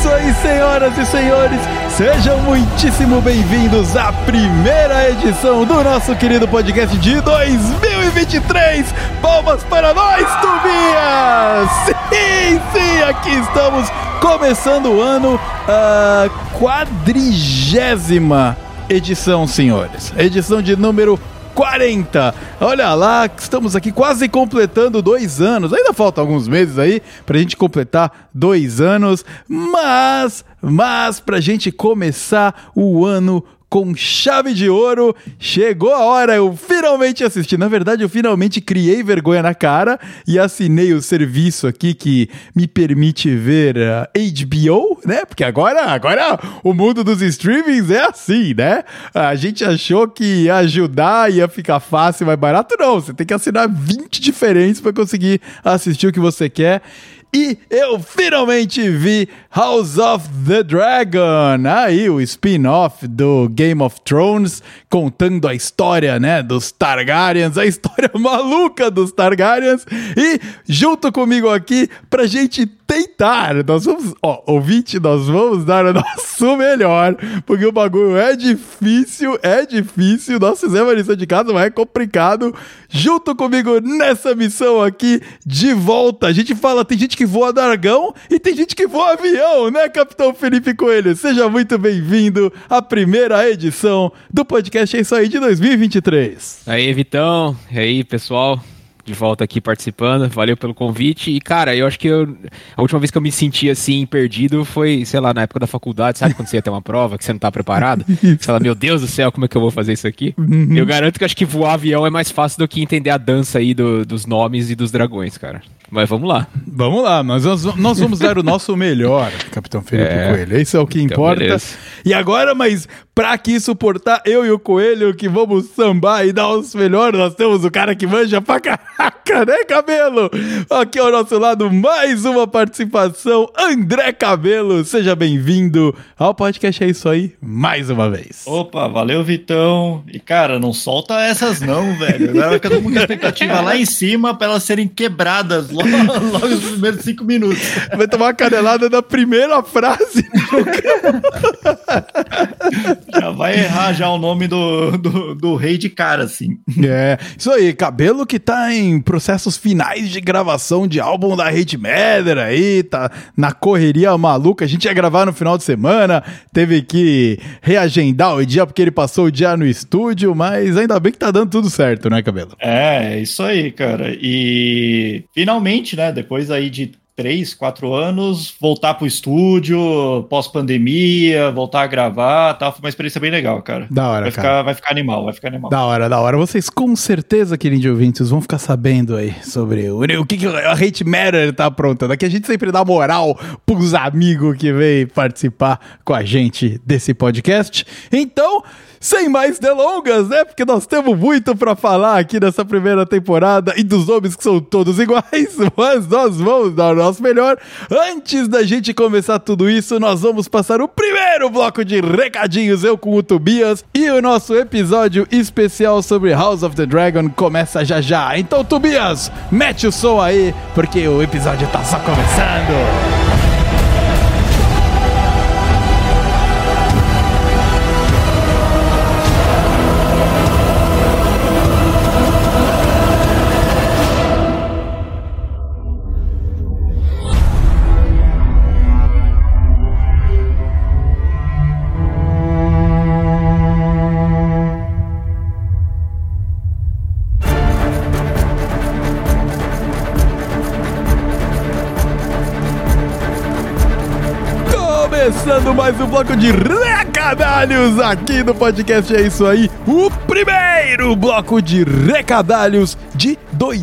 isso aí, senhoras e senhores, sejam muitíssimo bem-vindos à primeira edição do nosso querido podcast de 2023. Palmas para nós, Tobias! Sim, aqui estamos começando o ano, a 40ª edição, senhores. Edição de número 40. Olha lá, estamos aqui quase completando 2 anos. Ainda faltam alguns meses aí pra gente completar 2 anos, mas pra gente começar o ano com chave de ouro, chegou a hora, eu finalmente assisti. Na verdade, eu finalmente criei vergonha na cara e assinei o serviço aqui que me permite ver HBO, né? Porque agora o mundo dos streamings é assim, né? A gente achou que ia ajudar, ia ficar fácil, mais barato. Não, você tem que assinar 20 diferentes para conseguir assistir o que você quer. E eu finalmente vi House of the Dragon, aí o spin-off do Game of Thrones, contando a história, né, dos Targaryens, a história maluca dos Targaryens. E junto comigo aqui, pra gente tentar, nós vamos, ouvinte, nós vamos dar o nosso melhor, porque o bagulho é difícil, nós fizemos a lição de casa, mas é complicado. Junto comigo nessa missão aqui, de volta, a gente fala, tem gente que voa dragão e tem gente que voa avião, né, Capitão Felipe Coelho? Seja muito bem-vindo à primeira edição do podcast É Isso Aí de 2023. Aí, Vitão, e aí, pessoal? De volta aqui participando, valeu pelo convite. E, cara, eu acho que a última vez que eu me senti assim, perdido, foi, sei lá, na época da faculdade, sabe quando você ia ter uma prova que você não tá preparado? Você fala, meu Deus do céu, como é que eu vou fazer isso aqui? Uhum. Eu garanto que acho que voar avião é mais fácil do que entender a dança aí dos nomes e dos dragões, cara. Mas vamos lá. Vamos lá, mas nós vamos dar o nosso melhor, Capitão Felipe Coelho. Isso é o que importa. Beleza. E agora, mas pra que suportar eu e o Coelho que vamos sambar e dar os melhores, nós temos o cara que manja pra caraca, né, Cabelo? Aqui ao nosso lado, mais uma participação, André Cabelo. Seja bem-vindo ao podcast É Isso Aí, mais uma vez. Opa, valeu, Vitão. E, cara, não solta essas não, velho. Agora fica todo mundo com a expectativa lá em cima pra elas serem quebradas logo nos primeiros 5 minutos. Vai tomar uma canelada da primeira frase. Já vai errar já o nome do rei de cara, assim. É, isso aí, Cabelo que tá em processos finais de gravação de álbum da Hate Matter aí, tá na correria maluca. A gente ia gravar no final de semana, teve que reagendar o dia porque ele passou o dia no estúdio, mas ainda bem que tá dando tudo certo, né, Cabelo? É isso aí, cara. E finalmente, né, depois aí de 3, 4 anos, voltar pro estúdio, pós-pandemia, voltar a gravar, tá? Foi uma experiência bem legal, cara. Da hora, cara. Vai ficar animal. Da hora. Vocês com certeza, queridos ouvintes, vão ficar sabendo aí sobre o que a Hate Matter tá aprontando. Aqui a gente sempre dá moral pros amigos que vêm participar com a gente desse podcast. Então, sem mais delongas, né? Porque nós temos muito pra falar aqui nessa primeira temporada e dos nomes que são todos iguais, mas nós vamos dar o nosso melhor. Antes da gente começar tudo isso, nós vamos passar o primeiro bloco de recadinhos, eu com o Tobias, e o nosso episódio especial sobre House of the Dragon começa já. Então, Tobias, mete o som aí, porque o episódio tá só começando. Começando mais um bloco de recadalhos aqui no podcast É Isso Aí, o primeiro bloco de recadalhos de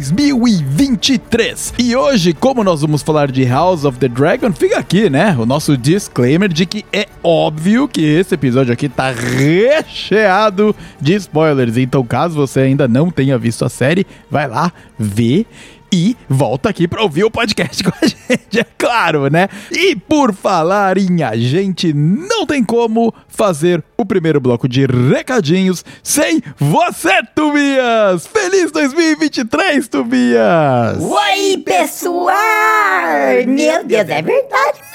2023. E hoje, como nós vamos falar de House of the Dragon, fica aqui, né, o nosso disclaimer de que é óbvio que esse episódio aqui tá recheado de spoilers. Então, caso você ainda não tenha visto a série, vai lá ver e volta aqui pra ouvir o podcast com a gente, é claro, né? E por falar em a gente, não tem como fazer o primeiro bloco de recadinhos sem você, Tobias! Feliz 2023, Tobias! Oi, pessoal! Meu Deus, é verdade mesmo,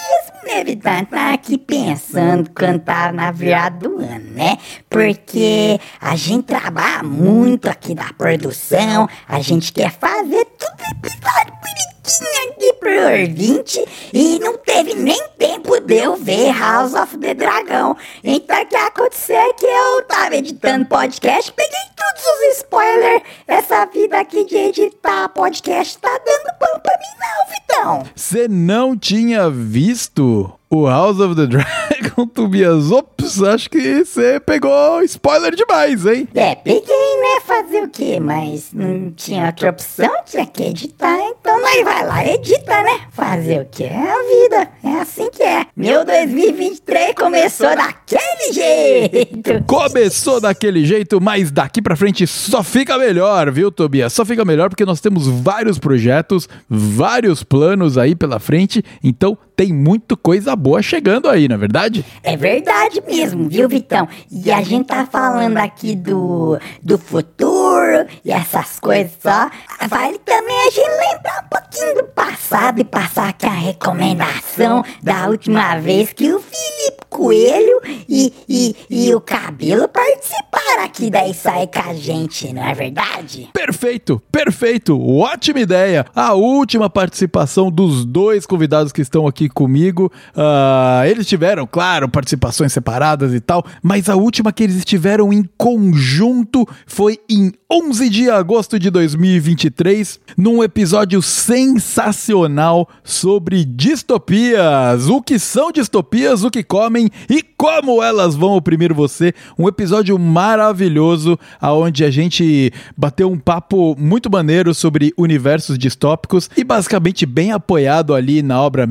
né, Vitão? Tá aqui pensando quando tá na virada do ano, né? Porque a gente trabalha muito aqui na produção, a gente quer fazer tudo episódio bonitinho aqui pro ouvinte e não teve nem tempo de eu ver House of the Dragon. Então o que aconteceu é que eu tava editando podcast, peguei todos os spoilers. Essa vida aqui de editar podcast tá dando bom pra mim não, Vitão. Você não tinha visto o House of the Dragon, Tobias? Ops, acho que você pegou spoiler demais, hein? Peguei, né? Fazer o quê? Mas não tinha outra opção, tinha que editar, então nós vai lá, edita, né? Fazer o quê? É a vida, é assim que é. Meu 2023 começou daquele jeito. Começou daquele jeito, mas daqui pra frente só fica melhor, viu, Tobias? Só fica melhor porque nós temos vários projetos, vários planos aí pela frente, então tem muita coisa boa chegando aí, não é verdade? É verdade mesmo, viu, Vitão? E a gente tá falando aqui do futuro e essas coisas só. Vale também a gente lembrar um pouquinho do passado e passar aqui a recomendação da última vez que o Felipe Coelho e o Cabelo participaram aqui da Isso Aí com a gente, não é verdade? Perfeito, perfeito, ótima ideia. A última participação dos dois convidados que estão aqui comigo, eles tiveram, claro, participações separadas e tal, mas a última que eles estiveram em conjunto foi em 11 de agosto de 2023, num episódio sensacional sobre distopias, o que são distopias, o que comem e como elas vão oprimir você. Um episódio maravilhoso, onde a gente bateu um papo muito maneiro sobre universos distópicos e basicamente bem apoiado ali na obra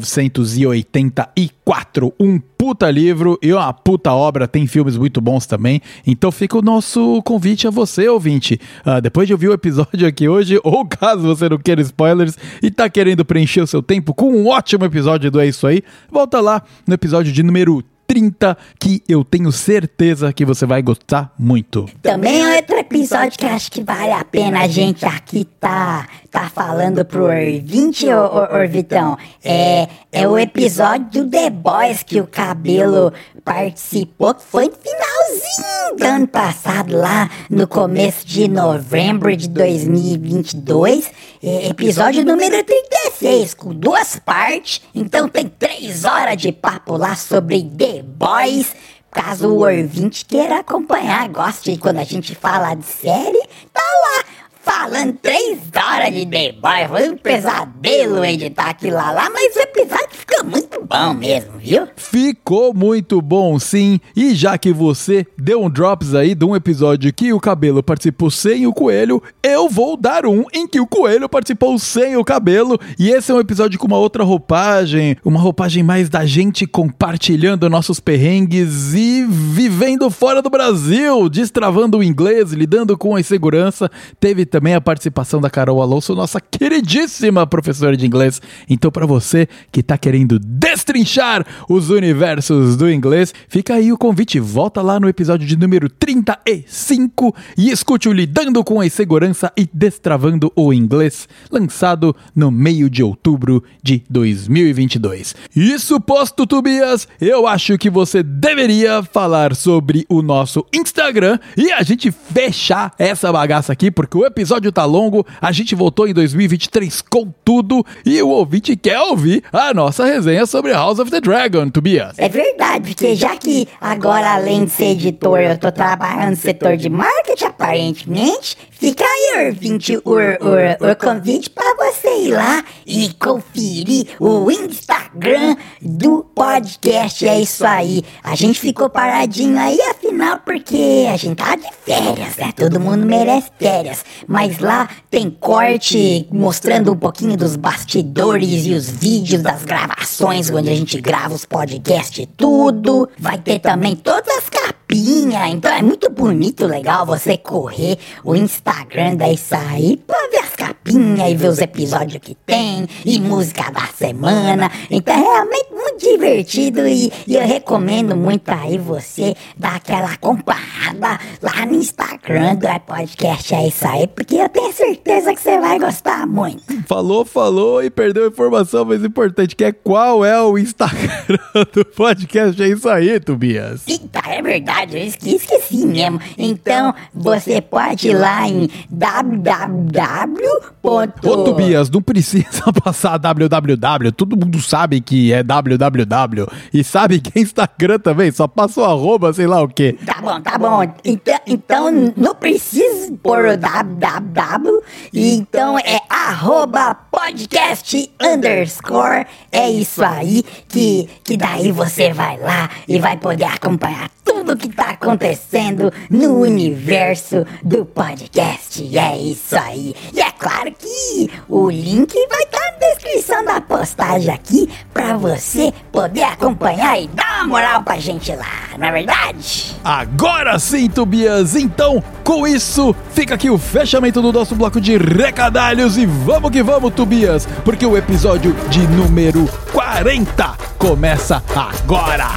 1984, um puta livro e uma puta obra, tem filmes muito bons também, então fica o nosso convite a você, ouvinte, depois de ouvir o episódio aqui hoje, ou caso você não queira spoilers e tá querendo preencher o seu tempo com um ótimo episódio do É Isso Aí, volta lá no episódio de número 30, que eu tenho certeza que você vai gostar muito. Também é outro episódio que acho que vale a pena a gente aqui tá falando pro ouvinte, ô Vitão. É o episódio do The Boys que o Cabelo participou, que foi no finalzinho do ano passado, lá no começo de novembro de 2022. Episódio número 36, com 2 partes. Então tem 3 horas de papo lá sobre The Boys. Caso o ouvinte queira acompanhar, goste quando a gente fala de série, tá lá falando 3 horas de The Boys. Foi um pesadelo editar aquilo lá, mas o episódio ficou muito bom mesmo, viu? Ficou muito bom, sim. E já que você deu um drops aí de um episódio que o Cabelo participou sem o Coelho, eu vou dar um em que o Coelho participou sem o Cabelo. E esse é um episódio com uma outra roupagem, uma roupagem mais da gente compartilhando nossos perrengues e vivendo fora do Brasil, destravando o inglês, lidando com a insegurança. Teve também a participação da Carol Alonso, nossa queridíssima professora de inglês. Então, para você que tá querendo destrinchar os universos do inglês, fica aí o convite. Volta lá no episódio de número 35 e escute o Lidando com a Insegurança e Destravando o Inglês, lançado no meio de outubro de 2022. Isso posto, Tobias, eu acho que você deveria falar sobre o nosso Instagram e a gente fechar essa bagaça aqui, porque o episódio tá longo, a gente voltou em 2023 com tudo e o ouvinte quer ouvir a nossa resenha sobre House of the Dragon, Tobias. É verdade, porque já que agora, além de ser editor, eu tô trabalhando no setor de marketing, aparentemente, fica aí, ouvinte, o convite pra você ir lá e conferir o Instagram do podcast. É isso aí. A gente ficou paradinho aí, afinal, porque a gente tá de férias, né? Todo mundo merece férias. Mas lá tem corte mostrando um pouquinho dos bastidores e os vídeos das gravações, onde a gente grava os podcasts e tudo. Vai ter também todas as capinhas capinha. Então é muito bonito, legal você correr o Instagram da Isso Aí pra ver as capinhas e ver os episódios que tem e música da semana. Então é realmente muito divertido e eu recomendo muito aí você dar aquela acompanhada lá no Instagram do podcast É Isso Aí, porque eu tenho certeza que você vai gostar muito. Falou e perdeu a informação mais importante, que é qual é o Instagram do podcast. É Isso Aí, Tobias. Eita, é verdade, eu esqueci mesmo. Então, você pode ir lá em www. Ô, Tobias, não precisa passar www, todo mundo sabe que é www, e sabe que é Instagram também, só passa o arroba, sei lá o quê. Tá bom. Então não precisa pôr o www, então é @podcast_. É isso aí, que daí você vai lá e vai poder acompanhar tudo que tá acontecendo no universo do podcast. É isso aí. E é claro que o link vai estar na descrição da postagem aqui pra você poder acompanhar e dar uma moral pra gente lá, não é verdade? Agora sim, Tobias, então, com isso, fica aqui o fechamento do nosso bloco de recadalhos e vamos que vamos, Tobias, porque o episódio de número 40 começa agora!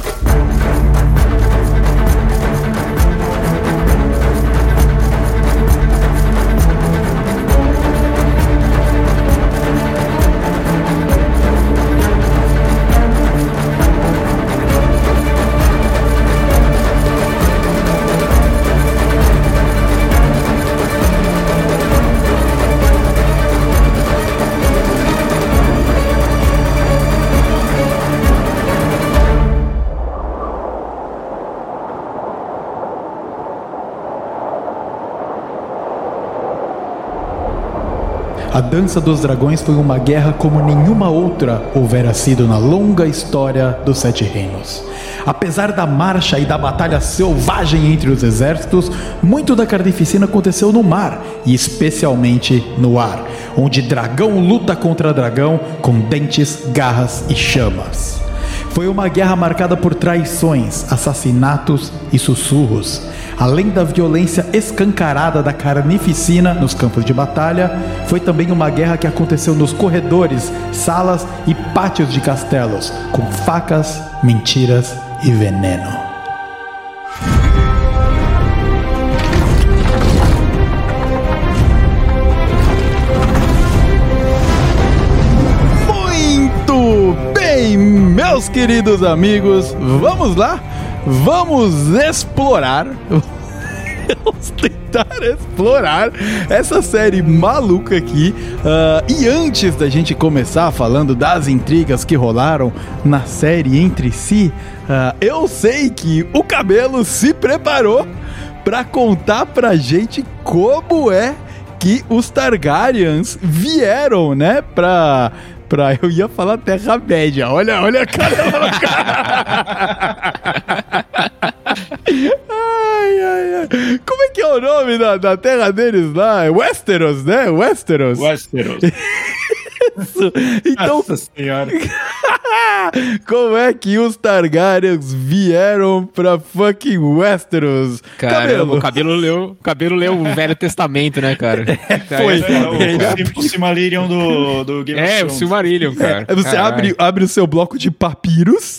A Dança dos Dragões foi uma guerra como nenhuma outra houvera sido na longa história dos Sete Reinos. Apesar da marcha e da batalha selvagem entre os exércitos, muito da carnificina aconteceu no mar, e especialmente no ar, onde dragão luta contra dragão com dentes, garras e chamas. Foi uma guerra marcada por traições, assassinatos e sussurros. Além da violência escancarada da carnificina nos campos de batalha, foi também uma guerra que aconteceu nos corredores, salas e pátios de castelos, com facas, mentiras e veneno. Muito bem, meus queridos amigos, vamos lá? Vamos explorar, vamos tentar explorar essa série maluca aqui. E antes da gente começar falando das intrigas que rolaram na série entre si, eu sei que o Cabelo se preparou pra contar pra gente como é que os Targaryens vieram, né, eu ia falar Terra-média. Olha a cara. Ai. Como é que é o nome da terra deles lá? É Westeros, né? Westeros. Isso. Então, Nossa senhora. como é que os Targaryens vieram pra fucking Westeros? Caramba, o cabelo leu o Velho Testamento, né, cara? Foi. O Silmarillion do Game of É, o Thrones. Silmarillion, cara. Você abre o seu bloco de papiros.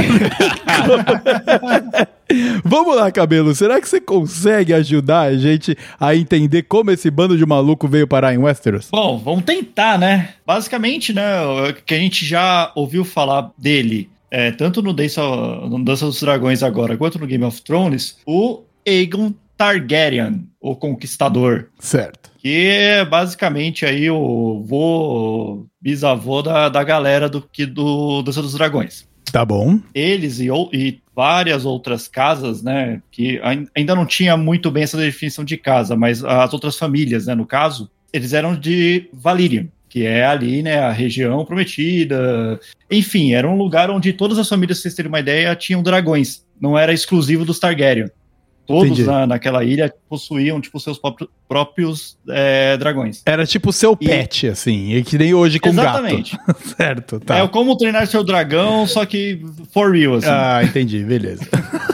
Vamos lá, Cabelo. Será que você consegue ajudar a gente a entender como esse bando de maluco veio parar em Westeros? Bom, vamos tentar, né? Basicamente, né, o que a gente já ouviu falar dele, tanto no Dança dos Dragões agora, quanto no Game of Thrones, o Aegon Targaryen, o Conquistador. Certo. Que é basicamente aí o bisavô da galera do Dança dos Dragões. Tá bom. Eles e várias outras casas, né, que ainda não tinha muito bem essa definição de casa, mas as outras famílias, né, no caso, eles eram de Valyrian, que é ali, né, a região prometida. Enfim, era um lugar onde todas as famílias, pra vocês terem uma ideia, tinham dragões. Não era exclusivo dos Targaryen. Todos naquela ilha possuíam, tipo, seus próprios dragões. Era tipo o seu pet, assim, e que nem hoje com Exatamente. gato. Certo, tá. É como treinar seu dragão, só que for real, assim. Ah, entendi, beleza.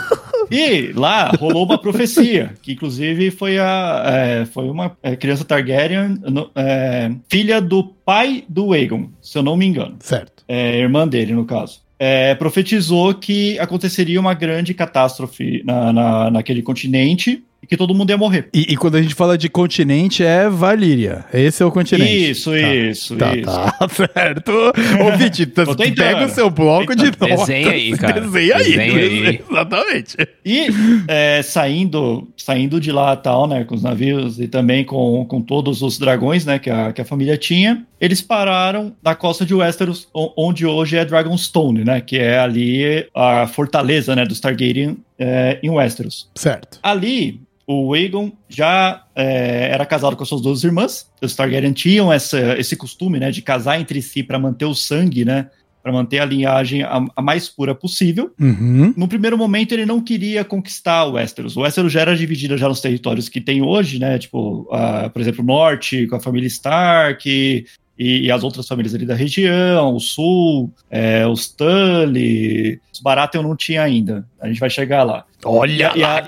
E lá rolou uma profecia, que inclusive foi uma criança Targaryen, filha do pai do Aegon, se eu não me engano. Certo. Irmã dele, no caso. Profetizou que aconteceria uma grande catástrofe naquele continente e que todo mundo ia morrer. E quando a gente fala de continente, é Valíria. Esse é o continente. Isso. Tá, certo. Ô, Viti, pega o seu bloco de notas. Desenha aí, cara. Desenha aí. Exatamente. E saindo de lá tal, né, com os navios e também com todos os dragões, né, que a família tinha, eles pararam na costa de Westeros, onde hoje é Dragonstone, né, que é ali a fortaleza, né, dos Targaryen em Westeros. Certo. Ali, o Aegon já era casado com as suas duas irmãs. Os Targaryen tinham esse costume, né, de casar entre si para manter o sangue, né, para manter a linhagem a mais pura possível. Uhum. No primeiro momento, ele não queria conquistar o Westeros. O Westeros já era dividido já nos territórios que tem hoje, né, tipo, por exemplo, o norte com a família Stark e as outras famílias ali da região, o sul, os Tully, os Baratheon não tinha ainda. A gente vai chegar lá. Olha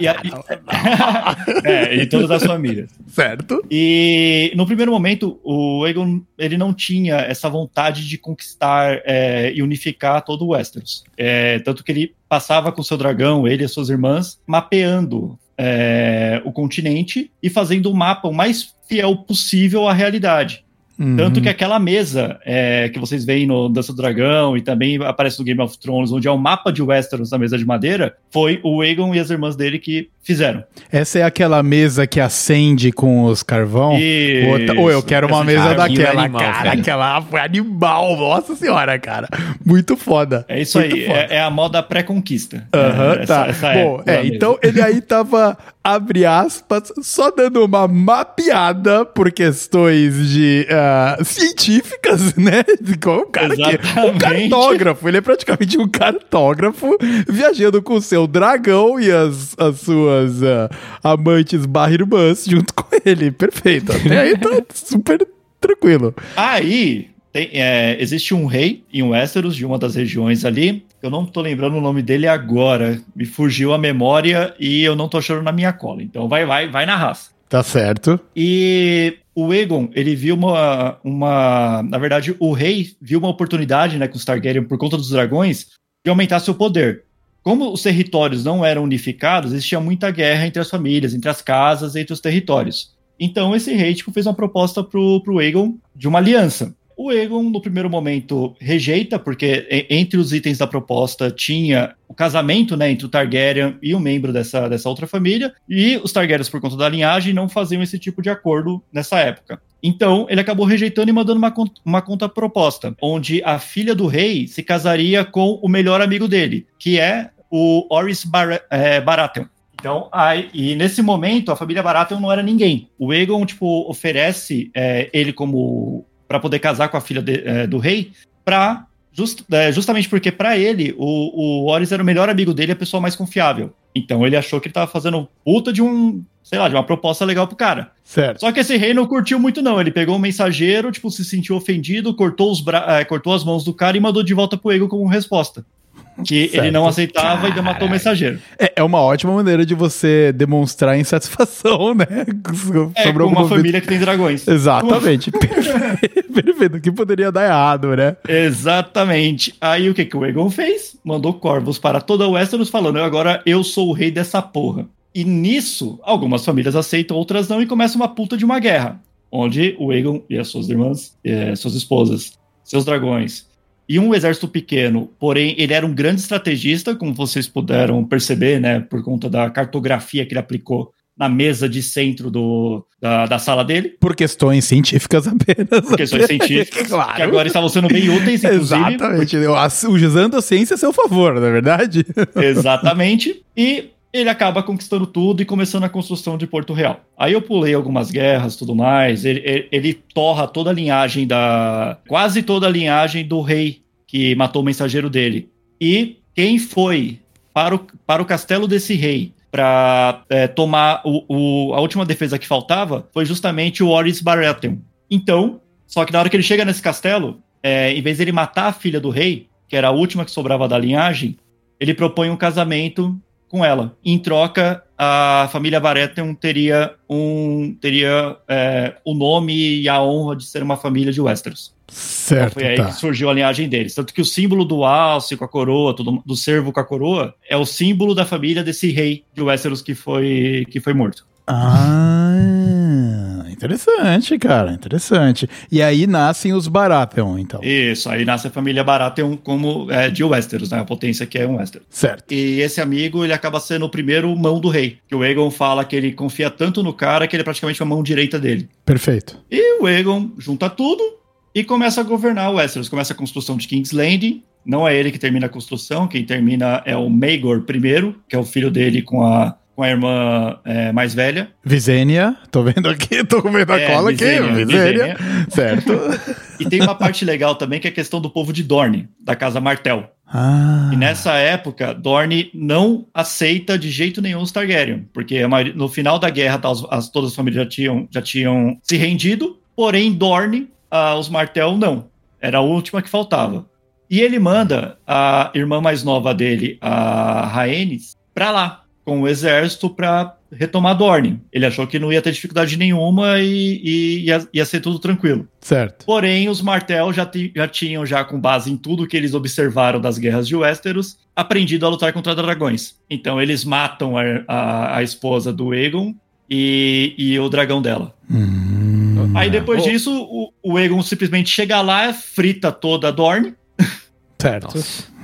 e todas as famílias. Certo. E no primeiro momento, o Aegon, ele não tinha essa vontade de conquistar e unificar todo o Westeros. Tanto que ele passava com seu dragão, ele e as suas irmãs, mapeando o continente e fazendo o mapa o mais fiel possível à realidade. Tanto que aquela mesa que vocês veem no Dança do Dragão e também aparece no Game of Thrones, onde é o mapa de Westeros na mesa de madeira, foi o Aegon e as irmãs dele que fizeram. Essa é aquela mesa que acende com os carvão? Ou eu quero uma mesa daquela, animal, cara. Aquela foi animal, nossa senhora, cara. Muito foda. É isso aí, é a moda pré-conquista. Tá. Bom, então ele aí tava, abre aspas, só dando uma mapeada por questões de científicas, né? Um cartógrafo. Ele é praticamente um cartógrafo viajando com o seu dragão e as suas amantes irmãs junto com ele. Perfeito. Até aí tá super tranquilo. Aí existe um rei em Westeros, de uma das regiões ali. Eu não tô lembrando o nome dele agora. Me fugiu a memória e eu não tô achando na minha cola. Então vai na raça. Tá certo. E o Aegon, ele viu na verdade, o rei viu uma oportunidade, né, com os Targaryen, por conta dos dragões, de aumentar seu poder. Como os territórios não eram unificados, existia muita guerra entre as famílias, entre as casas, entre os territórios. Então esse rei fez uma proposta pro Aegon de uma aliança. O Aegon, no primeiro momento, rejeita, porque entre os itens da proposta tinha o casamento, né, entre o Targaryen e um membro dessa outra família, e os Targaryens, por conta da linhagem, não faziam esse tipo de acordo nessa época. Então, ele acabou rejeitando e mandando uma contraproposta, onde a filha do rei se casaria com o melhor amigo dele, que é o Orys Baratheon. Então, e nesse momento, a família Baratheon não era ninguém. O Aegon, oferece ele para poder casar com a filha do rei, justamente porque para ele o Orys era o melhor amigo dele, a pessoa mais confiável. Então ele achou que ele estava fazendo puta de uma proposta legal pro cara. Certo. Só que esse rei não curtiu muito não, ele pegou um mensageiro, se sentiu ofendido, cortou as mãos do cara e mandou de volta pro Aegon como resposta. Que certo. Ele não aceitava e matou o mensageiro. É uma ótima maneira de você demonstrar insatisfação, né? Sobre uma família que tem dragões. Exatamente. Perfeito. Que poderia dar errado, né? Exatamente. Aí o que o Aegon fez? Mandou corvos para toda a Westeros falando, agora eu sou o rei dessa porra. E nisso, algumas famílias aceitam, outras não, e começa uma puta de uma guerra. Onde o Aegon e as suas irmãs, suas esposas, seus dragões, e um exército pequeno, porém ele era um grande estrategista, como vocês puderam perceber, né, por conta da cartografia que ele aplicou na mesa de centro da sala dele. Por questões científicas apenas. Por questões científicas, claro. Que agora estavam sendo bem úteis, inclusive. Exatamente, usando a ciência a seu favor, não é verdade? Exatamente, e ele acaba conquistando tudo e começando a construção de Porto Real. Aí eu pulei algumas guerras e tudo mais, ele torra toda a linhagem quase toda a linhagem do rei que matou o mensageiro dele. E quem foi para o castelo desse rei para tomar a última defesa que faltava foi justamente o Orys Baratheon. Então, só que na hora que ele chega nesse castelo, em vez de ele matar a filha do rei, que era a última que sobrava da linhagem, ele propõe um casamento com ela. Em troca, a família Baratheon teria o nome e a honra de ser uma família de Westeros. Certo, Então foi aí que surgiu a linhagem deles. Tanto que o símbolo do alce com a coroa, do cervo com a coroa, é o símbolo da família desse rei de Westeros que foi morto. Interessante, cara, interessante. E aí nascem os Baratheon, então. Isso, aí nasce a família Baratheon como de Westeros, né? A potência que é um Westeros. Certo. E esse amigo, ele acaba sendo o primeiro mão do rei. Que o Aegon fala que ele confia tanto no cara que ele é praticamente a mão direita dele. Perfeito. E o Aegon junta tudo e começa a governar o Westeros. Começa a construção de King's Landing. Não é ele que termina a construção, quem termina é o Maegor I, que é o filho dele com a irmã mais velha. Visenya, tô vendo aqui, tô comendo a cola aqui. Visenya. Certo. E tem uma parte legal também, que é a questão do povo de Dorne, da casa Martell. E nessa época, Dorne não aceita de jeito nenhum os Targaryen, porque no final da guerra todas as famílias já tinham se rendido, porém Dorne, os Martell não. Era a última que faltava. E ele manda a irmã mais nova dele, a Rhaenys, pra lá, com o exército para retomar Dorne. Ele achou que não ia ter dificuldade nenhuma e ia ser tudo tranquilo. Certo. Porém, os Martell já tinham, com base em tudo que eles observaram das guerras de Westeros, aprendido a lutar contra dragões. Então, eles matam a esposa do Aegon e o dragão dela. Aí, depois disso, o Aegon simplesmente chega lá, frita toda a Dorne. Certo.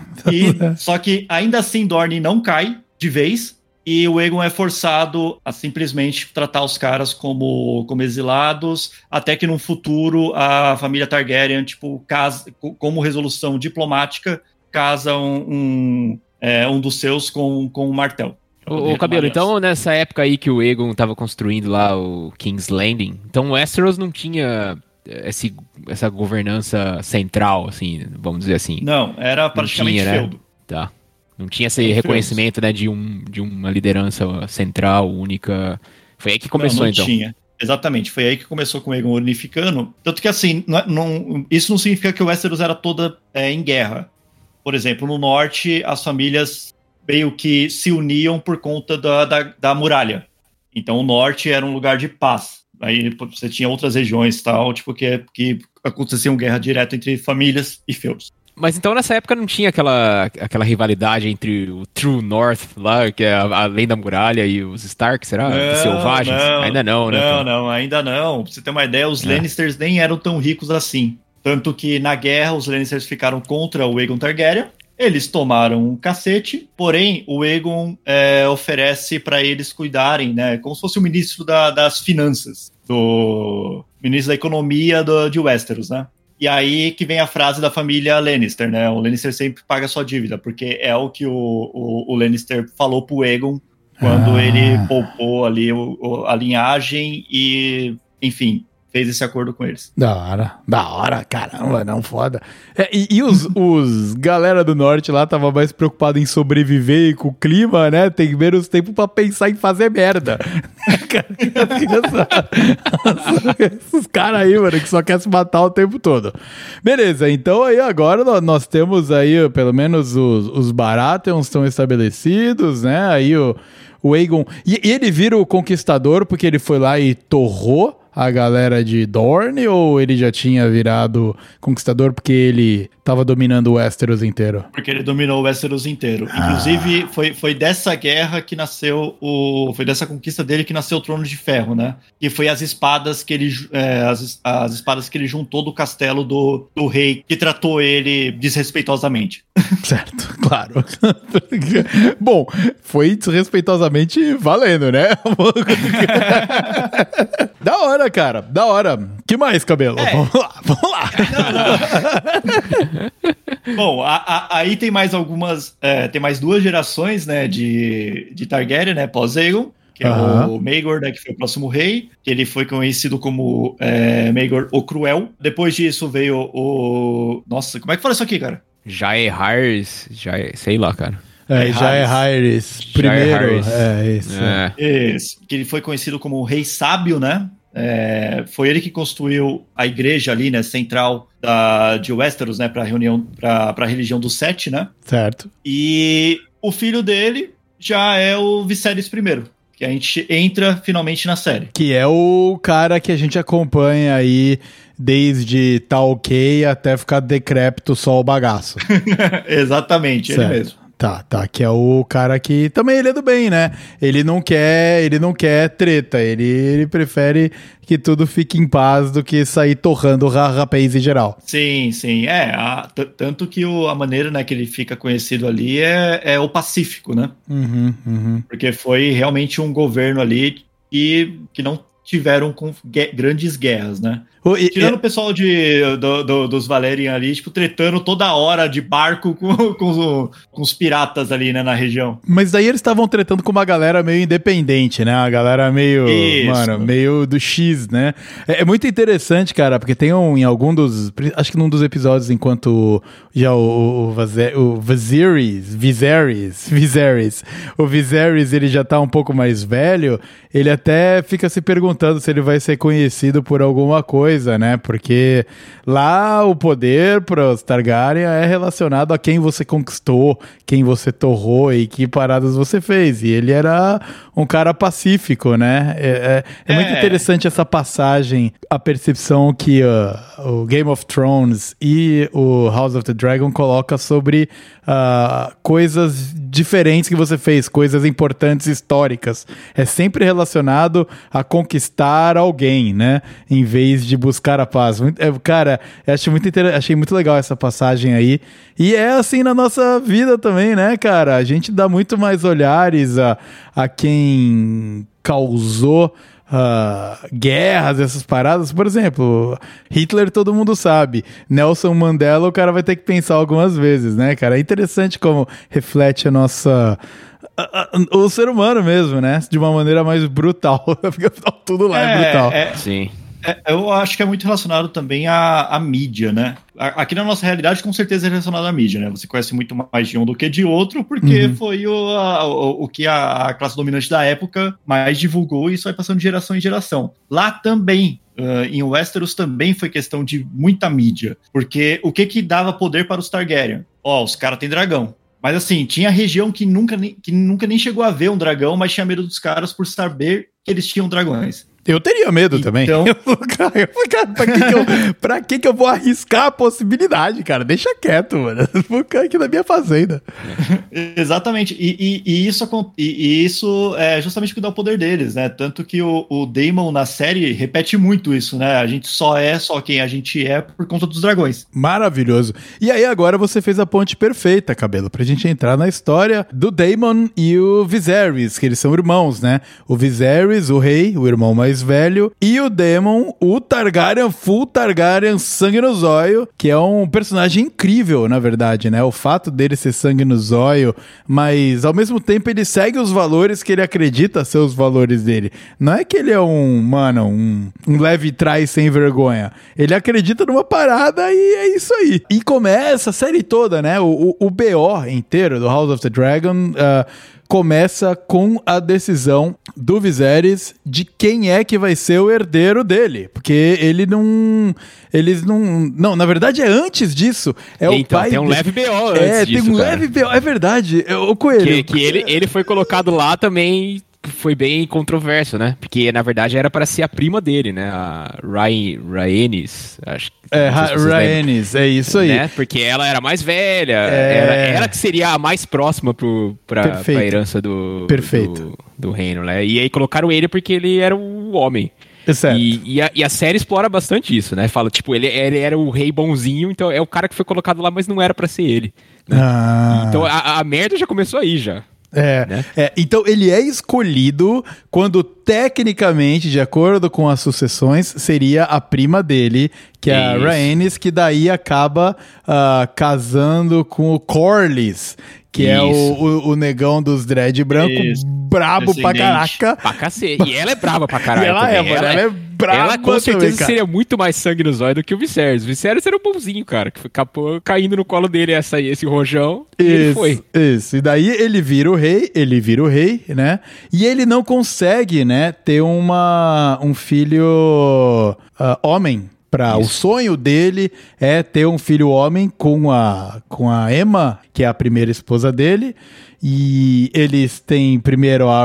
Só que, ainda assim, Dorne não cai de vez. E o Aegon é forçado a simplesmente tratar os caras como exilados, até que no futuro a família Targaryen, como resolução diplomática, casa um dos seus com o Martell. O Cabelo, então nessa época aí que o Aegon tava construindo lá o King's Landing, então o Westeros não tinha essa governança central, assim, vamos dizer assim. Não, era praticamente feudo. Tá. Não tinha esse reconhecimento, né, de uma liderança central, única. Foi aí que começou, então. Não tinha. Exatamente, foi aí que começou com o Aegon unificando. Tanto que, assim, isso não significa que o Westeros era toda em guerra. Por exemplo, no norte, as famílias meio que se uniam por conta da muralha. Então, o norte era um lugar de paz. Aí você tinha outras regiões, tal, que aconteciam guerra direta entre famílias e feudos. Mas então nessa época não tinha aquela rivalidade entre o True North lá, que é além da muralha, e os Stark, será? Os selvagens? Ainda não, né? Não, ainda não. Pra você ter uma ideia, os Lannisters nem eram tão ricos assim. Tanto que na guerra os Lannisters ficaram contra o Aegon Targaryen. Eles tomaram um cacete, porém o Aegon oferece para eles cuidarem, né? Como se fosse o ministro das finanças, do ministro da economia de Westeros, né? E aí que vem a frase da família Lannister, né? O Lannister sempre paga sua dívida, porque é o que o Lannister falou pro Aegon quando ele poupou ali a linhagem e, enfim, fez esse acordo com eles. Da hora, caramba, não, foda. E os galera do norte lá tava mais preocupado em sobreviver e com o clima, né? Tem menos tempo pra pensar em fazer merda. Esses caras aí, mano, que só quer se matar o tempo todo. Beleza, então aí agora nós temos aí, pelo menos os Baratheons estão estabelecidos, né? Aí o Aegon... E ele vira o conquistador porque ele foi lá e torrou a galera de Dorne, ou ele já tinha virado conquistador porque ele tava dominando o Westeros inteiro? Porque ele dominou o Westeros inteiro. Inclusive, foi dessa guerra que nasceu foi dessa conquista dele que nasceu o Trono de Ferro, né? Que foi as espadas que ele as espadas que ele juntou do castelo do rei, que tratou ele desrespeitosamente. Certo, claro. Bom, foi desrespeitosamente valendo, né? Da hora, cara, da hora. Que mais, Cabelo? Vamos lá. Bom, aí tem mais tem mais 2 gerações, né, de Targaryen, né, pós-Aegon, que é o Maegor, né, que foi o próximo rei, que ele foi conhecido como Maegor o Cruel. Depois disso veio Nossa, como é que fala isso aqui, cara? Jaehaerys, sei lá, cara. Jaehaerys primeiro. Isso. Que ele foi conhecido como o Rei Sábio, né? Foi ele que construiu a igreja ali, né, central de Westeros, né, para a religião dos Sete, né? Certo. E o filho dele já é o Viserys I, que a gente entra finalmente na série. Que é o cara que a gente acompanha aí desde tá ok até ficar decrépito só o bagaço. Exatamente, certo. Ele mesmo. Tá, que é o cara que também ele é do bem, né? Ele não quer treta, ele prefere que tudo fique em paz do que sair torrando rapaz em geral. Sim. Tanto que a maneira, né, que ele fica conhecido ali é o Pacífico, né? Porque foi realmente um governo ali que não tiveram grandes guerras, né? Tirando o pessoal dos Valerian ali, tipo, tretando toda hora de barco com os piratas ali, né, na região. Mas daí eles estavam tretando com uma galera meio independente, né? Uma galera meio, meio do X, né? É muito interessante, cara, porque tem em algum dos... Acho que num dos episódios, enquanto já o Viserys, ele já tá um pouco mais velho, ele até fica se perguntando se ele vai ser conhecido por alguma coisa, né? Porque lá o poder para os Targaryen é relacionado a quem você conquistou, quem você torrou e que paradas você fez. E ele era um cara pacífico, né? É muito interessante essa passagem, a percepção que o Game of Thrones e o House of the Dragon coloca sobre coisas diferentes que você fez, coisas importantes históricas. É sempre relacionado a conquistar alguém, né? Em vez de buscar a paz. Cara, achei muito legal essa passagem aí. E é assim na nossa vida também, né, cara? A gente dá muito mais olhares a quem causou guerras, essas paradas. Por exemplo, Hitler todo mundo sabe. Nelson Mandela o cara vai ter que pensar algumas vezes, né, cara? É interessante como reflete a nossa... o ser humano mesmo, né? De uma maneira mais brutal. Tudo lá é brutal. Sim. Eu acho que é muito relacionado também à mídia, né? Aqui na nossa realidade, com certeza é relacionado à mídia, né? Você conhece muito mais de um do que de outro, porque foi o que a classe dominante da época mais divulgou, e isso vai passando de geração em geração. Lá também, em Westeros, também foi questão de muita mídia, porque o que dava poder para os Targaryen? Os caras têm dragão. Mas assim, tinha região que nunca nem chegou a ver um dragão, mas tinha medo dos caras por saber que eles tinham dragões. Eu teria medo também. Pra que eu vou arriscar a possibilidade, cara? Deixa quieto, mano. Vou ficar aqui na minha fazenda. Exatamente. E isso é justamente o que dá o poder deles, né? Tanto que o Daemon na série repete muito isso, né? A gente só quem a gente é por conta dos dragões. Maravilhoso. E aí agora você fez a ponte perfeita, Cabelo, pra gente entrar na história do Daemon e o Viserys, que eles são irmãos, né? O Viserys, o rei, o irmão mais velho, e o Daemon, o Targaryen, full Targaryen, sangue no zóio, que é um personagem incrível, na verdade, né? O fato dele ser sangue no zóio, mas ao mesmo tempo ele segue os valores que ele acredita ser os valores dele. Não é que ele é um leve trás sem vergonha. Ele acredita numa parada e é isso aí. E começa a série toda, né? O BO inteiro do House of the Dragon começa com a decisão do Viserys de quem é que vai ser o herdeiro dele. Porque eles não, na verdade é antes disso. O pai tem um leve BO antes disso, tem um leve BO, é verdade. O Coelho. Que ele foi colocado lá também... Foi bem controverso, né? Porque, na verdade, era para ser a prima dele, né? A Rhaenys, acho que... Rhaenys, é isso aí. Né? Porque ela era mais velha, ela que seria a mais próxima pra herança do reino, né? E aí colocaram ele porque ele era o homem. Certo. E a série explora bastante isso, né? Fala, tipo, ele era o rei bonzinho, então é o cara que foi colocado lá, mas não era para ser ele. Né? Então a merda já começou aí, já. Né? Então ele é escolhido quando tecnicamente, de acordo com as sucessões, seria a prima dele, que é a Rhaenys, que daí acaba casando com o Corlys, que é o negão dos dread branco, brabo pra caraca. Pra cacete. E ela é brava pra caralho. Ela é brava. Ela com certeza também, seria muito mais sangue no zóio do que o Viserys. O Viserys era um bonzinho, cara, que acabou caindo no colo dele esse rojão. E ele foi. Isso. E daí ele vira o rei, né? E ele não consegue, né, ter um filho homem. O sonho dele é ter um filho homem com a Emma, que é a primeira esposa dele. E eles têm primeiro a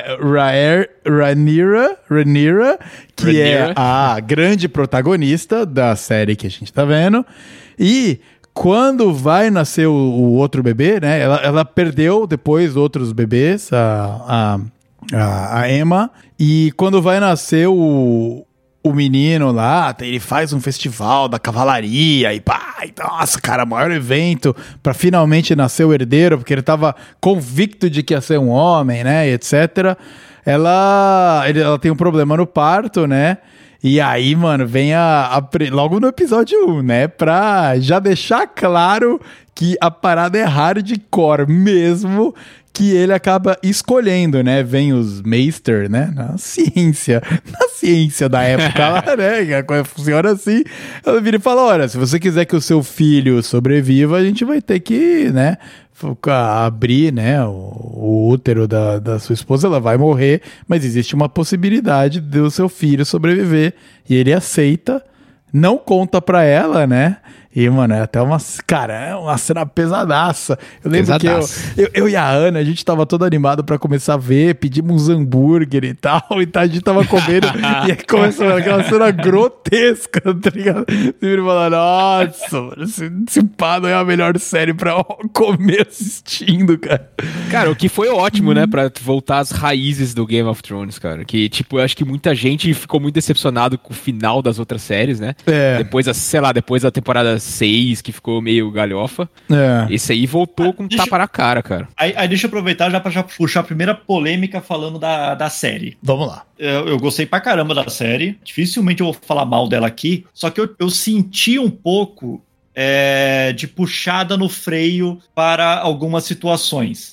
Rhaenyra, que é a grande protagonista da série que a gente tá vendo. E quando vai nascer o outro bebê, né? Ela perdeu depois outros bebês, a Emma. E quando vai nascer o menino lá, ele faz um festival da cavalaria e pá, nossa, cara, maior evento pra finalmente nascer o herdeiro, porque ele tava convicto de que ia ser um homem, né, etc. Ela tem um problema no parto, né, e aí, mano, vem logo no episódio 1, né, pra já deixar claro que a parada é hardcore mesmo, que ele acaba escolhendo, né? Vem os Maester, né? Na ciência da época lá, né? A coisa funciona assim. Ela vira e fala, olha, se você quiser que o seu filho sobreviva, a gente vai ter que, né? Abrir, né? O útero da sua esposa, ela vai morrer, mas existe uma possibilidade do seu filho sobreviver. E ele aceita, não conta pra ela, né? E, mano, é até uma cena pesadaça. Eu lembro que eu e a Ana, a gente tava todo animado pra começar a ver, pedimos uns hambúrguer e tal, a gente tava comendo, e aí começou aquela cena grotesca, tá ligado? Você vira e fala, nossa, mano, esse pá não é a melhor série pra comer assistindo, cara. Cara, o que foi ótimo, né, pra voltar às raízes do Game of Thrones, cara, que, tipo, eu acho que muita gente ficou muito decepcionado com o final das outras séries, né? Depois da temporada 6, que ficou meio galhofa. Esse aí voltou com tapa na cara, cara. Aí deixa eu aproveitar já pra puxar a primeira polêmica falando da série. Vamos lá. Eu gostei pra caramba da série. Dificilmente eu vou falar mal dela aqui. Só que eu senti um pouco de puxada no freio para algumas situações.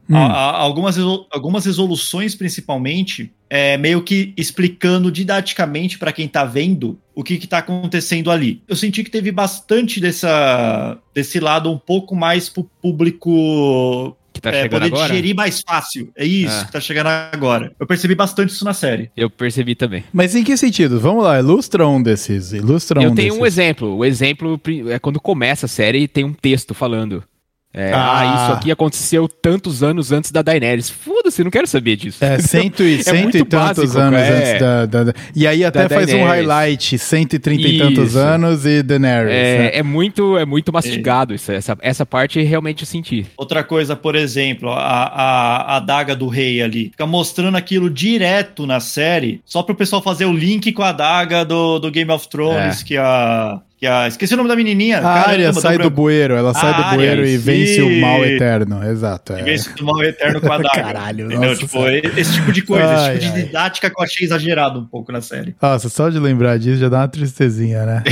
Algumas resoluções, principalmente, meio que explicando didaticamente para quem tá vendo o que tá acontecendo ali. Eu senti que teve bastante desse lado um pouco mais pro público que tá chegando poder agora? digerir mais fácil. É isso que tá chegando agora. Eu percebi bastante isso na série. Eu percebi também. Mas em que sentido? Vamos lá, ilustra um desses. Eu tenho um exemplo. O exemplo é quando começa a série e tem um texto falando. Isso aqui aconteceu tantos anos antes da Daenerys. Foda-se, não quero saber disso. Cento e tantos anos antes da... E aí até faz um highlight, 130 e tantos anos e Daenerys. É muito mastigado isso. Essa parte realmente eu senti. Outra coisa, por exemplo, a adaga do rei ali. Fica mostrando aquilo direto na série, só pro pessoal fazer o link com a adaga do Game of Thrones, esqueci o nome da menininha. A Arya sai do bueiro. Ela sai do bueiro e vence o mal eterno. Exato. E vence o mal eterno com a daga. Caralho, entendeu? Nossa. Tipo, esse tipo de coisa, esse tipo de didática que eu achei exagerado um pouco na série. Nossa, só de lembrar disso já dá uma tristezinha, né?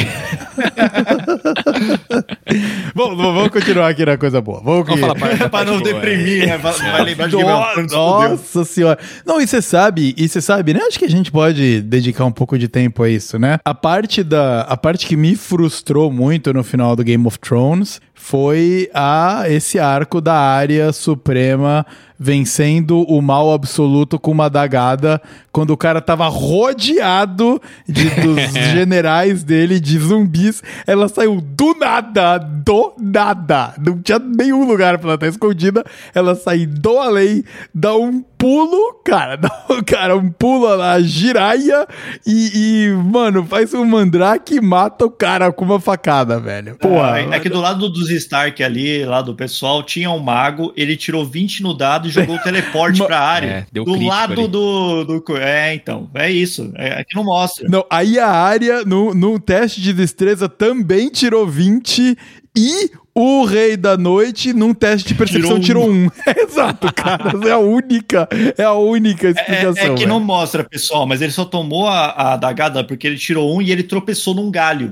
Bom, vamos continuar aqui na coisa boa. Vamos falar pra não deprimir, né? Vai lembrar de Game of Thrones. Nossa senhora. Não, e você sabe, né? Acho que a gente pode dedicar um pouco de tempo a isso, né? A parte que me frustrou muito no final do Game of Thrones foi esse arco da Arya Suprema vencendo o mal absoluto com uma adagada, quando o cara tava rodeado dos generais dele, de zumbis. Ela saiu do nada. Não tinha nenhum lugar pra ela estar escondida. Ela sai do além, dá um pulo, um pulo na giraia e, mano, faz um mandrake e mata o cara com uma facada, velho. Porra. É que do lado dos Stark ali, lá do pessoal, tinha um mago, ele tirou 20 no dado e jogou o teleporte pra área. Do lado do... então, é isso. Aqui não mostra. Não, aí a área, no teste de destreza, também tirou 20 e o Rei da Noite, num teste de percepção, tirou 1. Exato, cara. É a única explicação. É que não mostra, pessoal, mas ele só tomou a adagada porque ele tirou 1 e ele tropeçou num galho.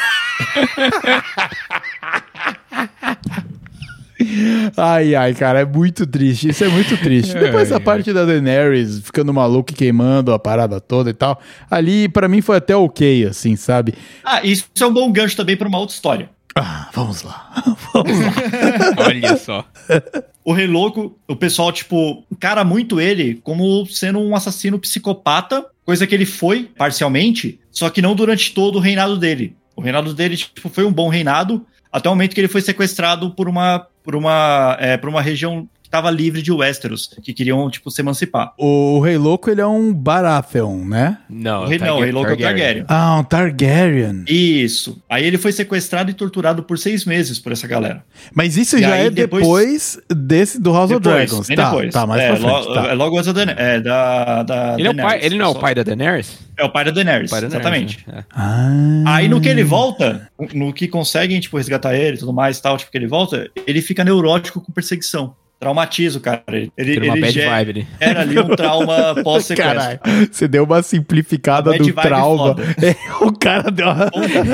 Ai, cara, é muito triste. Isso é muito triste. Depois a parte da Daenerys ficando maluca e queimando a parada toda e tal, ali pra mim foi até ok, assim, sabe? Isso é um bom gancho também pra uma outra história. Vamos lá. Olha só. O Rei Louco, o pessoal, tipo, encara muito ele como sendo um assassino psicopata, coisa que ele foi, parcialmente, só que não durante todo o reinado dele. O reinado dele tipo, foi um bom reinado, até o momento que ele foi sequestrado por uma região que estava livre de Westeros, que queriam tipo, se emancipar. O Rei Louco, ele é um Baratheon, né? Não, O Rei Louco é o Targaryen. Ah, um Targaryen. Isso. Aí ele foi sequestrado e torturado por 6 meses por essa galera. Mas isso E já aí é depois desse do House of Dragons. Bem Tá, depois. tá, mais pra frente. Tá. É logo antes da Ele, Daenerys. ele não é o pai da Daenerys? É o pai da Daenerys, Pai da exatamente. Daenerys, né? Aí no que ele volta, no que conseguem, tipo, resgatar ele e tudo mais e tal, tipo, que ele volta, ele fica neurótico com perseguição. Traumatiza o cara. Tira uma bad vibe ali. Era ali um trauma pós-sequestro. Caralho, você deu uma simplificada Bad do vibe trauma. foda. O cara deu uma...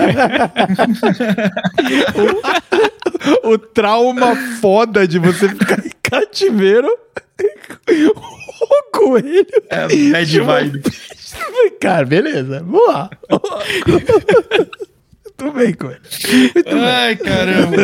o trauma foda de você ficar em cativeiro. O coelho. É, bad vibe. Cara, beleza. Vamos lá. Tudo bem, coelho. Ai, caramba.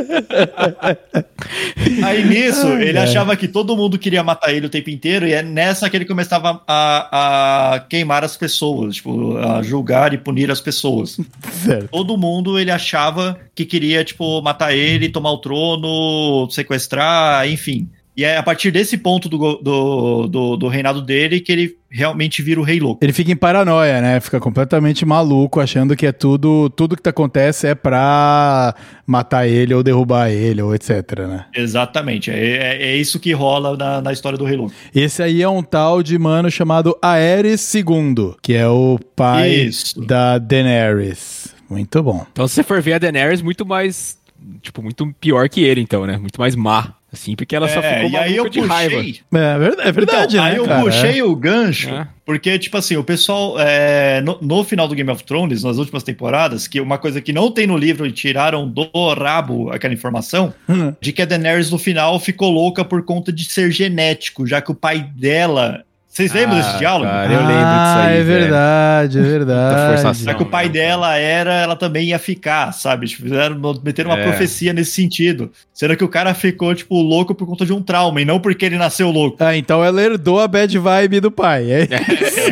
Aí nisso, ele achava que todo mundo queria matar ele o tempo inteiro, e é nessa que ele começava a queimar as pessoas, tipo, a julgar e punir as pessoas. Certo. Todo mundo ele achava que queria, tipo, matar ele, tomar o trono, sequestrar, enfim. E é a partir desse ponto do reinado dele que ele realmente vira o Rei Louco. Ele fica em paranoia, né? Fica completamente maluco, achando que é tudo que acontece é pra matar ele ou derrubar ele, ou etc, né? Exatamente. É isso que rola na história do Rei Louco. Esse aí é um tal de mano chamado Aerys II, que é o pai Isso. da Daenerys. Muito bom. Então, se você for ver a Daenerys, muito mais, tipo, muito pior que ele, então, né? Muito mais má, assim, porque ela só ficou E aí eu maluca de raiva. puxei... É verdade, Então, né, aí eu cara? puxei o gancho, É. porque, tipo assim, o pessoal, no final do Game of Thrones, nas últimas temporadas, que uma coisa que não tem no livro e tiraram do rabo aquela informação, de que a Daenerys no final ficou louca por conta de ser genético, já que o pai dela... Vocês lembram desse diálogo? Cara, eu lembro disso aí, é verdade, é Muita verdade. forçação. Já que o pai Não, dela ela também ia ficar, sabe? Tipo, meteram uma É. profecia nesse sentido. Sendo que o cara ficou, tipo, louco por conta de um trauma, e não porque ele nasceu louco. Ah, então ela herdou a bad vibe do pai. É isso.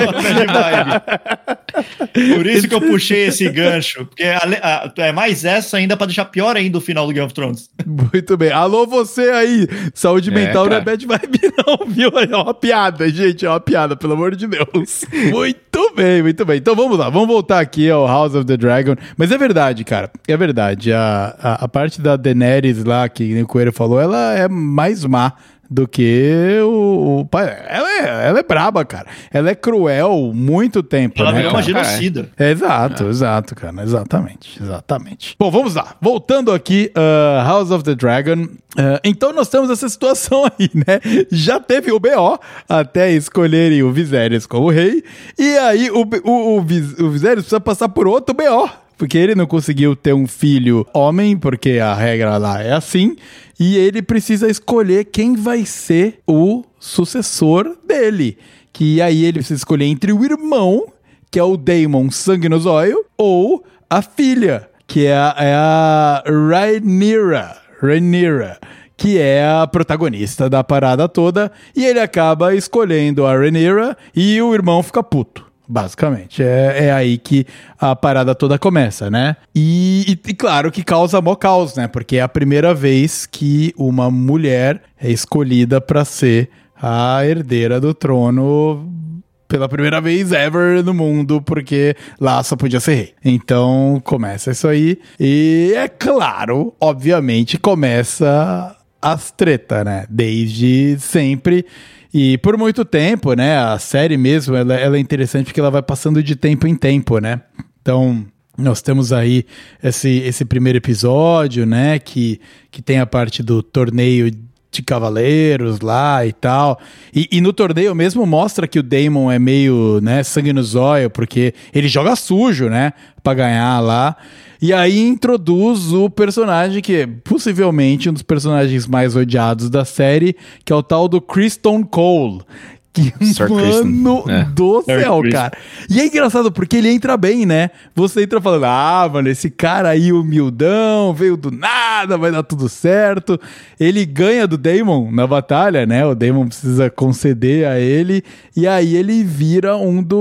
Por isso que eu puxei esse gancho. Porque é mais essa ainda pra deixar pior ainda o final do Game of Thrones. Muito bem. Alô, você aí. Saúde mental não é cara. bad vibe, não, viu? É uma piada, gente. É uma piada, pelo amor de Deus. Muito bem, muito bem. Então vamos lá. Vamos voltar aqui ao House of the Dragon. Mas é verdade, cara. É verdade. A parte da Daenerys lá, que o Coelho falou, ela é mais má do que o pai. Ela é braba, cara. Ela é cruel muito tempo, Ela né, virou uma cara? genocida. Exato, cara. Exatamente. Bom, vamos lá. Voltando aqui, House of the Dragon. Então nós temos essa situação aí, né? Já teve o BO até escolherem o Viserys como rei. E aí o Viserys precisa passar por outro BO. Porque ele não conseguiu ter um filho homem, porque a regra lá é assim. E ele precisa escolher quem vai ser o sucessor dele. Que aí ele precisa escolher entre o irmão, que é o Daemon Sangue no Zóio, ou a filha, que é a Rhaenyra, que é a protagonista da parada toda. E ele acaba escolhendo a Rhaenyra e o irmão fica puto. Basicamente, é aí que a parada toda começa, né? E claro que causa mó caos, né? Porque é a primeira vez que uma mulher é escolhida pra ser a herdeira do trono pela primeira vez ever no mundo, porque lá só podia ser rei. Então começa isso aí e é claro, obviamente começa as treta, né? Desde sempre. E por muito tempo, né, a série mesmo, ela é interessante porque ela vai passando de tempo em tempo, né? Então, nós temos aí esse primeiro episódio, né, que tem a parte do torneio de cavaleiros lá e tal. E no torneio mesmo mostra que o Daemon é meio, né, sangue no zóio, porque ele joga sujo, né, pra ganhar lá. E aí introduz o personagem que é possivelmente um dos personagens mais odiados da série, que é o tal do Criston Cole, Que, Sir mano Kristen. do Sir céu, Kristen. cara. E é engraçado porque ele entra bem, né? Você entra falando, mano, esse cara aí humildão, veio do nada, vai dar tudo certo. Ele ganha do Daemon na batalha, né? O Daemon precisa conceder a ele. E aí ele vira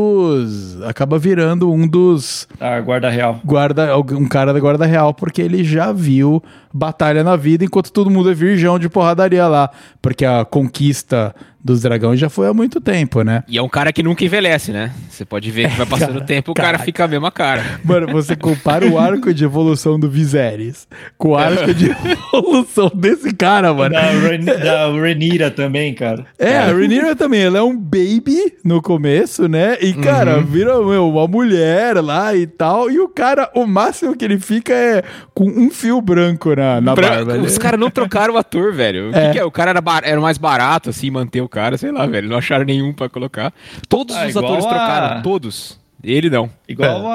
acaba virando um dos A guarda real. um cara da guarda real, porque ele já viu batalha na vida, enquanto todo mundo é virgão de porradaria lá. Porque a conquista dos dragões já foi há muito tempo, né? E é um cara que nunca envelhece, né? Você pode ver que vai passando o tempo, o cara fica a mesma cara. Mano, você compara o arco de evolução do Viserys com o arco de evolução desse cara, mano. Da Rhaenyra também, cara. A Rhaenyra também, ela é um baby no começo, né? E, cara, vira uma mulher lá e tal. E o cara, o máximo que ele fica é com um fio branco na barba. Os caras não trocaram o ator, velho. O que é? O cara era mais barato, assim, manter o cara, sei lá, velho. Não acharam nenhum pra colocar. Todos os atores trocaram, todos. Ele não. Igual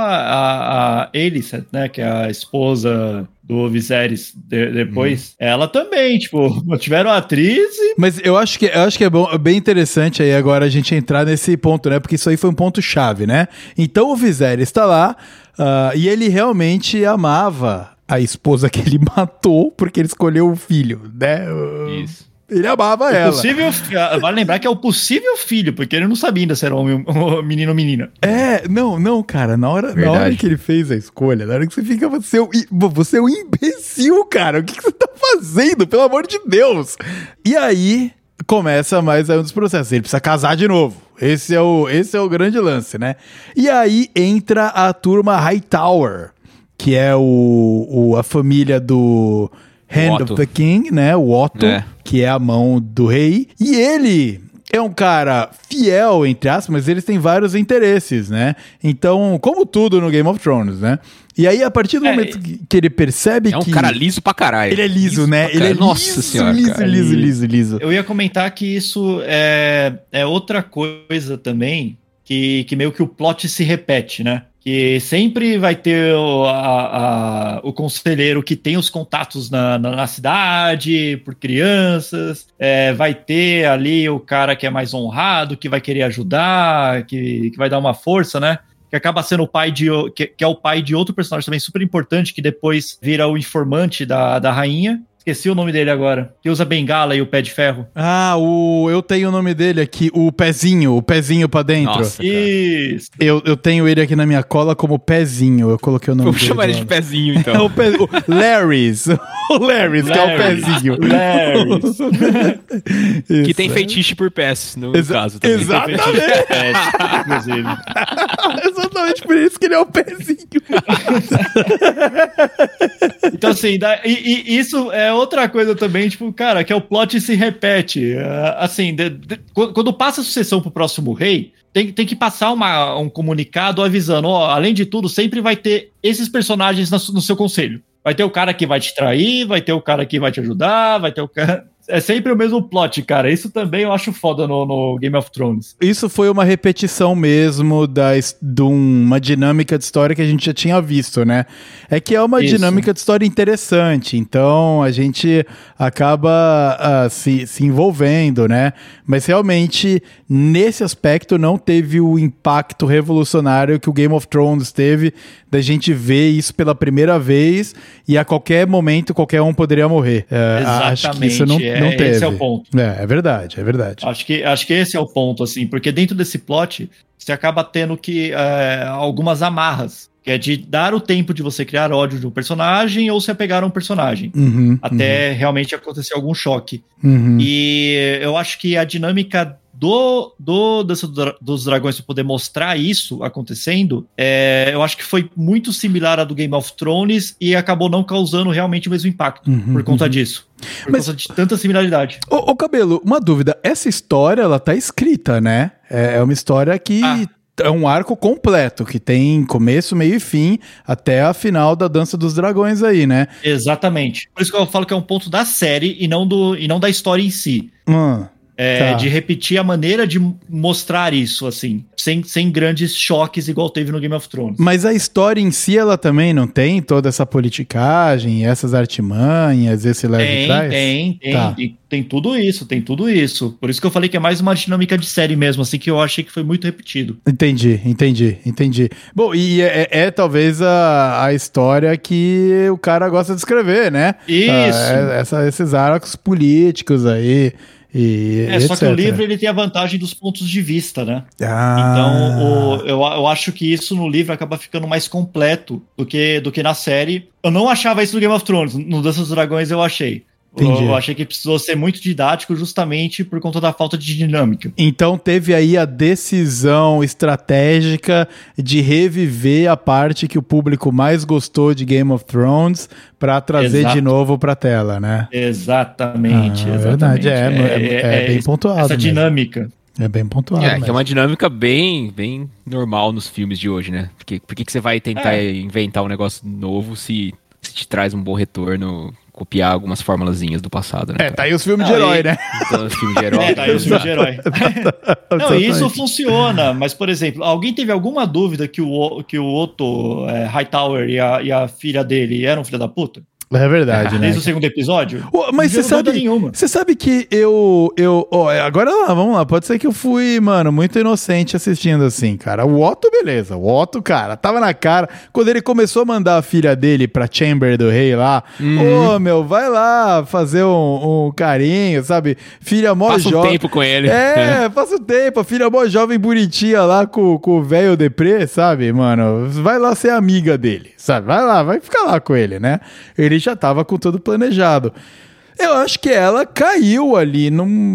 a Alicent, né? Que é a esposa do Viserys depois. Ela também, tipo, tiveram a atriz e... Mas eu acho que é bem interessante aí agora a gente entrar nesse ponto, né? Porque isso aí foi um ponto-chave, né? Então o Viserys tá lá e ele realmente amava a esposa que ele matou porque ele escolheu o filho, né? Isso. Ele amava ela. Vale lembrar que é o possível filho, porque ele não sabia ainda se era um menino ou menina. Não, cara, na hora que ele fez a escolha, na hora que você fica, você é um imbecil, cara, o que você tá fazendo, pelo amor de Deus? E aí, começa mais um dos processos, ele precisa casar de novo, esse é o grande lance, né? E aí entra a turma Hightower, que é a família do Hand of the King, né, o Otto, que é a mão do rei, e ele é um cara fiel, entre aspas, mas eles têm vários interesses, né? Então, como tudo no Game of Thrones, né? E aí, a partir do momento que ele percebe que... É um cara liso pra caralho. Ele é liso, né? Ele é Nossa senhora, liso. Eu ia comentar que isso é outra coisa também, que meio que o plot se repete, né? Que sempre vai ter o conselheiro que tem os contatos na cidade, por crianças, vai ter ali o cara que é mais honrado, que vai querer ajudar, que vai dar uma força, né? Que acaba sendo o pai que é o pai de outro personagem também super importante, que depois vira o informante da rainha. Esqueci o nome dele agora. Que usa bengala e o pé de ferro. Eu tenho o nome dele aqui, o pezinho pra dentro. Nossa, isso. Eu tenho ele aqui na minha cola como pezinho. Eu coloquei o nome dele. Vou chamar ele de pezinho, então. O Larrys. O Larrys, que é o pezinho. Larrys. Que tem feitiço por pés, no caso também. Exatamente. Inclusive. Exatamente por isso que ele é o pezinho. Então, assim, isso é outra coisa também, tipo, cara, que é o plot se repete. Assim, quando passa a sucessão pro próximo rei, tem que passar um comunicado avisando, além de tudo, sempre vai ter esses personagens no seu conselho. Vai ter o cara que vai te trair, vai ter o cara que vai te ajudar, vai ter o cara... É sempre o mesmo plot, cara. Isso também eu acho foda no Game of Thrones. Isso foi uma repetição mesmo de uma dinâmica de história que a gente já tinha visto, né? É que é uma dinâmica de história interessante, então a gente acaba se envolvendo, né? Mas realmente, nesse aspecto, não teve o impacto revolucionário que o Game of Thrones teve, da gente ver isso pela primeira vez e a qualquer momento qualquer um poderia morrer. Acho que isso não teve. Esse é o ponto. É verdade. Acho que esse é o ponto, assim, porque dentro desse plot, você acaba tendo que algumas amarras, que é de dar o tempo de você criar ódio de um personagem ou se apegar a um personagem, até realmente acontecer algum choque. E eu acho que a dinâmica dos dragões para poder mostrar isso acontecendo, eu acho que foi muito similar à do Game of Thrones e acabou não causando realmente o mesmo impacto por conta disso. Por conta de tanta similaridade. Ô Cabelo, uma dúvida. Essa história, ela tá escrita, né? É uma história que... É um arco completo, que tem começo, meio e fim, até a final da Dança dos Dragões aí, né? Exatamente. Por isso que eu falo que é um ponto da série e não da história em si. de repetir a maneira de mostrar isso, assim, sem grandes choques igual teve no Game of Thrones. Mas a história em si, ela também não tem toda essa politicagem, essas artimanhas, esse leve trás? Tem tudo isso. Por isso que eu falei que é mais uma dinâmica de série mesmo, assim, que eu achei que foi muito repetido. Entendi. Bom, e talvez a história que o cara gosta de escrever, né? Isso. Esses arcos políticos aí. Só que o livro ele tem a vantagem dos pontos de vista, né? Então, eu acho que isso no livro acaba ficando mais completo do que na série. Eu não achava isso no Game of Thrones, no Dança dos Dragões eu achei. Eu achei que precisou ser muito didático justamente por conta da falta de dinâmica. Então teve aí a decisão estratégica de reviver a parte que o público mais gostou de Game of Thrones para trazer de novo para a tela, né? Exatamente. Verdade, é bem pontuado. Essa mesmo. dinâmica. É bem pontuado. Que é uma dinâmica bem normal nos filmes de hoje, né? Por que você vai tentar inventar um negócio novo se te traz um bom retorno, copiar algumas formulazinhas do passado, né? Tá aí os filmes de herói, né? Então, os filmes de herói. Tá aí os filmes de herói. Não, isso funciona, mas, por exemplo, alguém teve alguma dúvida que o Otto Hightower e a filha dele eram filha da puta? É verdade, né? Desde o segundo episódio? Mas você sabe que agora vamos lá, pode ser que eu fui, mano, muito inocente assistindo assim, cara. O Otto, beleza. O Otto, cara, tava na cara. Quando ele começou a mandar a filha dele pra Chamber do Rei lá, meu, vai lá fazer um carinho, sabe? Filha mó jovem. Passa um tempo com ele. Passa um tempo. A filha mó jovem, bonitinha lá com o velho deprê, sabe, mano? Vai lá ser amiga dele, sabe? Vai lá, vai ficar lá com ele, né? Ele já tava com tudo planejado. Eu acho que ela caiu ali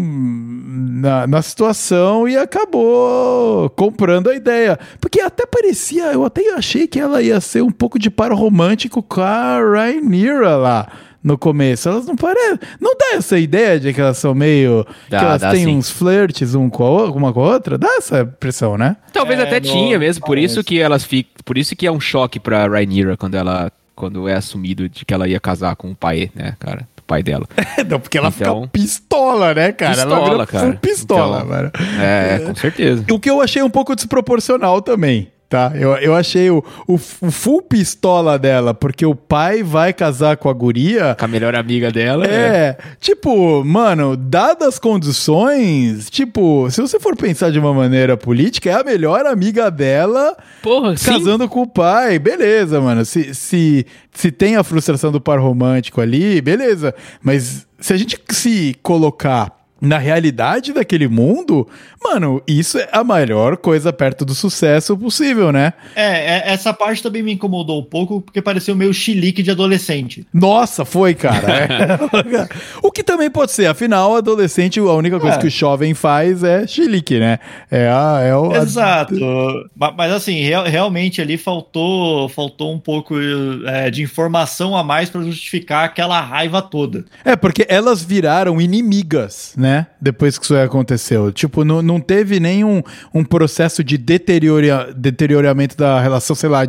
na situação e acabou comprando a ideia. Porque até parecia, eu até achei que ela ia ser um pouco de par romântico com a Rhaenyra lá no começo. Elas não parecem. Não dá essa ideia de que elas são meio. Que elas têm uns flirts uma com a outra? Dá essa impressão, né? Talvez até tinha mesmo. Por isso que é um choque pra Rhaenyra quando é assumido de que ela ia casar com o pai, né, cara? O pai dela. Não, porque ela fica pistola, né, cara? Ela cara. Pistola, então, mano. Com certeza. O que eu achei um pouco desproporcional também. Tá, eu achei o full pistola dela, porque o pai vai casar com a guria. Com a melhor amiga dela. Tipo, mano, dadas as condições, tipo, se você for pensar de uma maneira política, é a melhor amiga dela casando com o pai. Beleza, mano. Se tem a frustração do par romântico ali, beleza. Mas se a gente se colocar na realidade daquele mundo, mano, isso é a maior coisa perto do sucesso possível, né? Essa parte também me incomodou um pouco, porque pareceu meio chilique de adolescente. Nossa, foi, cara. O que também pode ser, afinal, adolescente, a única coisa que o jovem faz é chilique, né? Exato. Mas assim, realmente ali faltou um pouco de informação a mais pra justificar aquela raiva toda. Porque elas viraram inimigas, né? Depois que isso aconteceu. Tipo, não teve nenhum processo de deterioramento da relação,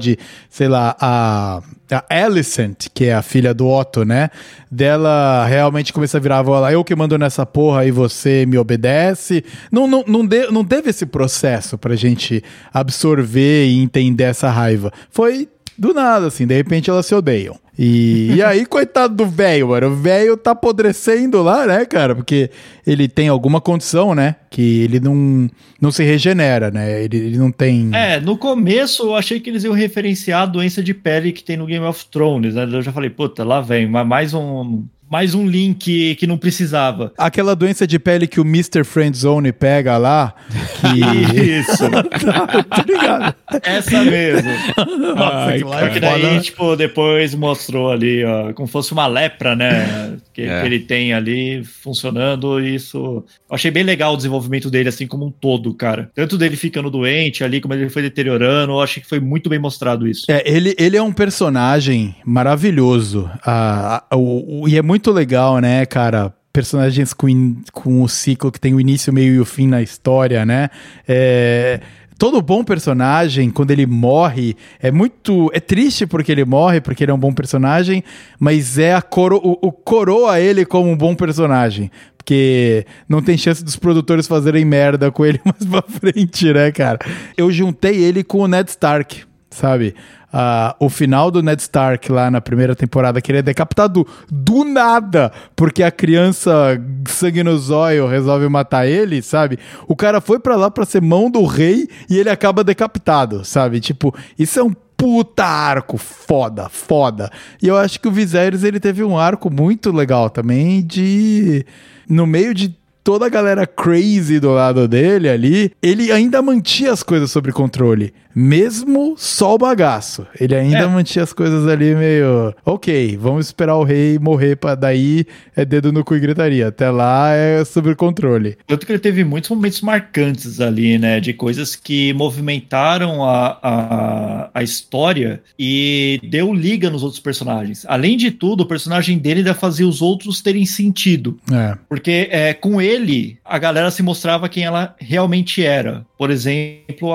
a Alicent, que é a filha do Otto, né? Dela realmente começa a virar eu que mando nessa porra e você me obedece. Não teve esse processo pra gente absorver e entender essa raiva. Foi do nada, assim, de repente elas se odeiam. E aí, coitado do velho, mano. O velho tá apodrecendo lá, né, cara? Porque ele tem alguma condição, né? Que ele não se regenera, né? Ele não tem... No começo eu achei que eles iam referenciar a doença de pele que tem no Game of Thrones, né? Eu já falei, puta, lá vem, mais um link que não precisava. Aquela doença de pele que o Mr. Friendzone pega lá. Isso. Tá ligado? Essa mesmo. Nossa, porque daí, tipo, depois mostrou ali, ó, como fosse uma lepra, né? Que ele tem ali funcionando. Isso. Eu achei bem legal o desenvolvimento dele, assim, como um todo, cara. Tanto dele ficando doente ali, como ele foi deteriorando. Eu achei que foi muito bem mostrado isso. Ele é um personagem maravilhoso. E é muito legal, né, cara? Personagens com o ciclo que tem o início, meio e o fim na história, né? todo bom personagem, quando ele morre, é triste porque ele morre, porque ele é um bom personagem, mas o coroa ele como um bom personagem. Porque não tem chance dos produtores fazerem merda com ele mais pra frente, né, cara? Eu juntei ele com o Ned Stark, sabe? O final do Ned Stark lá na primeira temporada, que ele é decapitado do nada, porque a criança sangue no zóio resolve matar ele, sabe? O cara foi pra lá pra ser mão do rei e ele acaba decapitado, sabe? Tipo, isso é um puta arco, foda. E eu acho que o Viserys, ele teve um arco muito legal também no meio de toda a galera crazy do lado dele ali, ele ainda mantinha as coisas sob controle. Mesmo só o bagaço. Ele ainda mantinha as coisas ali meio... Ok, vamos esperar o rei morrer pra daí é dedo no cu e gritaria. Até lá é sob controle. Tanto que ele teve muitos momentos marcantes ali, né? De coisas que movimentaram a história e deu liga nos outros personagens. Além de tudo, o personagem dele ainda fazia os outros terem sentido. Porque com ele, a galera se mostrava quem ela realmente era. Por exemplo,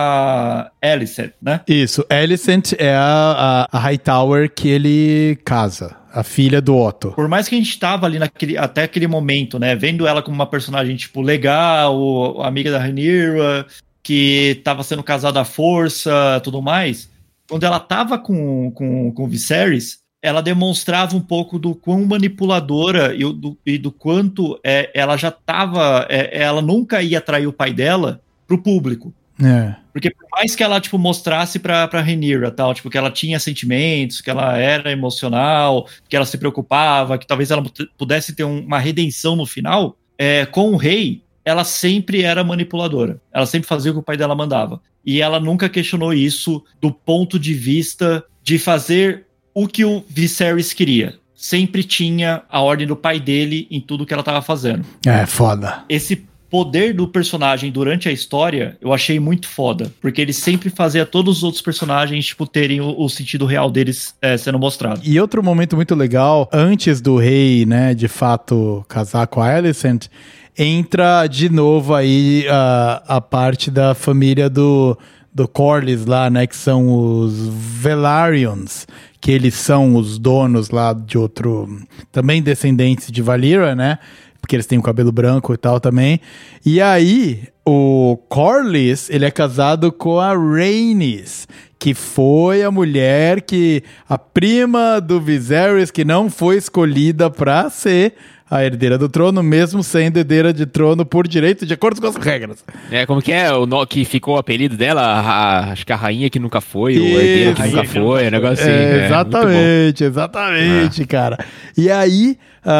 a Alicent, né? Isso, Alicent é a Hightower que ele casa, a filha do Otto. Por mais que a gente tava ali até aquele momento, né, vendo ela como uma personagem, tipo, legal, amiga da Rhaenyra, que tava sendo casada à força, tudo mais, quando ela tava com o Viserys, ela demonstrava um pouco do quão manipuladora e do quanto ela já tava... ela nunca ia atrair o pai dela pro público. Porque por mais que ela, tipo, mostrasse pra Rhaenyra, tal, tipo, que ela tinha sentimentos, que ela era emocional, que ela se preocupava, que talvez ela pudesse ter uma redenção no final, com o rei, ela sempre era manipuladora. Ela sempre fazia o que o pai dela mandava. E ela nunca questionou isso do ponto de vista de fazer o que o Viserys queria. Sempre tinha a ordem do pai dele em tudo que ela tava fazendo. Foda. Esse poder do personagem durante a história, eu achei muito foda, porque ele sempre fazia todos os outros personagens, tipo, terem o sentido real deles sendo mostrado. E outro momento muito legal, antes do rei, né, de fato, casar com a Alicent, entra de novo aí a parte da família do Corlys lá, né, que são os Velaryons, que eles são os donos lá de outro, também descendentes de Valyria, né, porque eles têm o cabelo branco e tal também. E aí, o Corlys, ele é casado com a Rhaenys, que foi a mulher a prima do Viserys, que não foi escolhida pra ser a herdeira do trono, mesmo sendo herdeira de trono por direito, de acordo com as regras. Como que é o que ficou o apelido dela? Acho que a rainha que nunca foi, o herdeiro que nunca foi, negócio assim. Exatamente, cara. E aí,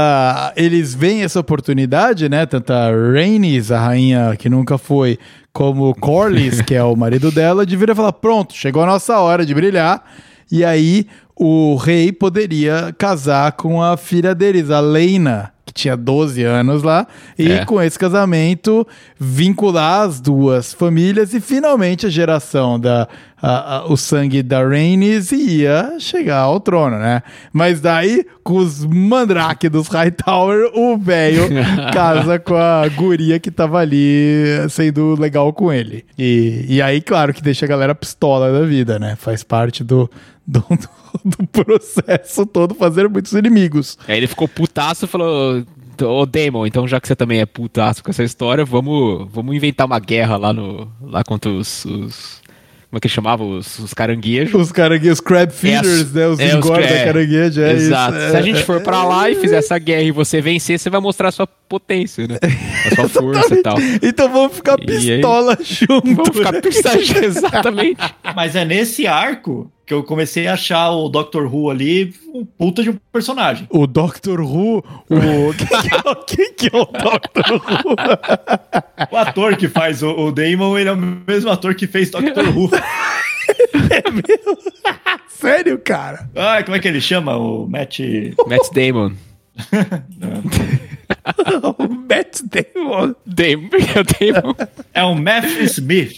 eles veem essa oportunidade, né? Tanto a Rhaenys, a rainha que nunca foi, como o Corlys, que é o marido dela, de vir e falar, pronto, chegou a nossa hora de brilhar. E aí, o rei poderia casar com a filha deles, a Laena, que tinha 12 anos lá, e com esse casamento vincular as duas famílias e finalmente a geração o sangue da Rhaenys ia chegar ao trono, né? Mas daí, com os mandrake dos Hightower, o velho casa com a guria que tava ali sendo legal com ele. E aí, claro, que deixa a galera pistola da vida, né? Faz parte do processo todo, fazer muitos inimigos. Aí ele ficou putaço e falou: ô Daemon, então já que você também é putaço com essa história, vamos inventar uma guerra lá contra os como é que chamava? Os caranguejos. Os caranguejos, crab feeders, né? Os engorda caranguejo. Exato. Isso. Se a gente for pra lá e fizer essa guerra e você vencer, você vai mostrar a sua potência, né? A sua força e tal. Então vamos ficar pistola junto. Vamos ficar pistola, exatamente. Mas é nesse arco que eu comecei a achar o Doctor Who ali um puta de um personagem. O Doctor Who? Quem que é o Doctor Who? O ator que faz o Daemon, ele é o mesmo ator que fez Doctor Who. É mesmo? Sério, cara? Como é que ele chama? O Matt Damon. O Matt Damon. Damon. É o Matt Smith.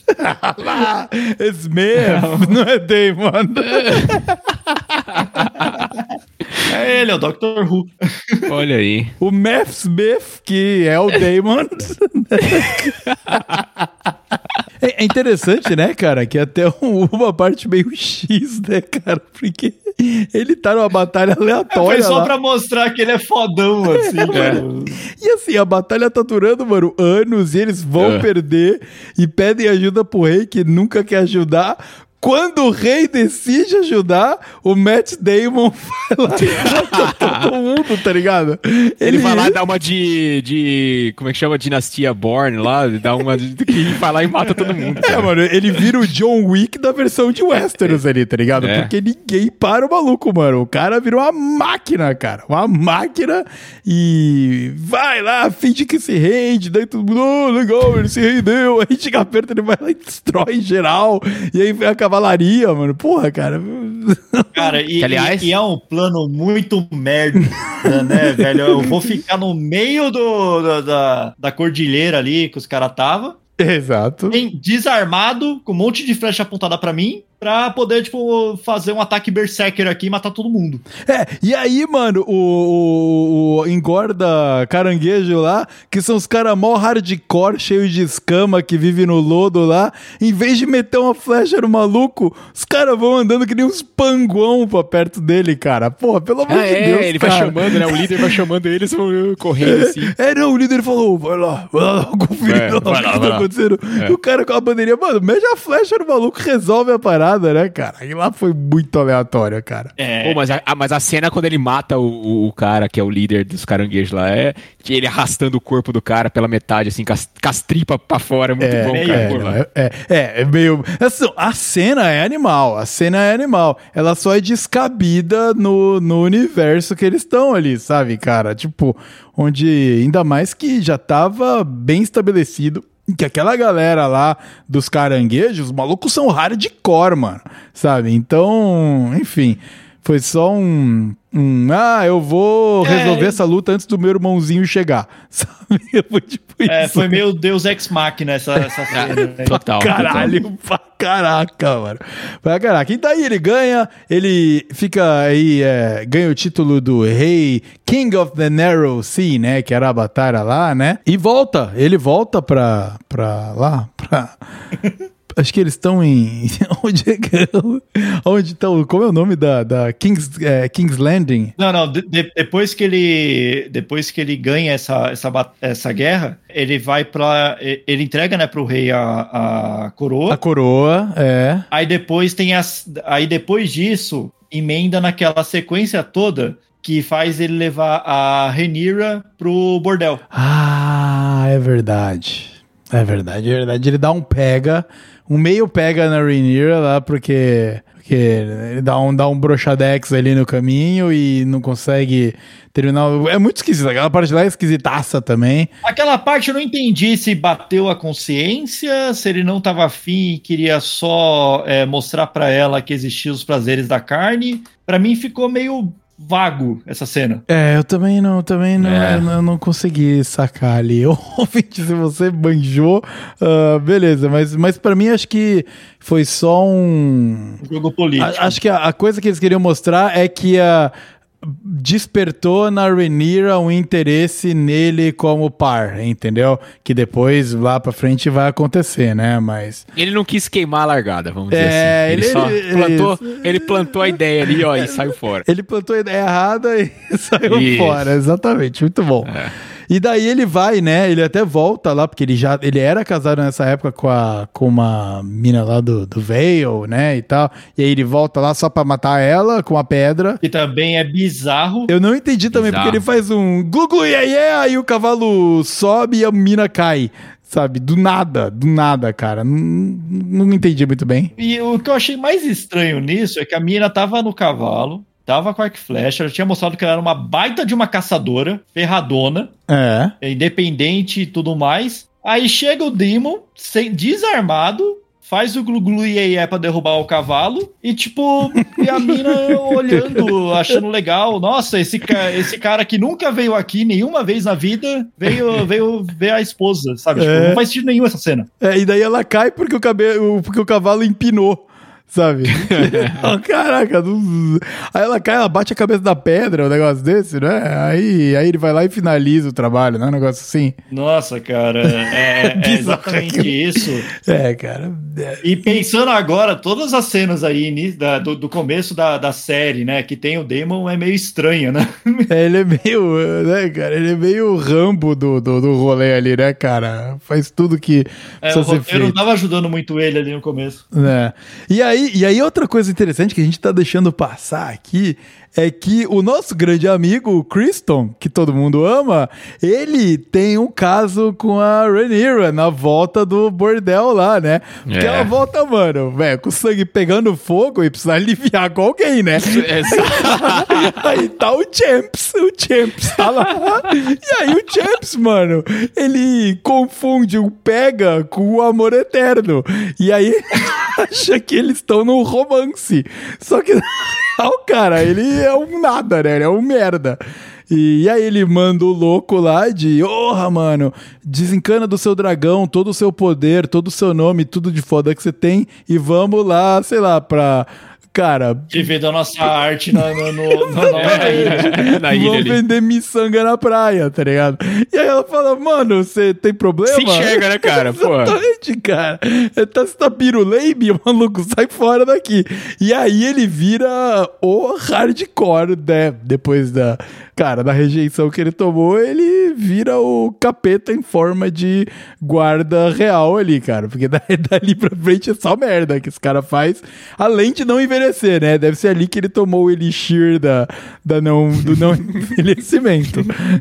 Smith, não é Damon. É ele, é o Doctor Who. Olha aí. O Matt Smith, que é o Damon. É interessante, né, cara, que até uma parte meio X, né, cara, porque ele tá numa batalha aleatória. Foi só lá pra mostrar que ele é fodão, assim, mano. E assim, a batalha tá durando, mano, anos, e eles vão perder e pedem ajuda pro rei, que nunca quer ajudar. Quando o rei decide ajudar, o Matt Damon vai lá e mata todo mundo, tá ligado? Ele vai lá e dá uma de como é que chama? Dinastia Bourne lá, dá uma que vai lá e mata todo mundo. Cara. Mano, ele vira o John Wick da versão de Westeros ali, tá ligado? Porque ninguém para o maluco, mano. O cara virou uma máquina, cara. Uma máquina e vai lá, finge que se rende, daí todo mundo, legal, ele se rendeu. Aí chega perto, ele vai lá e destrói geral. E aí vem a cavalaria, mano. Porra, cara. Cara, aliás... e é um plano muito merda, né, velho? Eu vou ficar no meio da cordilheira ali que os caras tava. Exato. Desarmado, com um monte de flecha apontada pra mim, pra poder, tipo, fazer um ataque berserker aqui e matar todo mundo. E aí, mano, o engorda caranguejo lá, que são os caras mó hardcore, cheio de escama, que vive no lodo lá, em vez de meter uma flecha no maluco, os caras vão andando que nem uns panguão pra perto dele, cara. Porra, pelo amor de Deus, ele cara. vai chamando, né? O líder vai chamando eles, vão correndo assim. Não, o líder falou, vai lá, conferir o que tá acontecendo. O cara com a bandeirinha, mano, mete a flecha no maluco, resolve a parada, né, cara? E lá foi muito aleatório, cara. Pô, mas a cena quando ele mata o cara, que é o líder dos caranguejos lá, é que ele arrastando o corpo do cara pela metade, assim, com as tripas pra fora, é muito bom, cara. É meio... Assim, a cena é animal, ela só é descabida no universo que eles estão ali, sabe, cara? Tipo, onde ainda mais que já tava bem estabelecido que aquela galera lá dos caranguejos, os malucos são hardcore, mano, sabe? Então, enfim, foi só eu vou resolver essa luta antes do meu irmãozinho chegar, sabe? Foi tipo isso. Foi meio Deus Ex Machina essa cena. Total. Caralho, pra caraca, mano. Pra caraca. E daí ele fica aí, ganha o título do rei King of the Narrow Sea, né? Que era a batalha lá, né? E ele volta pra lá, acho que eles estão em... Onde estão? Como é o nome da King's Landing? Não. Depois que ele ganha essa guerra, ele vai pra... Ele entrega, né, pro rei a coroa. A coroa, Aí depois Aí depois disso, emenda naquela sequência toda que faz ele levar a Rhaenyra pro bordel. Ah, é verdade. Ele dá um meio pega na Rhaenyra lá, porque ele dá um broxadex ali no caminho e não consegue terminar. É muito esquisito, aquela parte lá é esquisitaça também. Aquela parte eu não entendi se bateu a consciência, se ele não tava afim e queria só mostrar pra ela que existiam os prazeres da carne. Pra mim ficou meio vago essa cena. Eu também não, eu não consegui sacar ali. Ouvinte, se você banjou, beleza, mas pra mim acho que foi só um jogo político. Acho que a coisa que eles queriam mostrar é que despertou na Rhaenyra um interesse nele como par, entendeu? Que depois, lá pra frente, vai acontecer, né? Mas... Ele não quis queimar a largada, vamos dizer assim. Ele plantou a ideia ali, ó, e saiu fora. Ele plantou a ideia errada e saiu fora, exatamente, muito bom. E daí ele vai, né? Ele até volta lá, porque ele era casado nessa época com uma mina lá do Vale, né? E tal. E aí ele volta lá só pra matar ela com a pedra. Que também é bizarro. Eu não entendi também, porque ele faz um glu-glu, aí o cavalo sobe e a mina cai. Sabe? Do nada, cara. Não entendi muito bem. E o que eu achei mais estranho nisso é que a mina tava no cavalo, tava com arco e flecha, ela tinha mostrado que ela era uma baita de uma caçadora, ferradona, independente e tudo mais. Aí chega o Daemon, desarmado, faz o glu-glu e pra derrubar o cavalo, e tipo, e a mina olhando, achando legal. Nossa, esse cara que nunca veio aqui nenhuma vez na vida, veio ver a esposa, sabe? Tipo, não faz sentido nenhum essa cena. E daí ela cai porque o cavalo empinou. sabe? Caraca, aí ela cai, ela bate a cabeça da pedra, um negócio desse, né? Aí ele vai lá e finaliza o trabalho, né? Um negócio assim. Nossa, cara, é exatamente isso. Cara. E pensando agora, todas as cenas aí do começo da série, né, que tem o Damon, é meio estranho, né? Ele é meio, né, cara? Ele é meio Rambo do rolê ali, né, cara? Faz tudo que precisa ser feito. Eu não tava ajudando muito ele ali no começo. E aí outra coisa interessante que a gente tá deixando passar aqui é que o nosso grande amigo, o Criston, que todo mundo ama, ele tem um caso com a Rhaenyra na volta do bordel lá, né? Porque ela volta, mano, velho, com o sangue pegando fogo e precisa aliviar com alguém, né? Aí tá o Champs tá lá. E aí o Champs, mano, ele confunde o pega com o amor eterno. E aí acha que eles estão num romance. Só que cara, ele é um nada, né? Ele é um merda. E aí ele manda o louco lá de... mano, desencana do seu dragão todo o seu poder, todo o seu nome, tudo de foda que você tem e vamos lá, sei lá, pra... Cara... Viver da nossa arte na ilha. Vamos vender miçanga na praia, tá ligado? E aí ela fala, mano, você tem problema? Se enxerga, né, cara? Exatamente, cara. Você tá piruleibe, maluco, sai fora daqui. E aí ele vira o hardcore, né? Depois da rejeição que ele tomou, ele vira o capeta em forma de guarda real ali, cara. Porque dali pra frente é só merda que esse cara faz. Além de não envelhecer, né? Deve ser ali que ele tomou o elixir do não envelhecimento.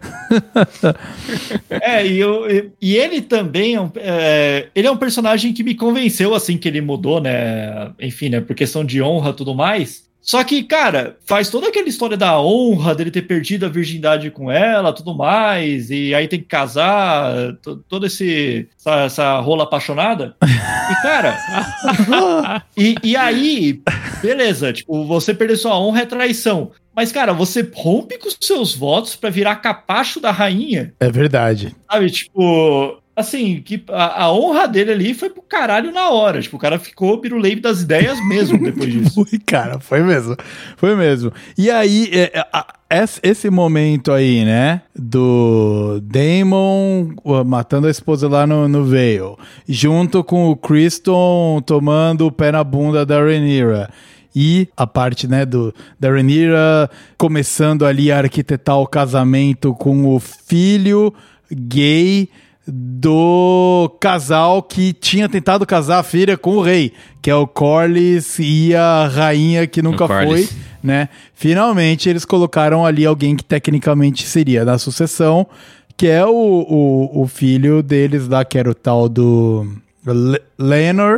E ele também ele é um personagem que me convenceu, assim, que ele mudou, né? Enfim, né? Por questão de honra e tudo mais. Só que, cara, faz toda aquela história da honra dele ter perdido a virgindade com ela, tudo mais, e aí tem que casar, toda essa rola apaixonada. E, cara, e aí, beleza, tipo, você perder sua honra é traição. Mas, cara, você rompe com os seus votos pra virar capacho da rainha. É verdade. Sabe, tipo... Assim, que a honra dele ali foi pro caralho na hora. Tipo, o cara ficou biruleibe das ideias mesmo depois disso. Foi mesmo. E aí, esse momento aí, né, do Daemon matando a esposa lá no Vale, junto com o Criston tomando o pé na bunda da Rhaenyra. E a parte, né, da Rhaenyra começando ali a arquitetar o casamento com o filho gay do casal que tinha tentado casar a filha com o rei, que é o Corlys e a rainha que nunca foi, né? Finalmente eles colocaram ali alguém que tecnicamente seria da sucessão, que é o filho deles lá, que era o tal do... Lenor.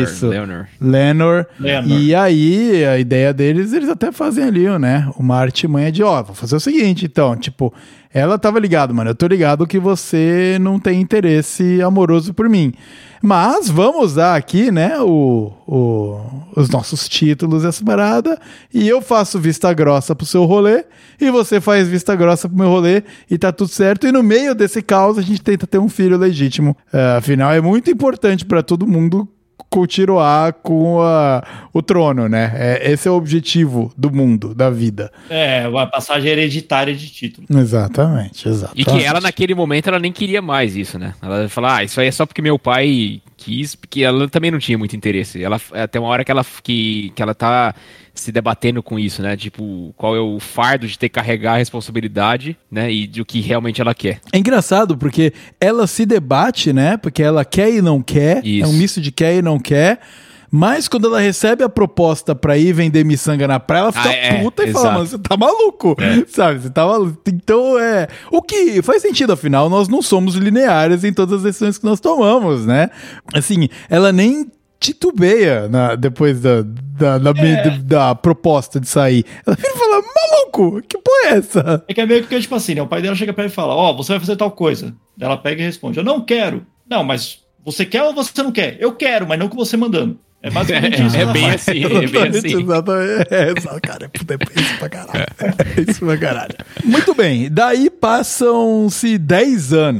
E aí, a ideia deles, eles até fazem ali, né? Uma artimanha de, vou fazer o seguinte, então, tipo, ela tava ligado, mano, eu tô ligado que você não tem interesse amoroso por mim. Mas vamos usar aqui, né, os nossos títulos, essa parada, e eu faço vista grossa pro seu rolê, e você faz vista grossa pro meu rolê, e tá tudo certo. E no meio desse caos, a gente tenta ter um filho legítimo. Afinal, é muito importante pra todo mundo continuar com o trono, né? Esse é o objetivo do mundo, da vida. Uma passagem hereditária de título. Exatamente. E que ela, naquele momento, ela nem queria mais isso, né? Ela fala, isso aí é só porque meu pai quis, porque ela também não tinha muito interesse. Ela, até uma hora que ela tá se debatendo com isso, né? Tipo, qual é o fardo de ter que carregar a responsabilidade, né? E do que realmente ela quer. É engraçado, porque ela se debate, né? Porque ela quer e não quer. Isso. É um misto de quer e não quer. Mas quando ela recebe a proposta pra ir vender miçanga na praia, ela fica puta e fala, mano, você tá maluco, sabe? Você tá maluco. Então, o que faz sentido, afinal, nós não somos lineares em todas as decisões que nós tomamos, né? Assim, ela nem titubeia depois da proposta de sair. Ela vira e fala, maluco, que porra é essa? É que é meio que, tipo assim, né? O pai dela chega pra ela e fala, você vai fazer tal coisa. Ela pega e responde, eu não quero. Não, mas você quer ou você não quer? Eu quero, mas não com você mandando. É basicamente isso. É bem assim, Exatamente. Cara, é isso pra caralho. É isso pra caralho. Muito bem, daí passam-se 10 anos.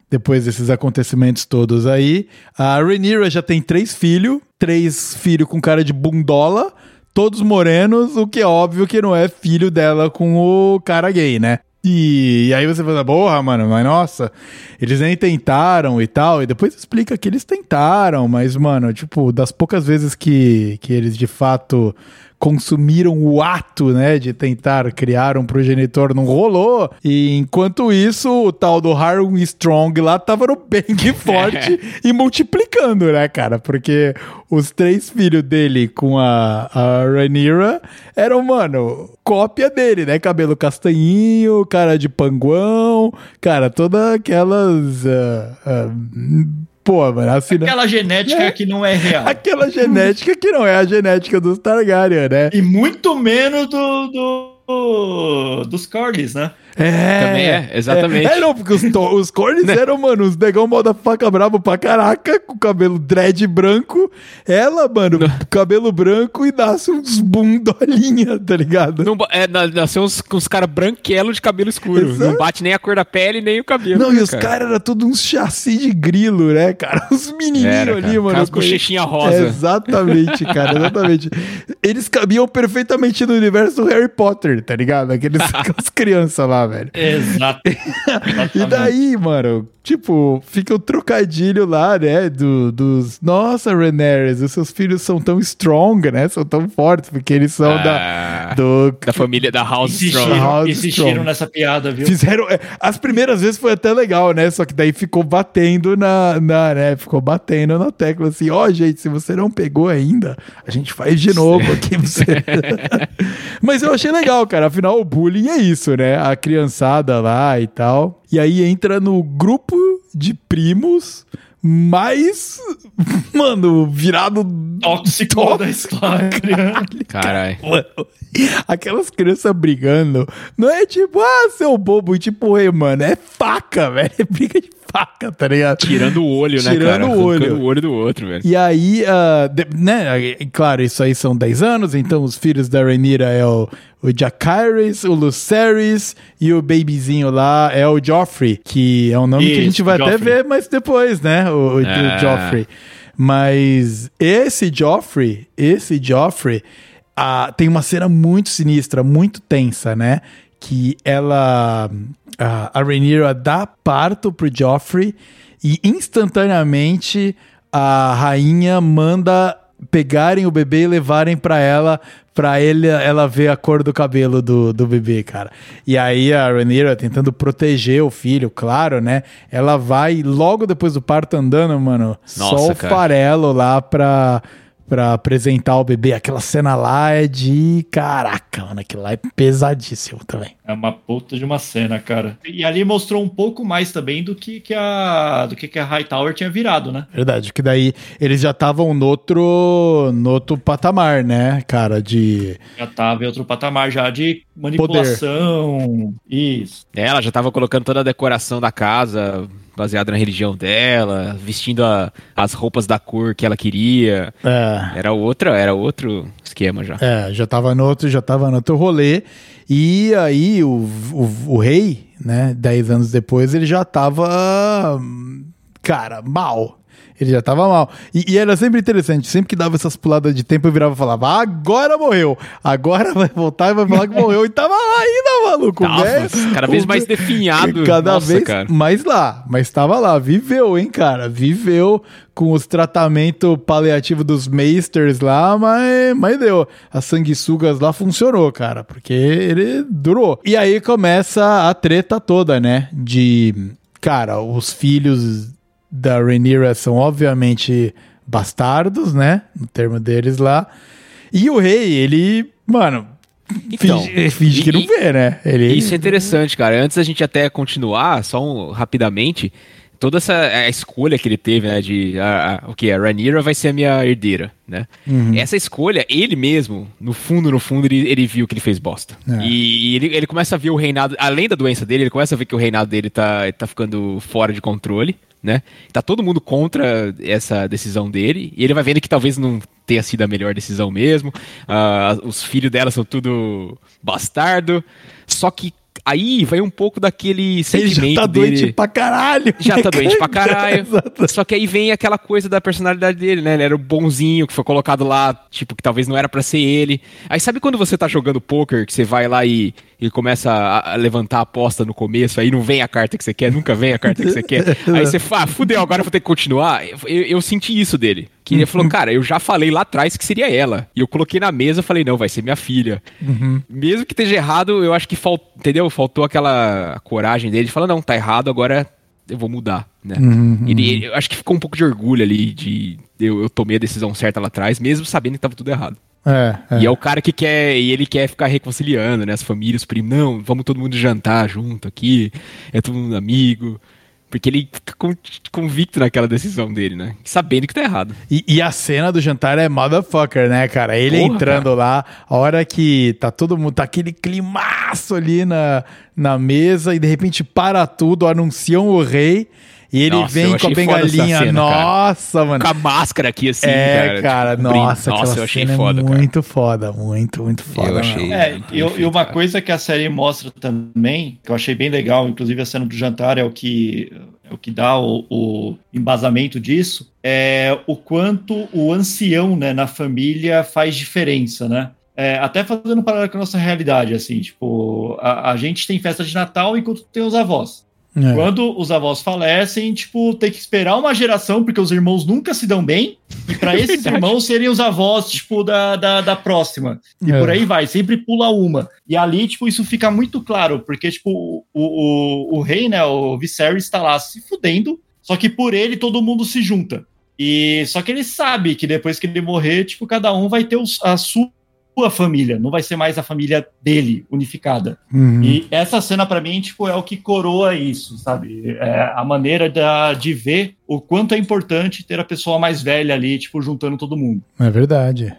depois desses acontecimentos todos aí. A Rhaenyra já tem 3 filhos com cara de bundola, todos morenos, o que é óbvio que não é filho dela com o cara gay, né? E aí você fala, porra, mano, mas nossa, eles nem tentaram e tal, e depois explica que eles tentaram, mas, mano, tipo, das poucas vezes que eles de fato consumiram o ato, né, de tentar criar um progenitor, não rolou. E enquanto isso, o tal do Harwin Strong lá tava no bang forte e multiplicando, né, cara? Porque os 3 filhos dele com a Rhaenyra eram, mano, cópia dele, né? Cabelo castanhinho, cara de panguão, cara, todas aquelas... Pô, mano, assim, aquela genética que não é real. Aquela genética que não é a genética dos Targaryen, né? E muito menos dos Corlys, né? Também exatamente. Não, porque os Corlys eram, mano, os negão mal da faca brabo pra caraca, com cabelo dread branco. Ela, mano, cabelo branco e nasce uns bundolinha, tá ligado? Nasceu uns caras branquelos de cabelo escuro. Exato. Não bate nem a cor da pele, nem o cabelo. Não, e os caras eram tudo uns chassi de grilo, né, cara? Os menininhos ali, mano. Com as bochechinhas rosa. Exatamente, cara, exatamente. Eles cabiam perfeitamente no universo do Harry Potter, tá ligado? Aquelas crianças lá, velho. Exato. E daí, mano, tipo, fica o trocadilho lá, né, dos... Nossa, Rhaenyra, os seus filhos são tão strong, né, são tão fortes, porque eles são da família, da House Strong. Insistiram nessa piada, viu? Fizeram... as primeiras vezes foi até legal, né, só que daí ficou batendo ficou batendo na tecla, assim, gente, se você não pegou ainda, a gente faz de novo aqui, você... Mas eu achei legal, cara, afinal o bullying é isso, né, a criançada lá e tal. E aí entra no grupo de primos mais, mano, virado tóxico da história. Caralho. Aquelas crianças brigando, não é tipo, seu bobo, tipo, mano, é faca, velho, é briga de faca, tá ligado? Tirando o olho, né, cara? Tirando o olho. O olho do outro, velho. E aí, né, claro, isso aí são 10 anos, então os filhos da Rhaenyra é o Jacaerys, o Lucerys e o babyzinho lá é o Joffrey, que é um nome que a gente vai Joffrey. Até ver mais depois, né, o Joffrey. Mas esse Joffrey, tem uma cena muito sinistra, muito tensa, né, que a Rhaenyra dá parto pro Joffrey e instantaneamente a rainha manda pegarem o bebê e levarem pra ela ver a cor do cabelo do bebê, cara. E aí a Rhaenyra tentando proteger o filho, claro, né? Ela vai logo depois do parto andando, mano, só o farelo lá pra apresentar o bebê. Aquela cena lá é de... Caraca, mano, aquilo lá é pesadíssimo também. É uma puta de uma cena, cara. E ali mostrou um pouco mais também do que a Hightower tinha virado, né? Verdade, que daí eles já estavam no outro patamar, né, cara, Já tava em outro patamar já de manipulação. Poder. Isso. Ela já tava colocando toda a decoração da casa baseada na religião dela, vestindo as roupas da cor que ela queria. Era outro esquema já. Já tava no outro rolê. E aí o rei, né, 10 anos depois, ele já tava, cara, mal. Ele já tava mal. E era sempre interessante. Sempre que dava essas puladas de tempo, eu virava e falava, agora morreu. Agora vai voltar e vai falar que morreu. E tava lá ainda, maluco. Cada vez mais definhado. Cada vez mais lá. Mas tava lá. Viveu, hein, cara. Viveu com os tratamentos paliativos dos Maesters lá, mas deu. As sanguessugas lá funcionou, cara. Porque ele durou. E aí começa a treta toda, né? Cara, os filhos da Rhaenyra são obviamente bastardos, né? No termo deles lá. E o rei, ele, mano, então, finge que não vê, né? Isso é interessante, cara. Antes da gente até continuar, rapidamente, toda a escolha que ele teve, né, a Rhaenyra vai ser a minha herdeira, né? Uhum. Essa escolha, ele mesmo, no fundo, ele viu que ele fez bosta. E ele começa a ver o reinado, além da doença dele, ele começa a ver que o reinado dele tá ficando fora de controle, né? Tá todo mundo contra essa decisão dele, e ele vai vendo que talvez não tenha sido a melhor decisão mesmo. Os filhos dela são tudo bastardo, só que Aí vai um pouco daquele sentimento Ele já tá dele. doente pra caralho. Já tá doente pra caralho. Exato. Só que aí vem aquela coisa da personalidade dele, né? Ele era o bonzinho que foi colocado lá, tipo, que talvez não era pra ser ele. Aí sabe quando você tá jogando poker, que você vai lá e começa a levantar a aposta no começo, aí não vem a carta que você quer, nunca vem a carta que você quer. Aí você fala, fudeu, agora eu vou ter que continuar. Eu senti isso dele. Que ele falou, cara, eu já falei lá atrás que seria ela. E eu coloquei na mesa, falei, não, vai ser minha filha. Mesmo que esteja errado, eu acho que entendeu? Faltou aquela coragem dele de falar, não, tá errado, agora eu vou mudar, né? Eu acho que ficou um pouco de orgulho ali de eu tomei a decisão certa lá atrás, mesmo sabendo que tava tudo errado. E é o cara que quer, e ele quer ficar reconciliando, né? As famílias, os primos, não, vamos todo mundo jantar junto aqui, é todo mundo amigo. Porque ele fica convicto naquela decisão dele, né? Sabendo que tá errado. E a cena do jantar é motherfucker, né, cara? Ele entrando lá, a hora que tá todo mundo, tá aquele climaço ali na mesa e de repente para tudo, anunciam o rei e ele vem com a bengalinha. Cena, nossa, mano. Com a máscara aqui assim, cara. Nossa, eu achei cena foda, muito foda, muito foda. Eu achei. E uma coisa que a série mostra também, que eu achei bem legal, inclusive a cena do jantar é o que dá o embasamento disso, é o quanto o ancião, né, na família faz diferença, né? Até fazendo um paralelo com a nossa realidade, assim, tipo, a gente tem festa de Natal enquanto tem os avós. Quando os avós falecem, tipo, tem que esperar uma geração, porque os irmãos nunca se dão bem, e para esses irmãos serem os avós, tipo, da próxima. E por aí vai, sempre pula uma. E ali, tipo, isso fica muito claro, porque, tipo, o rei, né, o Viserys tá lá se fudendo, só que por ele todo mundo se junta. E só que ele sabe que depois que ele morrer, tipo, cada um vai ter a sua família, não vai ser mais a família dele, unificada. E essa cena, pra mim, tipo, é o que coroa isso, sabe? É a maneira de ver o quanto é importante ter a pessoa mais velha ali, tipo, juntando todo mundo. É verdade.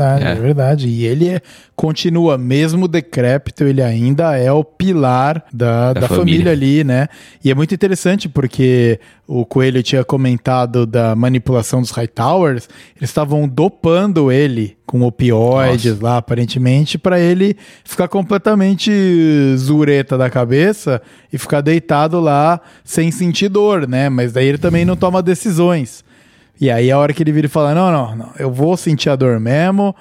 E ele continua, mesmo decrépito, ele ainda é o pilar da família ali, né? E é muito interessante porque o Coelho tinha comentado da manipulação dos Hightowers, eles estavam dopando ele com opioides lá, aparentemente, pra ele ficar completamente zureta da cabeça e ficar deitado lá sem sentir dor, né? Mas daí ele também não toma decisões. E aí a hora que ele vira e fala, não, eu vou sentir a dor mesmo,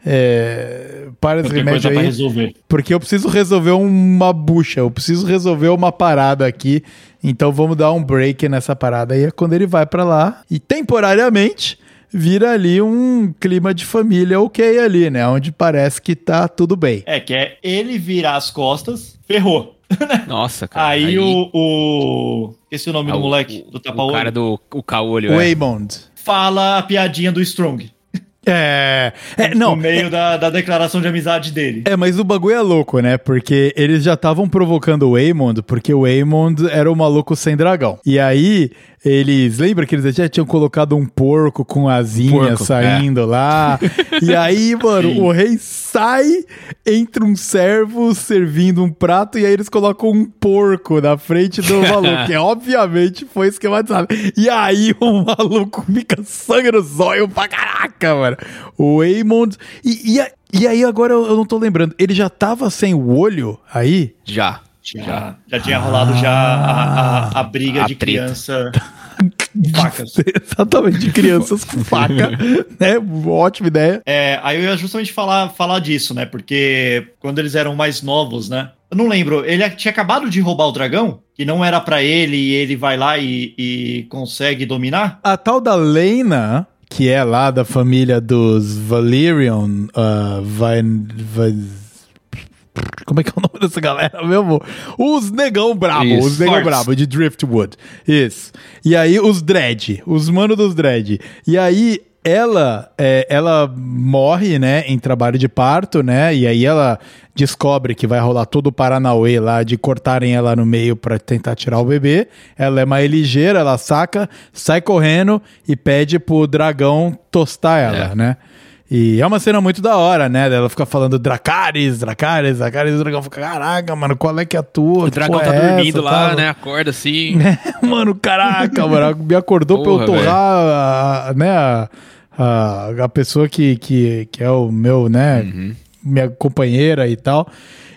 para esse remédio aí, resolver. porque eu preciso resolver uma bucha, eu preciso resolver uma parada aqui, então vamos dar um break nessa parada. Aí é quando ele vai pra lá e temporariamente vira ali um clima de família ok ali, né? Onde parece que tá tudo bem. Que é ele virar as costas, ferrou. Nossa, cara. Aí esqueci o nome do moleque, do tapa-olho. O cara do caolho. O Aemond. Fala a piadinha do Strong. Não. No meio da declaração de amizade dele. Mas o bagulho é louco, né? Porque eles já estavam provocando o Aemond, porque o Aemond era o maluco sem dragão. E aí, lembra que eles já tinham colocado um porco com asinha saindo lá? E aí, mano, o rei sai, entra um servo servindo um prato, e aí eles colocam um porco na frente do maluco, que obviamente foi esquematizado. E aí o maluco fica sangue no zóio pra caraca, mano. O Aemond... E aí agora eu não tô lembrando, ele já tava sem o olho aí? Já tinha rolado a briga de treta. Criança facas. Exatamente, de crianças com faca, né? Ótima ideia. Aí eu ia justamente falar disso, né? Porque quando eles eram mais novos, né? Eu não lembro, ele tinha acabado de roubar o dragão, que não era pra ele, e ele vai lá e consegue dominar? A tal da Lena, que é lá da família dos Valyrian, como é que é o nome dessa galera mesmo? Os negão brabo, de Driftwood. Isso. E aí os Dread, os manos dos Dread. E aí ela morre, né, em trabalho de parto, né, e aí ela descobre que vai rolar todo o Paranauê lá de cortarem ela no meio pra tentar tirar o bebê. Ela é mais ligeira, ela saca, sai correndo e pede pro dragão tostar ela, né. E é uma cena muito da hora, né? Ela fica falando Dracarys, e o dragão fica, caraca, mano, qual é que é a tua? O dragão tá dormindo lá, né? Acorda assim. Mano, caraca, mano, me acordou pra eu torrar, né, a pessoa que é o meu, né, minha companheira e tal.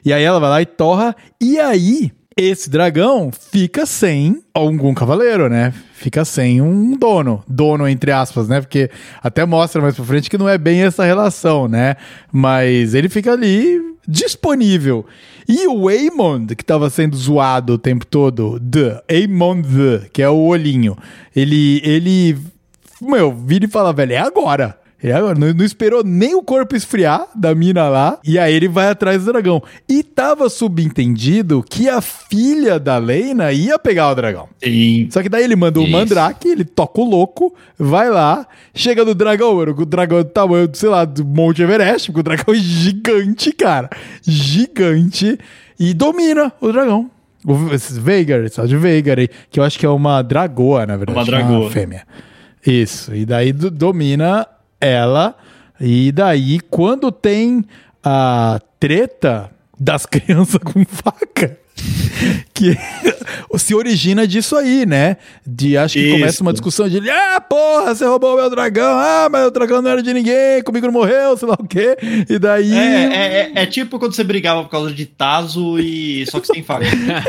E aí ela vai lá e torra, e aí esse dragão fica sem algum cavaleiro, né? Fica sem um dono. Dono, entre aspas, né? Porque até mostra mais pra frente que não é bem essa relação, né? Mas ele fica ali disponível. E o Aemond, que tava sendo zoado o tempo todo, Aemond, que é o olhinho, ele vira e fala, velho, é agora. Não esperou nem o corpo esfriar da mina lá, e aí ele vai atrás do dragão. E tava subentendido que a filha da Laena ia pegar o dragão. Sim. Só que daí ele manda o Mandrake, ele toca o louco, vai lá, chega no dragão, mano, o dragão do tamanho, sei lá, do Monte Everest, porque o dragão é gigante, cara. Gigante. E domina o dragão. Esse Veigar, esse tal de Veigar aí, que eu acho que é uma dragoa, na verdade. Uma dragoa. Uma fêmea. Isso. E daí domina ela, e daí quando tem a treta das crianças com faca, que se origina disso aí, né? Acho que começa uma discussão de porra, você roubou o meu dragão, mas o dragão não era de ninguém, comigo não morreu, sei lá o quê, e daí... É tipo quando você brigava por causa de tazo e só que sem faca.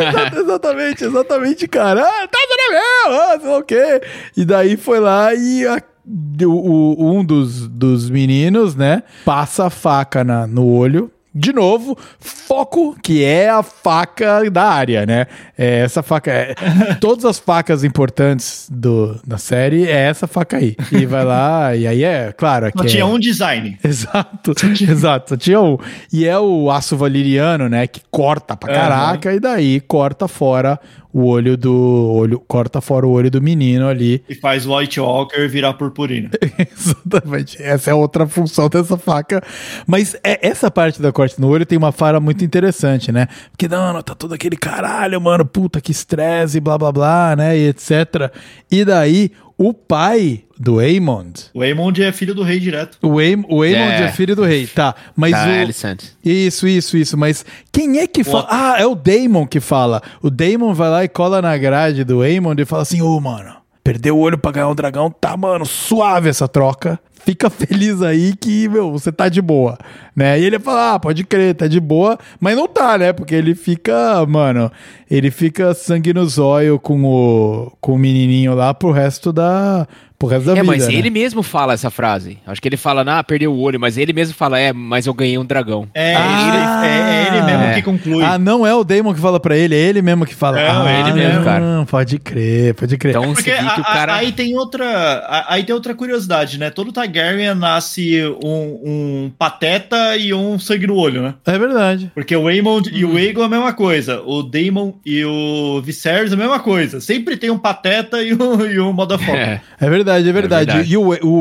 exatamente, cara. Tazo não é meu, sei lá o quê. E daí foi lá e um dos meninos, né, passa a faca no olho. De novo, foco, que é a faca da área, né? Essa faca, todas as facas importantes da série é essa faca aí. E vai lá, e aí claro... Só tinha um design. Exato, só tinha um. E é o aço valeriano, né, que corta pra caraca, e daí corta fora o olho do menino ali. E faz o White Walker virar purpurina. Exatamente. Essa é outra função dessa faca. Mas essa parte da corte no olho tem uma fala muito interessante, né? Porque, não, tá todo aquele caralho, mano, puta, que estresse, blá, blá, blá, né, e etc. E daí, o pai do Aemond... O Aemond é filho do rei direto. O Aemond é filho do rei, tá. Mas Alicent. Isso. Mas quem é que fala? É o Daemon que fala. O Daemon vai lá e cola na grade do Aemond e fala assim, mano, perdeu o olho pra ganhar um dragão, tá, mano, suave essa troca. Fica feliz aí que, você tá de boa, né? E ele fala, pode crer, tá de boa, mas não tá, né? Porque ele fica, sangue no zóio com o menininho lá pro resto da vida, mas né? ele mesmo fala essa frase. Acho que ele fala, perdeu o olho, mas ele mesmo fala, mas eu ganhei um dragão. Ele mesmo que conclui. Não é o Daemon que fala pra ele, é ele mesmo que fala. É ele mesmo, cara. Pode crer. Então, porque que o cara... aí tem outra curiosidade, né? Todo Targaryen nasce um pateta e um sangue no olho, né? É verdade. Porque o Aemond e o Aegon é a mesma coisa. O Daemon e o Viserys é a mesma coisa. Sempre tem um pateta e um motherfucker. É verdade. E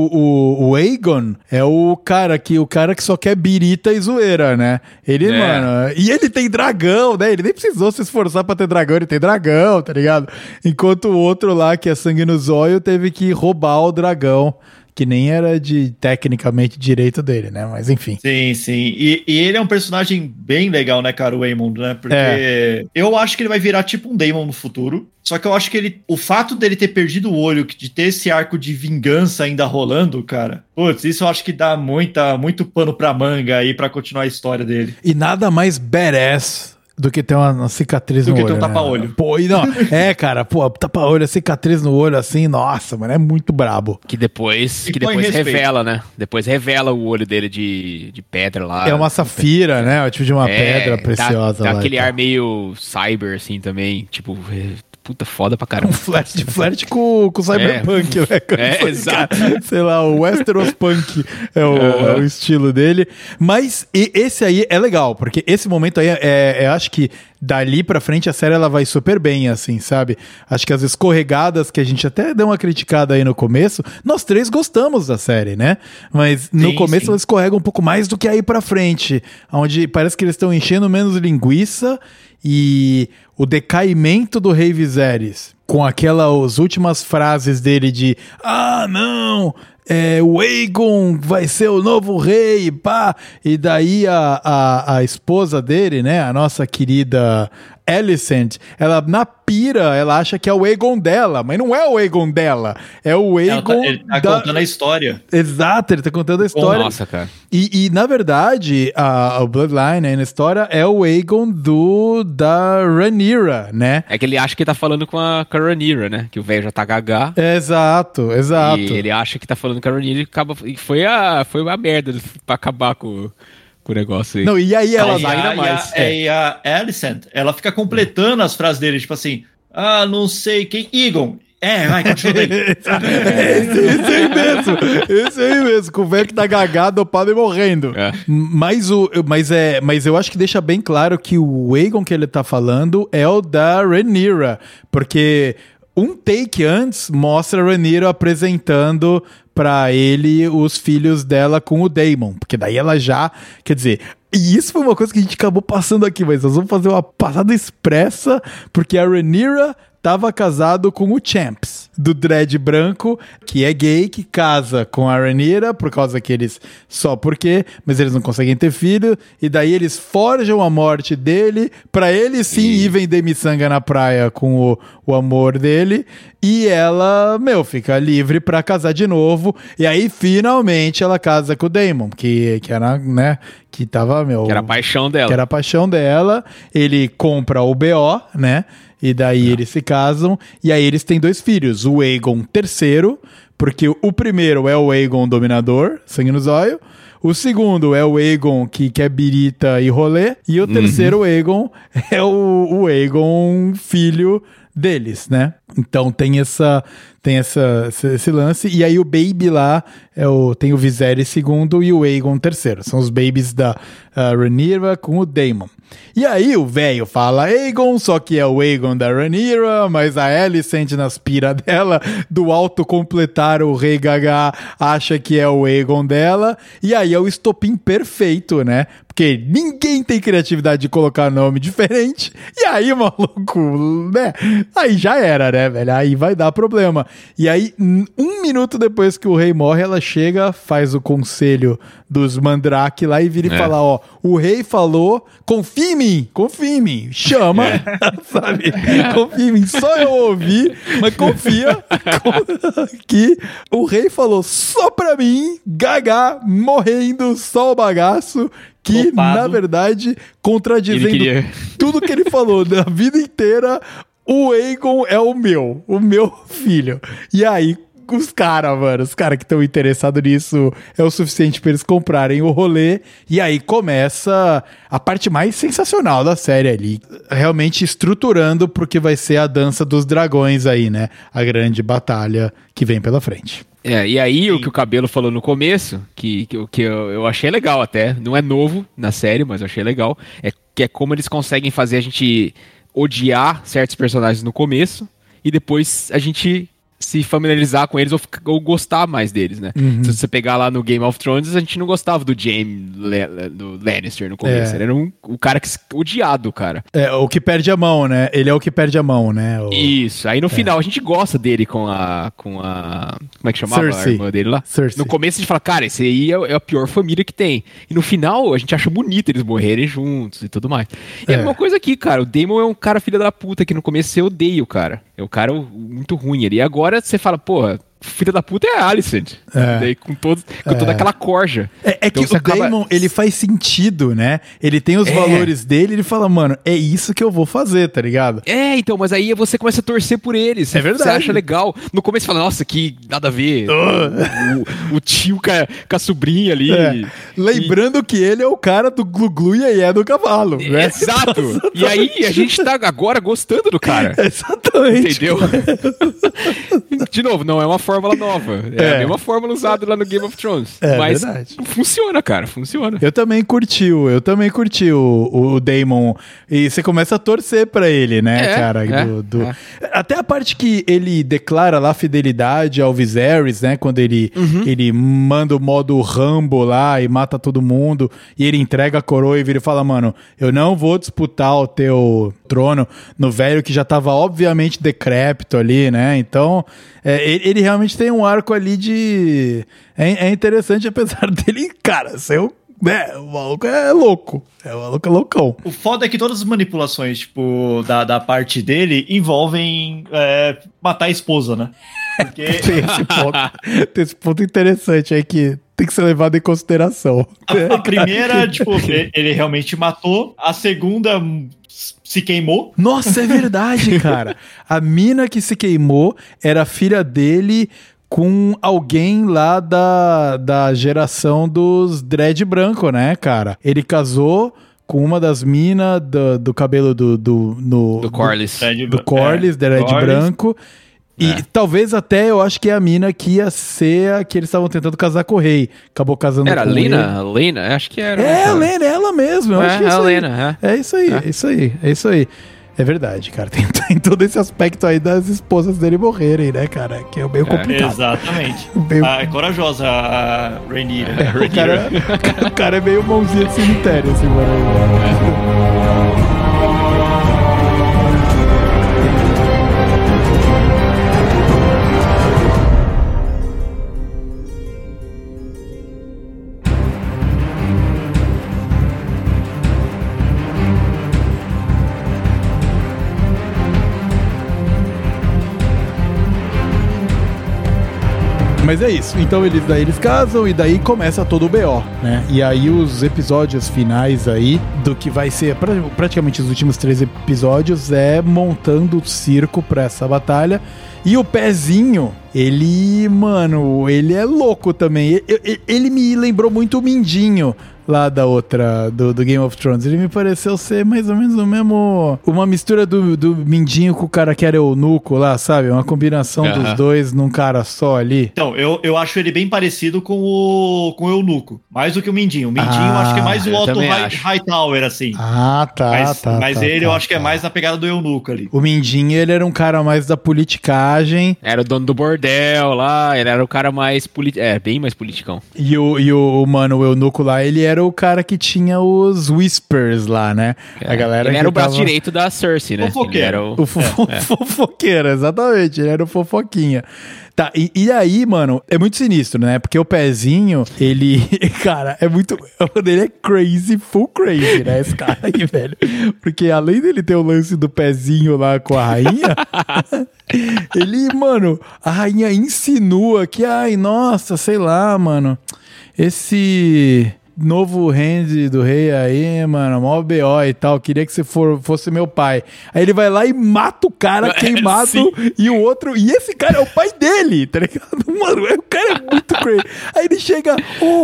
o Aegon é o cara que só quer birita e zoeira, né? Ele, mano... E ele tem dragão, né? Ele nem precisou se esforçar pra ter dragão, ele tem dragão, tá ligado? Enquanto o outro lá, que é sangue no zóio, teve que roubar o dragão, que nem era tecnicamente direito dele, né? Mas enfim. Sim. E ele é um personagem bem legal, né, cara, o Aemond, né? Porque eu acho que ele vai virar tipo um Daemon no futuro. Só que eu acho que o fato dele ter perdido o olho, de ter esse arco de vingança ainda rolando, cara, isso eu acho que dá muito pano pra manga aí pra continuar a história dele. E nada mais badass do que ter uma cicatriz no olho. Do que ter um tapa-olho. Né? Pô, e não, cara, tapa-olho, cicatriz no olho assim, nossa, mano, é muito brabo. Que depois revela, né? Depois revela o olho dele de pedra lá. É uma safira, né? O tipo de uma pedra preciosa dá lá. Aquele ar meio cyber, assim, também, tipo... Puta, foda pra caramba. Flerte com o Cyberpunk, né? Exato. Sei lá, o Westeros Punk é o estilo dele. Mas esse aí é legal, porque esse momento aí acho que dali pra frente a série ela vai super bem, assim, sabe? Acho que as escorregadas que a gente até deu uma criticada aí no começo, nós três gostamos da série, né? Mas no começo ela escorrega um pouco mais do que aí pra frente, onde parece que eles estão enchendo menos linguiça. E o decaimento do rei Viserys com aquelas últimas frases dele de não, o Aegon vai ser o novo rei, pá. E daí a esposa dele, né, a nossa querida Alicent, ela na pira, ela acha que é o Aegon dela, mas não é o Aegon dela, é o Aegon ele tá contando a história. Exato, ele tá contando a história. Nossa, cara. E na verdade, a Bloodline aí na história é o Aegon da Rhaenyra, né? É que ele acha que tá falando com a Rhaenyra, né? Que o velho já tá gagá. Exato. E ele acha que tá falando com a Rhaenyra e foi a merda pra acabar com o negócio aí. Não, e aí ela ainda mais. E a Alicent, ela fica completando as frases dele, tipo assim, não sei quem, Egon. Vai, continua aí. Esse aí mesmo, com o velho que tá gagado, dopado e morrendo. Mas eu acho que deixa bem claro que o Aegon que ele tá falando é o da Rhaenyra, porque um take antes mostra a Rhaenyra apresentando pra ele os filhos dela com o Daemon, porque daí ela já, quer dizer, e isso foi uma coisa que a gente acabou passando aqui, mas nós vamos fazer uma passada expressa, porque a Rhaenyra tava casado com o Champs, do dread branco, que é gay, que casa com a Rhaenyra, por causa que eles, só porque, mas eles não conseguem ter filho, e daí eles forjam a morte dele, pra ele sim ir vender miçanga na praia com o amor dele, e ela, fica livre pra casar de novo, e aí finalmente ela casa com o Daemon, que era, né, que tava, que era a paixão dela. Que era a paixão dela, ele compra o BO, né, e daí eles se casam, e aí eles têm 2 filhos, o Aegon III, porque o primeiro é o Aegon Dominador, sangue nos olhos, o segundo é o Aegon que quer birita e rolê, e o terceiro Aegon é o Aegon filho deles, né? Então tem esse lance, e aí o baby lá tem o Viserys II e o Aegon III, são os babies da Rhaenyra com o Daemon. E aí o velho fala Aegon, só que é o Aegon da Rhaenyra, mas a Alicent nas pira dela, do autocompletar o Rei Gaga, acha que é o Aegon dela, e aí é o estopim perfeito, né? Porque ninguém tem criatividade de colocar nome diferente, e aí, maluco, né? Aí já era, né, velho? Aí vai dar problema. E aí, 1 minuto depois que o rei morre, ela chega, faz o conselho dos Mandrake lá e vira e fala, o rei falou, confia em mim, chama, sabe? Confia em mim, só eu ouvi, mas confia que o rei falou só pra mim, Gaga, morrendo, só o bagaço, que, na verdade, contradizendo tudo que ele falou da vida inteira, o Aegon é o meu filho. E aí, os caras que estão interessados nisso, é o suficiente para eles comprarem o rolê. E aí começa a parte mais sensacional da série ali, realmente estruturando porque vai ser a dança dos dragões aí, né? A grande batalha que vem pela frente. E aí o que o Cabelo falou no começo, que eu achei legal até, não é novo na série, mas eu achei legal, que é como eles conseguem fazer a gente odiar certos personagens no começo e depois a gente se familiarizar com eles ou gostar mais deles, né? Se você pegar lá no Game of Thrones, a gente não gostava do Jaime do Lannister no começo. Ele era o cara odiado, cara. O que perde a mão, né? Ele é o que perde a mão, né? Isso. Aí no final a gente gosta dele com a como é que chamava Cersei. a irmã dele lá? Cersei. No começo a gente fala, cara, esse aí é a pior família que tem. E no final a gente acha bonito eles morrerem juntos e tudo mais. E é a mesma coisa aqui, cara. O Daemon é um cara filho da puta que no começo você odeia o cara. É um cara muito ruim ali. E agora você fala, porra, filha da puta é a Alicent. Daí, com toda aquela corja. Então, que o Daemon, ele faz sentido, né? Ele tem os valores dele, ele fala, mano, é isso que eu vou fazer, tá ligado? Então, mas aí você começa a torcer por eles. É verdade. Você acha legal. No começo você fala, nossa, que nada a ver. O tio com a sobrinha ali. Lembrando que ele é o cara do glu-glu e do cavalo, né? Exato. E aí a gente tá agora gostando do cara. Exatamente. Entendeu? De novo, não é uma fórmula nova. É a mesma fórmula usada lá no Game of Thrones. Mas verdade. Funciona, cara. Funciona. Eu também curti o Daemon. E você começa a torcer pra ele, né, cara? Até a parte que ele declara lá fidelidade ao Viserys, né? Quando ele manda o modo Rambo lá e mata todo mundo. E ele entrega a coroa e vira e fala, mano, eu não vou disputar o teu trono, no velho que já tava obviamente decrépito ali, né? Então, ele realmente tem um arco ali de... É interessante, apesar dele, cara, ser o maluco é louco. O maluco é loucão. O foda é que todas as manipulações, tipo, da parte dele envolvem matar a esposa, né? Porque... tem esse ponto interessante aí que tem que ser levado em consideração. A primeira, tipo, ele realmente matou. A segunda se queimou. Nossa, é verdade, cara. A mina que se queimou era filha dele com alguém lá da geração dos dread branco, né, cara? Ele casou com uma das minas do cabelo do Corlys. Do Corlys, dread branco. E talvez até eu acho que é a mina que ia ser a que eles estavam tentando casar com o rei. Acabou casando era com ele. Era a Lena? Acho que era. A Lena, é ela mesma. Eu acho que é a isso Lena. É isso aí, é isso aí. É verdade, cara. Tem todo esse aspecto aí das esposas dele morrerem, né, cara? Que é meio complicado. Exatamente. É corajosa a Rhaenyra. O cara é meio mãozinha de cemitério, assim, mano. Mas é isso, então eles casam e daí começa todo o BO, né? E aí os episódios finais aí, do que vai ser praticamente os últimos 3 episódios, é montando o circo pra essa batalha. E o Pezinho, ele é louco também. Ele me lembrou muito o Mindinho lá da outra, do Game of Thrones. Ele me pareceu ser mais ou menos o mesmo... Uma mistura do Mindinho com o cara que era eunuco lá, sabe? Uma combinação dos dois num cara só ali. Então, eu acho ele bem parecido com o eunuco. Mais do que o Mindinho. O Mindinho eu acho que é mais o Otto Hightower, assim. Mas ele eu acho que é mais na pegada do eunuco ali. O Mindinho, ele era um cara mais da politicagem. Era o dono do bordel lá, ele era o cara mais... bem mais politicão. E o eunuco lá, ele era o cara que tinha os whispers lá, né? A galera ele era o braço direito da Cersei, né? Fofoqueiro. Ele era o fofoqueiro, exatamente. Ele era o fofoquinha. Tá, e aí, mano, é muito sinistro, né? Porque o Pezinho, ele... Cara, é muito... Ele é crazy, full crazy, né? Esse cara aí, velho. Porque além dele ter o lance do Pezinho lá com a rainha... ele, mano... A rainha insinua que... Ai, nossa, sei lá, mano... Esse... novo hand do rei aí, mano, mó BO e tal, queria que você fosse meu pai. Aí ele vai lá e mata o cara queimado e o outro, e esse cara é o pai dele, tá ligado? Mano, o cara é muito crazy. Aí ele chega,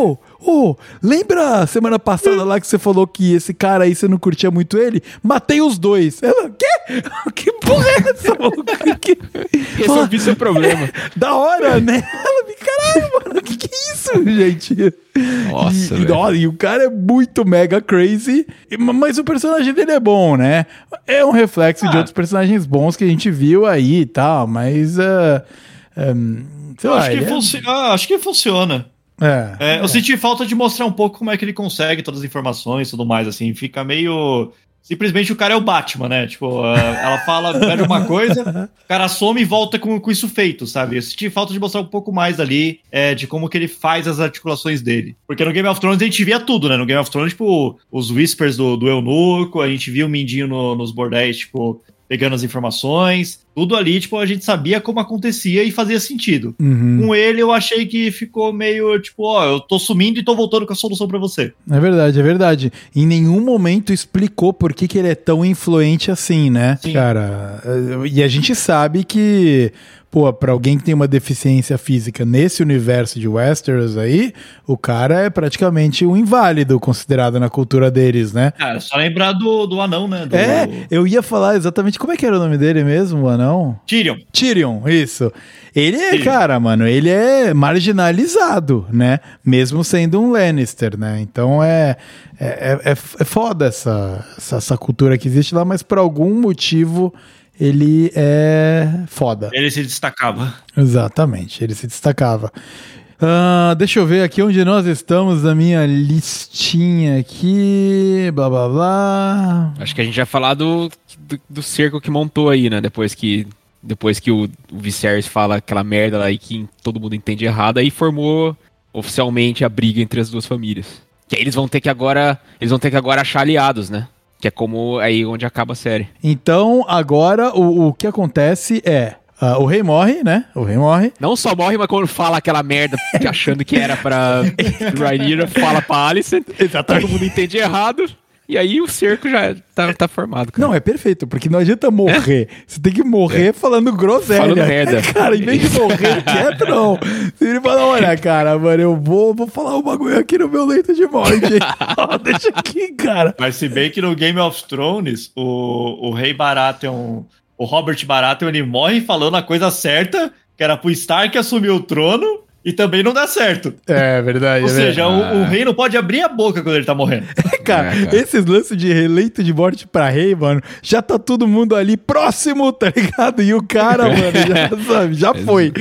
lembra semana passada lá que você falou que esse cara aí, você não curtia muito ele? Matei os dois. Ela, quê? Que porra é essa, maluco? Resolvi seu problema. Da hora, né? Ela, caralho, mano, que é isso, gente? Nossa, e o cara é muito mega crazy, mas o personagem dele é bom, né? É um reflexo de outros personagens bons que a gente viu aí e tal, mas sei lá, acho que funciona. Eu senti falta de mostrar um pouco como é que ele consegue todas as informações e tudo mais, assim, fica meio... Simplesmente o cara é o Batman, né? Tipo, ela fala, pede uma coisa, o cara some e volta com isso feito, sabe? Eu senti falta de mostrar um pouco mais ali de como que ele faz as articulações dele. Porque no Game of Thrones a gente via tudo, né? No Game of Thrones, tipo, os whispers do eunuco, a gente via o Mindinho nos bordéis, tipo, pegando as informações, tudo ali, tipo, a gente sabia como acontecia e fazia sentido. Uhum. Com ele, eu achei que ficou meio, tipo, eu tô sumindo e tô voltando com a solução pra você. É verdade. Em nenhum momento explicou por que ele é tão influente assim, né? Sim. Cara, e a gente sabe que... Pô, pra alguém que tem uma deficiência física nesse universo de Westeros aí, o cara é praticamente um inválido considerado na cultura deles, né? Cara, só lembrar do anão, né? Eu ia falar exatamente como é que era o nome dele mesmo, o anão? Tyrion, isso. Ele é, cara, mano, ele é marginalizado, né? Mesmo sendo um Lannister, né? Então é foda essa cultura que existe lá, mas por algum motivo... ele é foda. Ele se destacava. Exatamente, ele se destacava. Deixa eu ver aqui onde nós estamos na minha listinha aqui. Blá, blá, blá. Acho que a gente vai falar do cerco que montou aí, né? Depois que o Viserys fala aquela merda lá e que todo mundo entende errado, aí formou oficialmente a briga entre as duas famílias. Que aí eles vão ter que agora achar aliados, né? Que é como aí onde acaba a série. Então, agora, o que acontece é... o rei morre, né? O rei morre. Não só morre, mas quando fala aquela merda achando que era pra Rhaenyra, fala pra Alicent. Exatamente. Todo mundo entende errado. E aí o cerco já tá formado, cara. Não, é perfeito, porque não adianta morrer. Você tem que morrer falando groselha. Falando merda. Cara, em vez de morrer quieto, não. Você vira e fala, olha, cara, mano, eu vou falar um bagulho aqui no meu leito de morte. Deixa aqui, cara. Mas se bem que no Game of Thrones, o rei Baratheon, o Robert Baratheon, ele morre falando a coisa certa, que era pro Stark assumir o trono, e também não dá certo. É verdade. Ou seja, o rei não pode abrir a boca quando ele tá morrendo. Cara, esses lances de leito de morte pra rei, mano, já tá todo mundo ali próximo, tá ligado? E o cara, mano, já foi.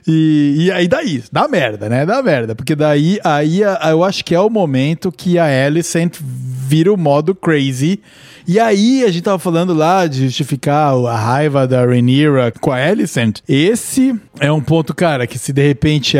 E aí daí, dá merda, né? Dá merda. Porque daí, eu acho que é o momento que a Alicent vira o modo crazy. E aí, a gente tava falando lá de justificar a raiva da Rhaenyra com a Alicent. Esse é um ponto, cara, que se de repente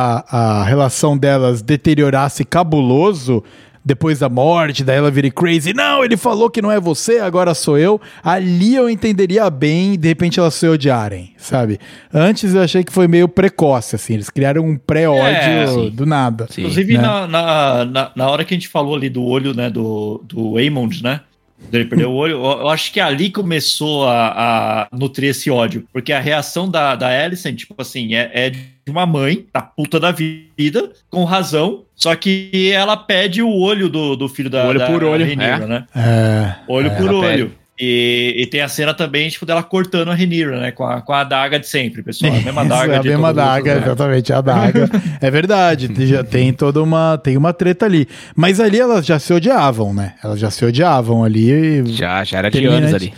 a relação delas deteriorasse cabuloso depois da morte, daí ela vira crazy. Não, ele falou que não é você, agora sou eu. Ali eu entenderia bem, de repente elas se odiarem, sabe? Antes eu achei que foi meio precoce, assim. Eles criaram um pré-ódio do nada. Sim. Inclusive, né? na hora que a gente falou ali do olho, né, do Aemond, né? Ele perdeu o olho. Eu acho que ali começou a nutrir esse ódio. Porque a reação da Alicent, tipo assim, é de uma mãe, da puta da vida, com razão. Só que ela pede o olho do filho da olho por olho, Rhaenyra, né? Olho por olho. E tem a cena também, tipo, dela cortando a Rhaenyra, né? Com a adaga de sempre, pessoal. A mesma adaga. A mesma adaga, exatamente, a adaga. É verdade, já tem toda uma treta ali. Mas ali elas já se odiavam, né? Elas já se odiavam ali. Já era de anos ali.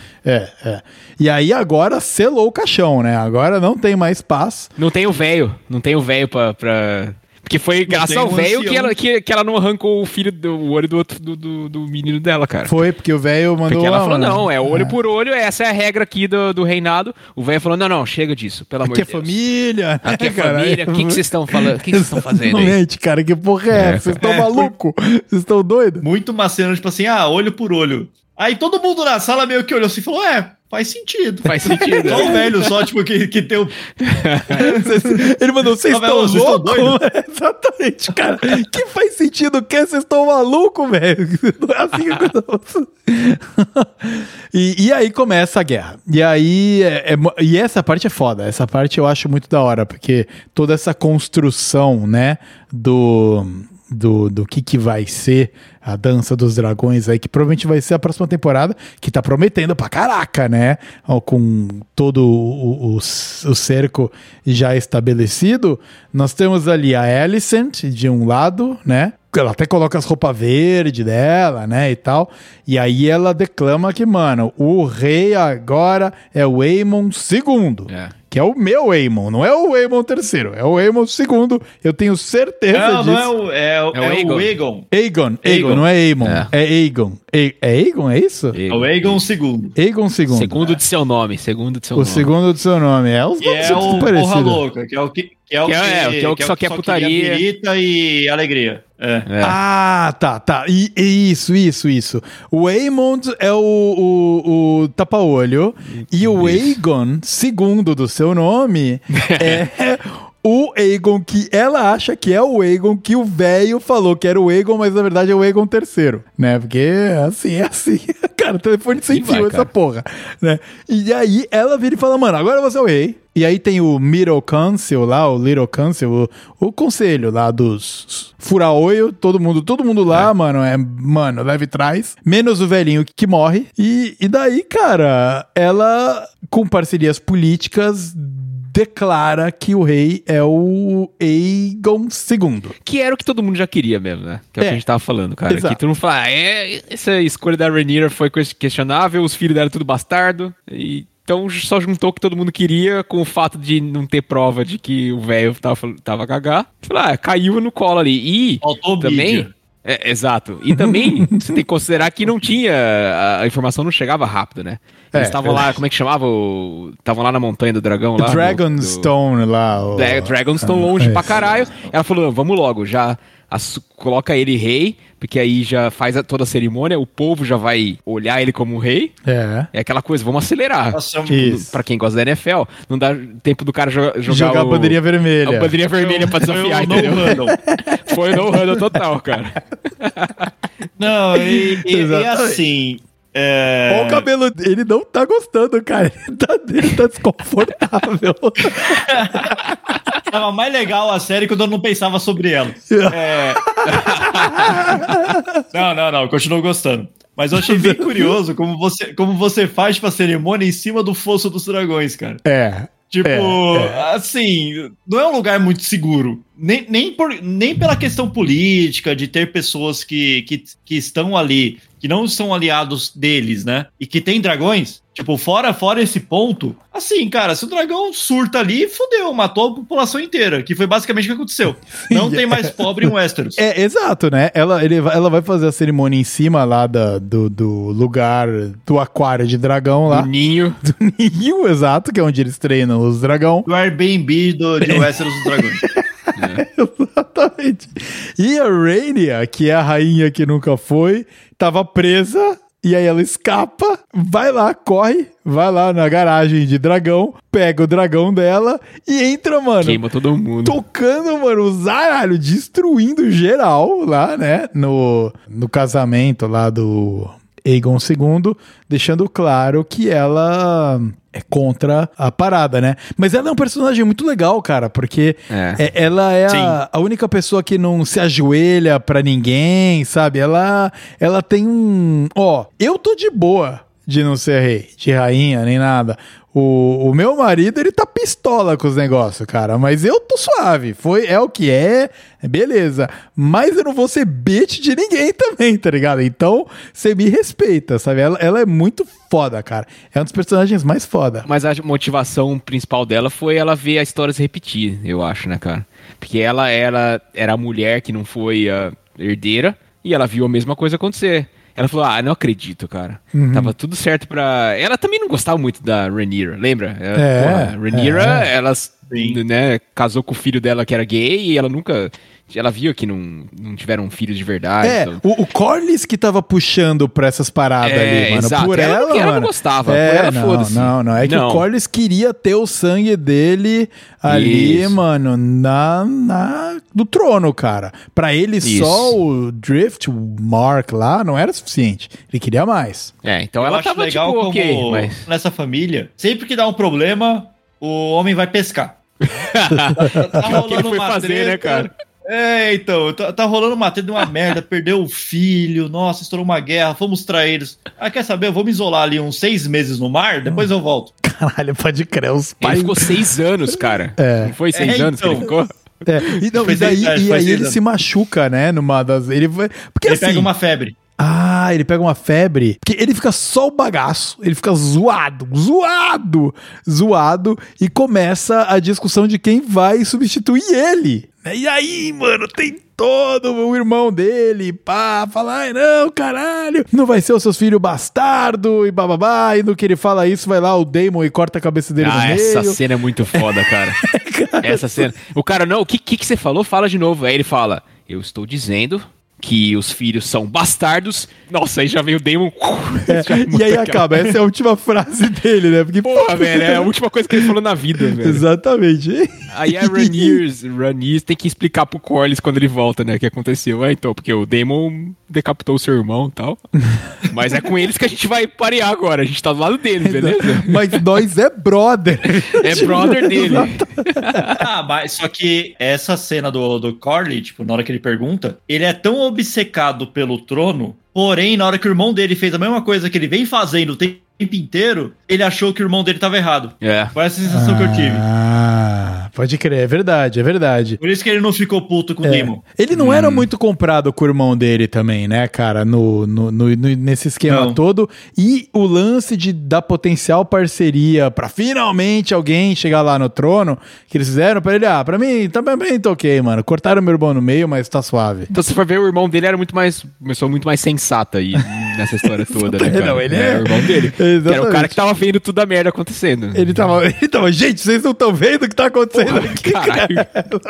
E aí agora selou o caixão, né? Agora não tem mais paz. Não tem o velho pra... Porque foi graças ao velho que ela não arrancou o olho do menino dela, cara. Foi, porque o velho mandou... Porque ela falou, não, é olho por olho, essa é a regra aqui do reinado. O velho falou, não, chega disso, pelo amor de Deus. Aqui é família. Aqui é família, o que vocês estão falando? O que vocês estão fazendo aí? Exatamente, cara, que porra é essa? Vocês estão malucos? Vocês estão doidos? Muito uma cena, tipo assim, olho por olho. Aí todo mundo na sala meio que olhou assim e falou, faz sentido. Faz sentido. Só o velho, tipo, que tem o... Ele mandou, vocês estão loucos? Exatamente, cara. Que faz sentido o quê? Vocês estão malucos, velho? Não é assim que... E aí começa a guerra. E aí... E essa parte é foda. Essa parte eu acho muito da hora, porque toda essa construção, né, do que vai ser a Dança dos Dragões aí, que provavelmente vai ser a próxima temporada, que tá prometendo pra caraca, né? Com todo o cerco já estabelecido, nós temos ali a Alicent de um lado, né? Ela até coloca as roupas verdes dela, né, e tal. E aí ela declama que, mano, o rei agora é o Aemon II. Que é o meu Aemon, não é o Aemon III, é o Aemon II. Eu tenho certeza disso. Não, é o Aegon. Aegon, não é Aemon, é Aegon. É Aegon, é isso? É o Aegon II. Aegon II. Segundo de seu nome, O segundo de seu nome. É os nomes o Porra Louca, que é o que só quer putaria. Birita e alegria. Ah, tá. Isso. O Aemond é o tapa-olho e o Aegon, segundo do seu nome, é o Aegon que ela acha que é o Aegon que o velho falou que era o Aegon, mas na verdade é o Aegon III, né? Porque é assim. Cara, telefone sem fio essa porra, né? E aí ela vira e fala, mano, agora você é o rei. E aí tem o Middle Council lá, o Little Council, o conselho lá dos fura-olho, todo mundo lá, mano, leve e traz, menos o velhinho que morre. E daí, cara, ela, com parcerias políticas, declara que o rei é o Aegon II. Que era o que todo mundo já queria mesmo, né? Que é o que a gente tava falando, cara. Exato. Que todo mundo fala, essa escolha da Rhaenyra foi questionável, os filhos dela tudo bastardo, e Então só juntou o que todo mundo queria com o fato de não ter prova de que o velho tava a cagar. Caiu no colo ali. E faltou também... mídia. Exato. E também você tem que considerar que não tinha... A informação não chegava rápido, né? Eles estavam lá, como é que chamava? Estavam lá na Montanha do Dragão. Lá, Dragonstone lá. Dragonstone longe pra caralho. Ela falou, vamos logo, já coloca ele rei, porque aí já faz toda a cerimônia, o povo já vai olhar ele como rei. É aquela coisa, vamos acelerar. Nossa, pra quem gosta da NFL, não dá tempo do cara jogar a bandeirinha vermelha. A bandeirinha vermelha pra desafiar, entendeu? Foi no handle total, cara. Não, e assim... Olha o cabelo, ele não tá gostando, cara. Ele tá desconfortável. Tava mais legal a série quando eu não pensava sobre ela. Não, continuo gostando. Mas eu achei bem curioso como você faz pra cerimônia em cima do fosso dos dragões, cara. Tipo, assim, não é um lugar muito seguro. Nem pela questão política, de ter pessoas que estão ali, que não são aliados deles, né? E que tem dragões. Tipo, fora esse ponto, assim, cara, se o dragão surta ali, fodeu, matou a população inteira, que foi basicamente o que aconteceu. Não tem mais pobre em Westeros. Exato, né? Ela vai fazer a cerimônia em cima lá do lugar do aquário de dragão lá. Do ninho. Do ninho, exato, que é onde eles treinam os dragão. Do Airbnb de Westeros dos dragões. Exatamente. E a Rhaenyra, que é a rainha que nunca foi, tava presa. E aí ela escapa, vai lá, corre, vai lá na garagem de dragão, pega o dragão dela e entra, mano. Queima todo mundo. Tocando, mano, os zaralhos, destruindo geral lá, né? No casamento lá do Aegon II, deixando claro que ela é contra a parada, né? Mas ela é um personagem muito legal, cara, porque ela é a única pessoa que não se ajoelha pra ninguém, sabe? Ela tem um... eu tô de boa de não ser rei, de rainha, nem nada. O meu marido, ele tá pistola com os negócios, cara. Mas eu tô suave. É o que é, beleza. Mas eu não vou ser bitch de ninguém também, tá ligado? Então, você me respeita, sabe? Ela é muito foda, cara. É um dos personagens mais foda. Mas a motivação principal dela foi ela ver a história se repetir, eu acho, né, cara? Porque ela era a mulher que não foi a herdeira e ela viu a mesma coisa acontecer. Ela falou, não acredito, cara. Tava tudo certo pra... Ela também não gostava muito da Rhaenyra, lembra? Rhaenyra, ela né, casou com o filho dela que era gay e ela nunca... Ela viu que não tiveram filhos de verdade. Então... O Corlys que tava puxando pra essas paradas ali, mano. Exato. Por ela, ela mano, não gostava. Por ela, foda-se. Não. É que o Corlys queria ter o sangue dele ali, mano, do trono, cara. Pra ele só o Drift, o Mark lá, não era suficiente. Ele queria mais. Então ela tava legal tipo, como ok, mas... nessa família, sempre que dá um problema, o homem vai pescar. tá rolando uma fazer, treta, né, cara? Então, tá rolando uma treta de uma merda, perdeu o filho, nossa, estourou uma guerra, fomos traídos. Quer saber? Eu vou me isolar ali uns 6 meses no mar, depois eu volto. Caralho, pode crer, os pais... Ele ficou 6 anos, cara. Não foi 6 anos que ele ficou? E aí ele se machuca, né, numa das... Ele pega uma febre. Ele pega uma febre, porque ele fica só o bagaço, ele fica zoado, e começa a discussão de quem vai substituir ele. E aí, mano, tem todo o irmão dele, fala, não, caralho, não vai ser o seu filho bastardo, e bababá, e no que ele fala isso, vai lá o Daemon e corta a cabeça dele no meio. Essa cena é muito foda, cara. Essa cena. O cara, não, o que você falou? Fala de novo. Aí ele fala, eu estou dizendo... que os filhos são bastardos. Nossa, aí já veio o Daemon. E aí acaba, essa é a última frase dele, né? Porque, porra, velho, é a última coisa que ele falou na vida, velho. Exatamente. Aí a Rhaenyra tem que explicar pro Corlys quando ele volta, né, o que aconteceu. Então, porque o Daemon decapitou o seu irmão e tal. Mas é com eles que a gente vai parear agora. A gente tá do lado deles, beleza? Mas nós é brother. É brother dele. Mas só que essa cena do Corlys, tipo, na hora que ele pergunta, ele é tão obcecado pelo trono, porém, na hora que o irmão dele fez a mesma coisa que ele vem fazendo o tempo inteiro, ele achou que o irmão dele tava errado. Foi essa sensação que eu tive. Pode crer, é verdade, é verdade. Por isso que ele não ficou puto com o Daemon. Ele não era muito comprado com o irmão dele também, né, cara, nesse esquema Não. todo. E o lance de dar potencial parceria pra finalmente alguém chegar lá no trono, que eles fizeram pra ele, pra mim também tá ok, mano. Cortaram meu irmão no meio, mas tá suave. Então, se for ver, o irmão dele era muito mais. Começou muito mais sensata aí nessa história toda, né, cara? Não, ele o irmão dele. Que era o Exatamente. cara que tava vendo tudo a merda acontecendo. Ele tava, gente, vocês não estão vendo o que tá acontecendo aqui, Caralho.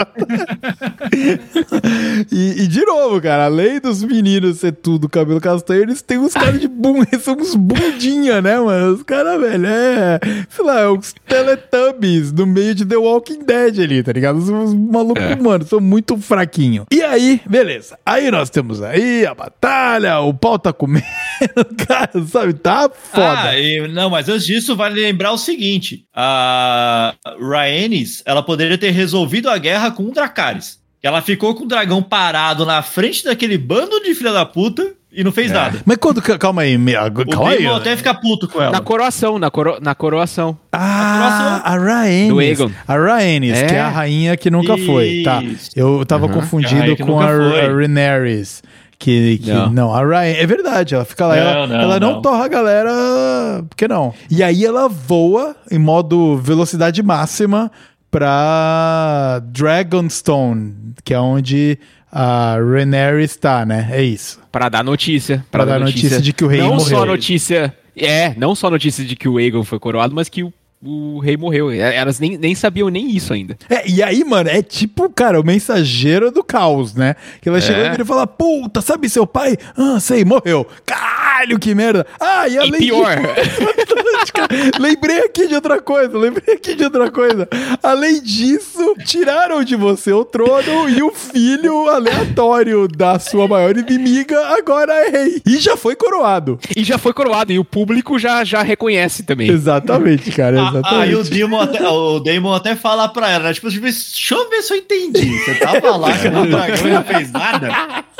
E de novo, cara, além dos meninos ser tudo cabelo castanho, eles têm uns caras de eles são uns bundinha, né, mano? Os caras, velho, sei lá, uns Teletubbies no meio de The Walking Dead ali, tá ligado? Os malucos, mano, são muito fraquinhos. E aí, beleza. Aí nós temos aí a batalha, o pau tá comendo, cara, sabe? Tá foda. Não, mas antes disso, vale lembrar o seguinte: a Rhaenys, ela poderia ter resolvido a guerra com o Dracarys. Ela ficou com o dragão parado na frente daquele bando de filha da puta e não fez nada. Mas quando... Calma aí, calma aí. O Daemon até fica puto com ela. Na coroação, na coroação. A Rhaenys. Do Aegon. A Rhaenys, que é a rainha que nunca foi, tá? Eu tava confundindo com a Rhaenerys. Que não, a Ryan, é verdade, ela fica lá, ela não torra a galera, por que não? E aí ela voa em modo velocidade máxima pra Dragonstone, que é onde a Rhaenerys tá, né? É isso. Pra dar notícia. Pra dar notícia de que o rei não morreu. Não só notícia de que o Aegon foi coroado, mas que o rei morreu. Elas nem sabiam nem isso ainda. E aí, mano, é tipo, cara, o mensageiro do caos, né? Que ela chegou e ele fala, puta, sabe seu pai? Sei, morreu. Caralho, que merda. E além pior. Lembrei aqui de outra coisa. Além disso, tiraram de você o trono e o filho aleatório da sua maior inimiga agora é rei. E já foi coroado. E o público já reconhece também. Exatamente, cara. E o Daemon até fala pra ela, né? Tipo, deixa eu ver se eu entendi. Você tava lá que o dragão não fez nada?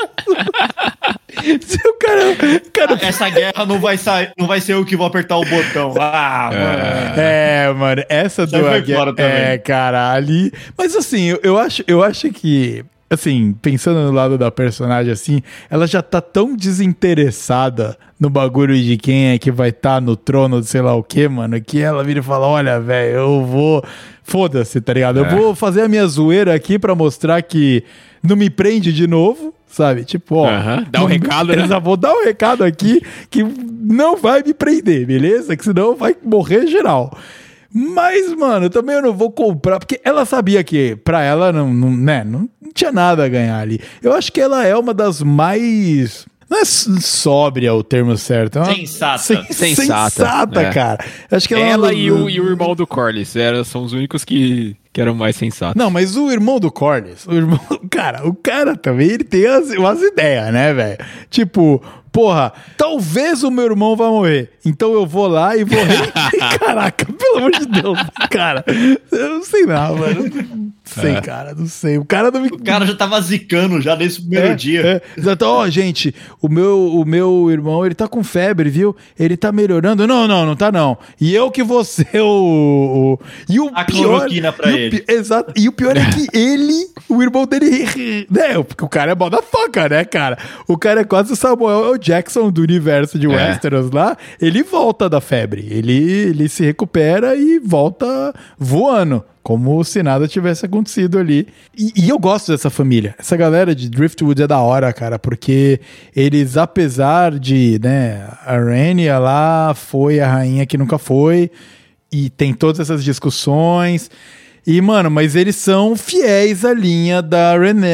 Seu cara... Essa guerra não vai ser eu que vou apertar o botão. Mano. Mano, essa do... cara, ali... Mas assim, eu acho que... Assim, pensando no lado da personagem, assim, ela já tá tão desinteressada no bagulho de quem é que vai estar no trono de sei lá o que, mano, que ela vira e fala, olha, velho, eu vou... Foda-se, tá ligado? Eu vou fazer a minha zoeira aqui pra mostrar que não me prende de novo, sabe? Tipo, dá um recado, né? Eu já vou dar um recado aqui que não vai me prender, beleza? Que senão vai morrer geral. Mas, mano, também eu não vou comprar, porque ela sabia que pra ela não tinha nada a ganhar ali. Eu acho que ela é uma das mais... Não é sóbria o termo certo. É sensata, cara. Acho que ela e o irmão do Corlys são os únicos que eram mais sensatos. Não, mas o irmão do Corlys, o cara também, ele tem umas ideias, né, velho? Tipo, porra, talvez o meu irmão vá morrer, então eu vou lá e vou... Caraca, pelo amor de Deus, cara. Eu não sei não, mano. Não sei. O cara já tava zicando já nesse primeiro dia. Exato. Gente, o meu irmão, ele tá com febre, viu? Ele tá melhorando. Não tá não. E eu que vou ser E o a pior... cloroquina pra ele. Exato. E o pior é que o irmão dele... Né? Porque o cara é motherfucker, né, cara? O cara é quase o Samuel L. Jackson do universo de Westeros lá. Ele volta da febre. Ele se recupera e volta voando. Como se nada tivesse acontecido ali. E eu gosto dessa família. Essa galera de Driftwood é da hora, cara. Porque eles, apesar de, né, a Rhaenyra lá foi a rainha que nunca foi. E tem todas essas discussões. E, mano, mas eles são fiéis à linha da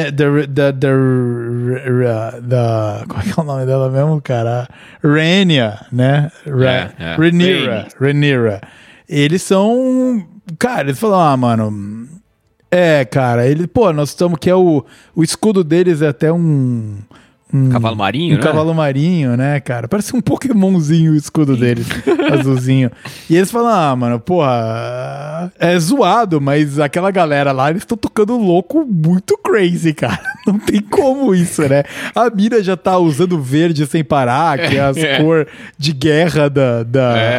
como é que é o nome dela mesmo, cara? Rhaenyra, né? Rhaenyra. Eles são... Cara, eles falam, mano... cara, nós estamos... Que é o escudo deles é até um cavalo marinho, né? Cavalo marinho, né, cara? Parece um Pokémonzinho o escudo deles, azulzinho. E eles falam, mano, porra, é zoado, mas aquela galera lá, eles estão tocando louco muito crazy, cara. Não tem como isso, né? A Mira já tá usando verde sem parar, que é as cor de guerra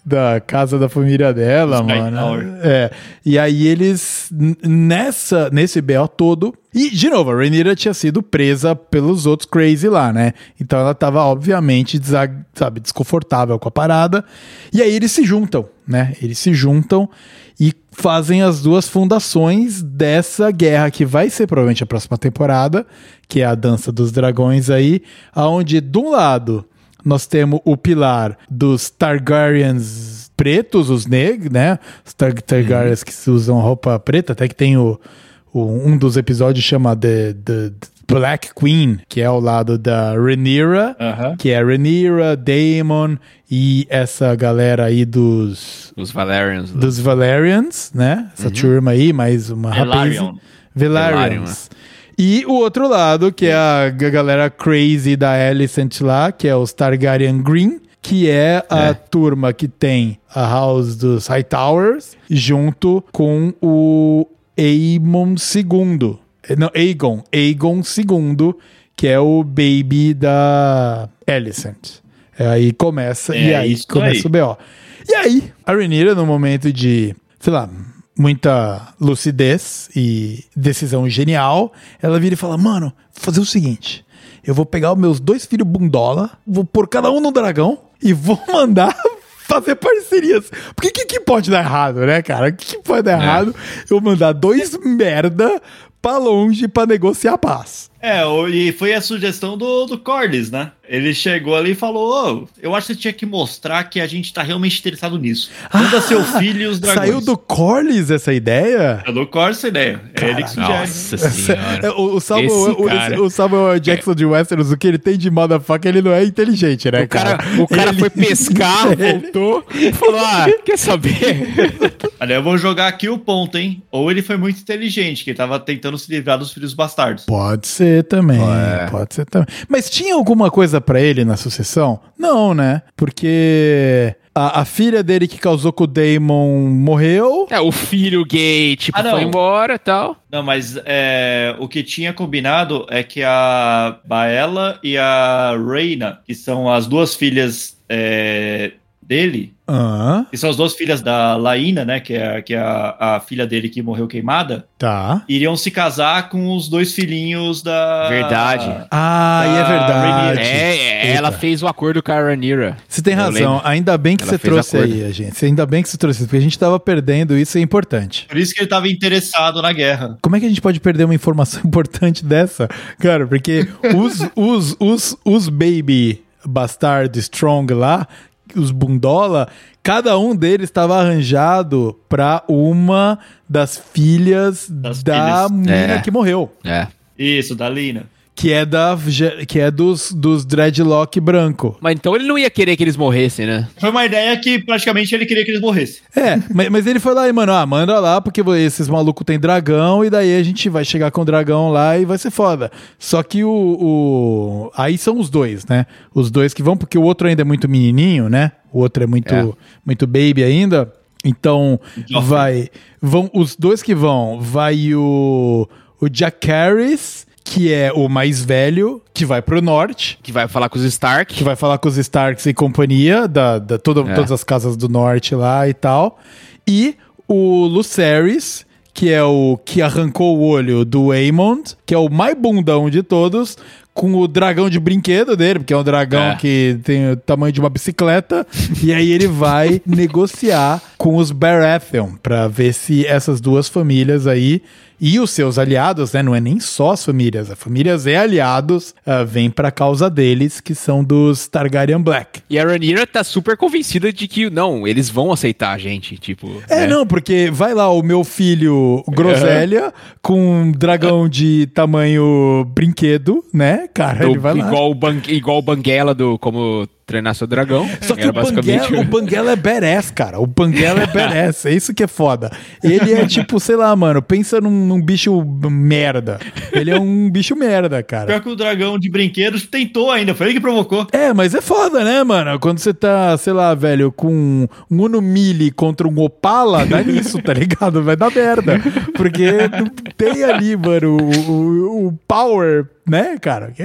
da casa da família dela, mano. E aí eles, nesse BO todo... E, de novo, a Rhaenyra tinha sido presa pelos outros crazy lá, né? Então ela tava, obviamente, desconfortável com a parada. E aí eles se juntam, né? Eles se juntam e fazem as duas fundações dessa guerra que vai ser provavelmente a próxima temporada, que é a Dança dos Dragões aí, aonde, de um lado, nós temos o pilar dos Targaryens pretos, os negros, né? Os Targaryens que usam roupa preta, até que tem um dos episódios chama The Black Queen, que é ao lado da Rhaenyra, que é Rhaenyra, Daemon e essa galera aí dos Valerians. Dos Valerians, né? Essa turma aí, mais uma Velaryon. E o outro lado, que é a galera crazy da Alicent lá, que é os Targaryen Green, que é a turma que tem a House dos Hightowers, junto com o Aemon II. Não, Aegon II, que é o baby da Alicent. Aí começa, o BO. E aí, a Rhaenyra, no momento de, sei lá, muita lucidez e decisão genial, ela vira e fala, mano, vou fazer o seguinte, eu vou pegar os meus 2 filhos bundola, vou pôr cada um no dragão e vou mandar fazer parcerias. Porque que pode dar errado, né, cara? O que pode dar errado? Eu mandar 2 merda pra longe pra negociar a paz. E foi a sugestão do Corlys, né? Ele chegou ali e falou, eu acho que você tinha que mostrar que a gente tá realmente interessado nisso. Manda seu filho e os dragões. Saiu do Corlys essa ideia? É do Corlys essa ideia. É ele que sugere. Nossa senhora. O Samuel Jackson de Westeros, o que ele tem de motherfucker, ele não é inteligente, né, cara? O cara foi pescar, voltou, falou, quer saber? Olha, eu vou jogar aqui o ponto, hein? Ou ele foi muito inteligente, que ele tava tentando se livrar dos filhos bastardos. Pode ser também, pode ser também. Mas tinha alguma coisa pra ele na sucessão? Não, né? Porque a filha dele que causou com o Daemon morreu. O filho gay, foi embora e tal. Não, mas o que tinha combinado é que a Baela e a Rhaena, que são as 2 filhas dele, que são as 2 filhas da Laína, né, que é a filha dele que morreu queimada, iriam se casar com os 2 filhinhos da... Verdade. É verdade. Ela fez o acordo com a Rhaenyra. Você tem razão, ainda bem que você trouxe aí, gente. Ainda bem que você trouxe isso, porque a gente tava perdendo, isso é importante. Por isso que ele tava interessado na guerra. Como é que a gente pode perder uma informação importante dessa? Cara, porque os baby bastard strong lá, os bundola, cada um deles estava arranjado pra uma das filhas da menina que morreu. Isso, da Lina. Que é dos dreadlock branco. Mas então ele não ia querer que eles morressem, né? Foi uma ideia que praticamente ele queria que eles morressem. Mas ele foi lá e, mano, manda lá, porque esses malucos têm dragão, e daí a gente vai chegar com o dragão lá e vai ser foda. Só que aí são os 2, né? Os 2 que vão, porque o outro ainda é muito menininho, né? O outro é muito baby ainda. Então, vão os 2 que vão. Vai o Jacaerys, que é o mais velho, que vai pro norte. Que vai falar com os Stark. Que vai falar com os Starks e companhia, todas as casas do norte lá e tal. E o Lucerys, que é o que arrancou o olho do Aemon, que é o mais bundão de todos, com o dragão de brinquedo dele, porque é um dragão que tem o tamanho de uma bicicleta, e aí ele vai negociar com os Baratheon, pra ver se essas 2 famílias aí e os seus aliados, né? Não é nem só as famílias e aliados vêm pra causa deles, que são dos Targaryen Black. E a Rhaenyra tá super convencida de que, não, eles vão aceitar a gente, tipo... Não, porque vai lá o meu filho Groselha com um dragão de tamanho brinquedo, né, cara? Ele vai lá. Igual o Banguela do Como Treinar Seu Dragão. Só que o Banguela é badass, cara. O Banguela é badass. É isso que é foda. Ele é tipo, sei lá, mano, pensa num bicho merda. Ele é um bicho merda, cara. Pior que o dragão de brinquedos tentou ainda, foi ele que provocou. Mas é foda, né, mano? Quando você tá, sei lá, velho, com um Uno Mille contra um Opala, dá nisso, tá ligado? Vai dar merda. Porque tem ali, mano, o power, né, cara? É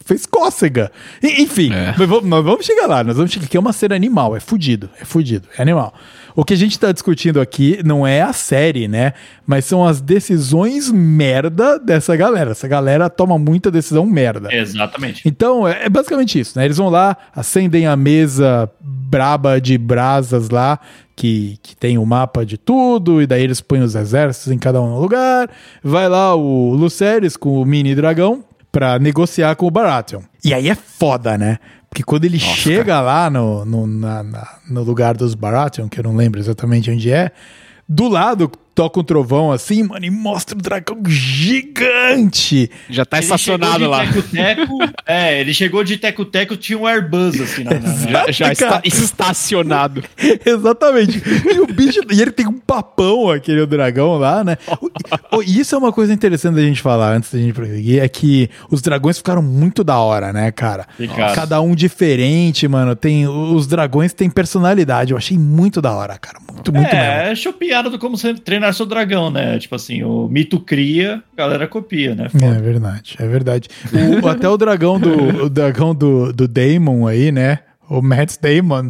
fez cócega. Enfim, nós vamos chegar lá, que é uma cena animal, é fudido, é animal. O que a gente tá discutindo aqui não é a série, né? Mas são as decisões merda dessa galera. Essa galera toma muita decisão merda. Exatamente. Então, é basicamente isso, né? Eles vão lá, acendem a mesa braba de brasas lá, que tem o mapa de tudo, e daí eles põem os exércitos em cada um no lugar. Vai lá o Lucerys com o mini dragão pra negociar com o Baratheon. E aí é foda, né? Porque quando ele chega lá no lugar dos Baratheon, que eu não lembro exatamente onde é, do lado toca um trovão assim, mano, e mostra um dragão gigante. Já tá estacionado lá. Ele chegou de teco-teco, tinha um Airbus assim. Já está estacionado. Exatamente. E o bicho, e ele tem um papão, aquele dragão lá, né? E isso é uma coisa interessante da gente falar, antes da gente prosseguir, é que os dragões ficaram muito da hora, né, cara? Cada um diferente, mano. Os dragões têm personalidade. Eu achei muito da hora, cara. Muito mesmo. É chopiada do como você treinar seu dragão, né? Tipo assim, o mito cria, a galera copia, né? Foda. É verdade. Até o dragão do Daemon aí, né? O Matt Damon,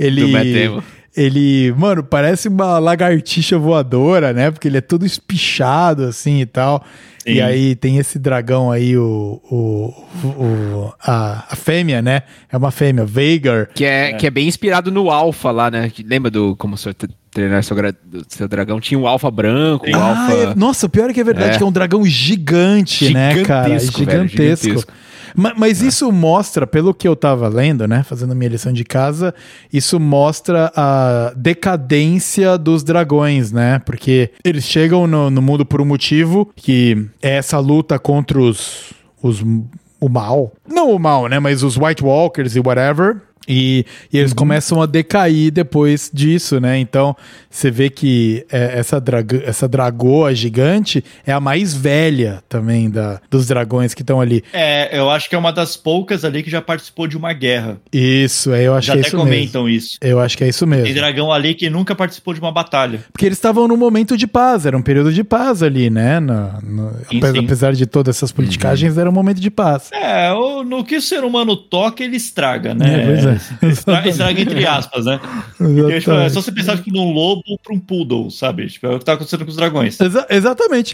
ele, mano, parece uma lagartixa voadora, né? Porque ele é todo espichado, assim, e tal. Sim. E aí tem esse dragão aí, a fêmea, né? É uma fêmea, Vhagar. Que é bem inspirado no Alpha lá, né? Lembra do como você treinar seu dragão? Tinha um Alpha branco, um Alpha... Nossa, o pior é que é verdade, que é um dragão gigante, né, cara? Gigantesco. Mas isso mostra, pelo que eu tava lendo, né, fazendo minha lição de casa, isso mostra a decadência dos dragões, né? Porque eles chegam no mundo por um motivo, que é essa luta contra o mal. Não o mal, né? Mas os White Walkers e whatever. E eles começam a decair depois disso, né? Então, você vê que essa dragoa gigante é a mais velha também dos dragões que estão ali. Eu acho que é uma das poucas ali que já participou de uma guerra. Isso, eu acho que é isso mesmo. Já até comentam isso. Eu acho que é isso mesmo. Tem dragão ali que nunca participou de uma batalha. Porque eles estavam num momento de paz, era um período de paz ali, né? Apesar de todas essas politicagens, era um momento de paz. No que o ser humano toca, ele estraga, né? Pois é. Estraga entre aspas, né? Porque, tipo, é só você pensar tipo, num lobo pra um poodle, sabe? Tipo, é o que tá acontecendo com os dragões. Exatamente,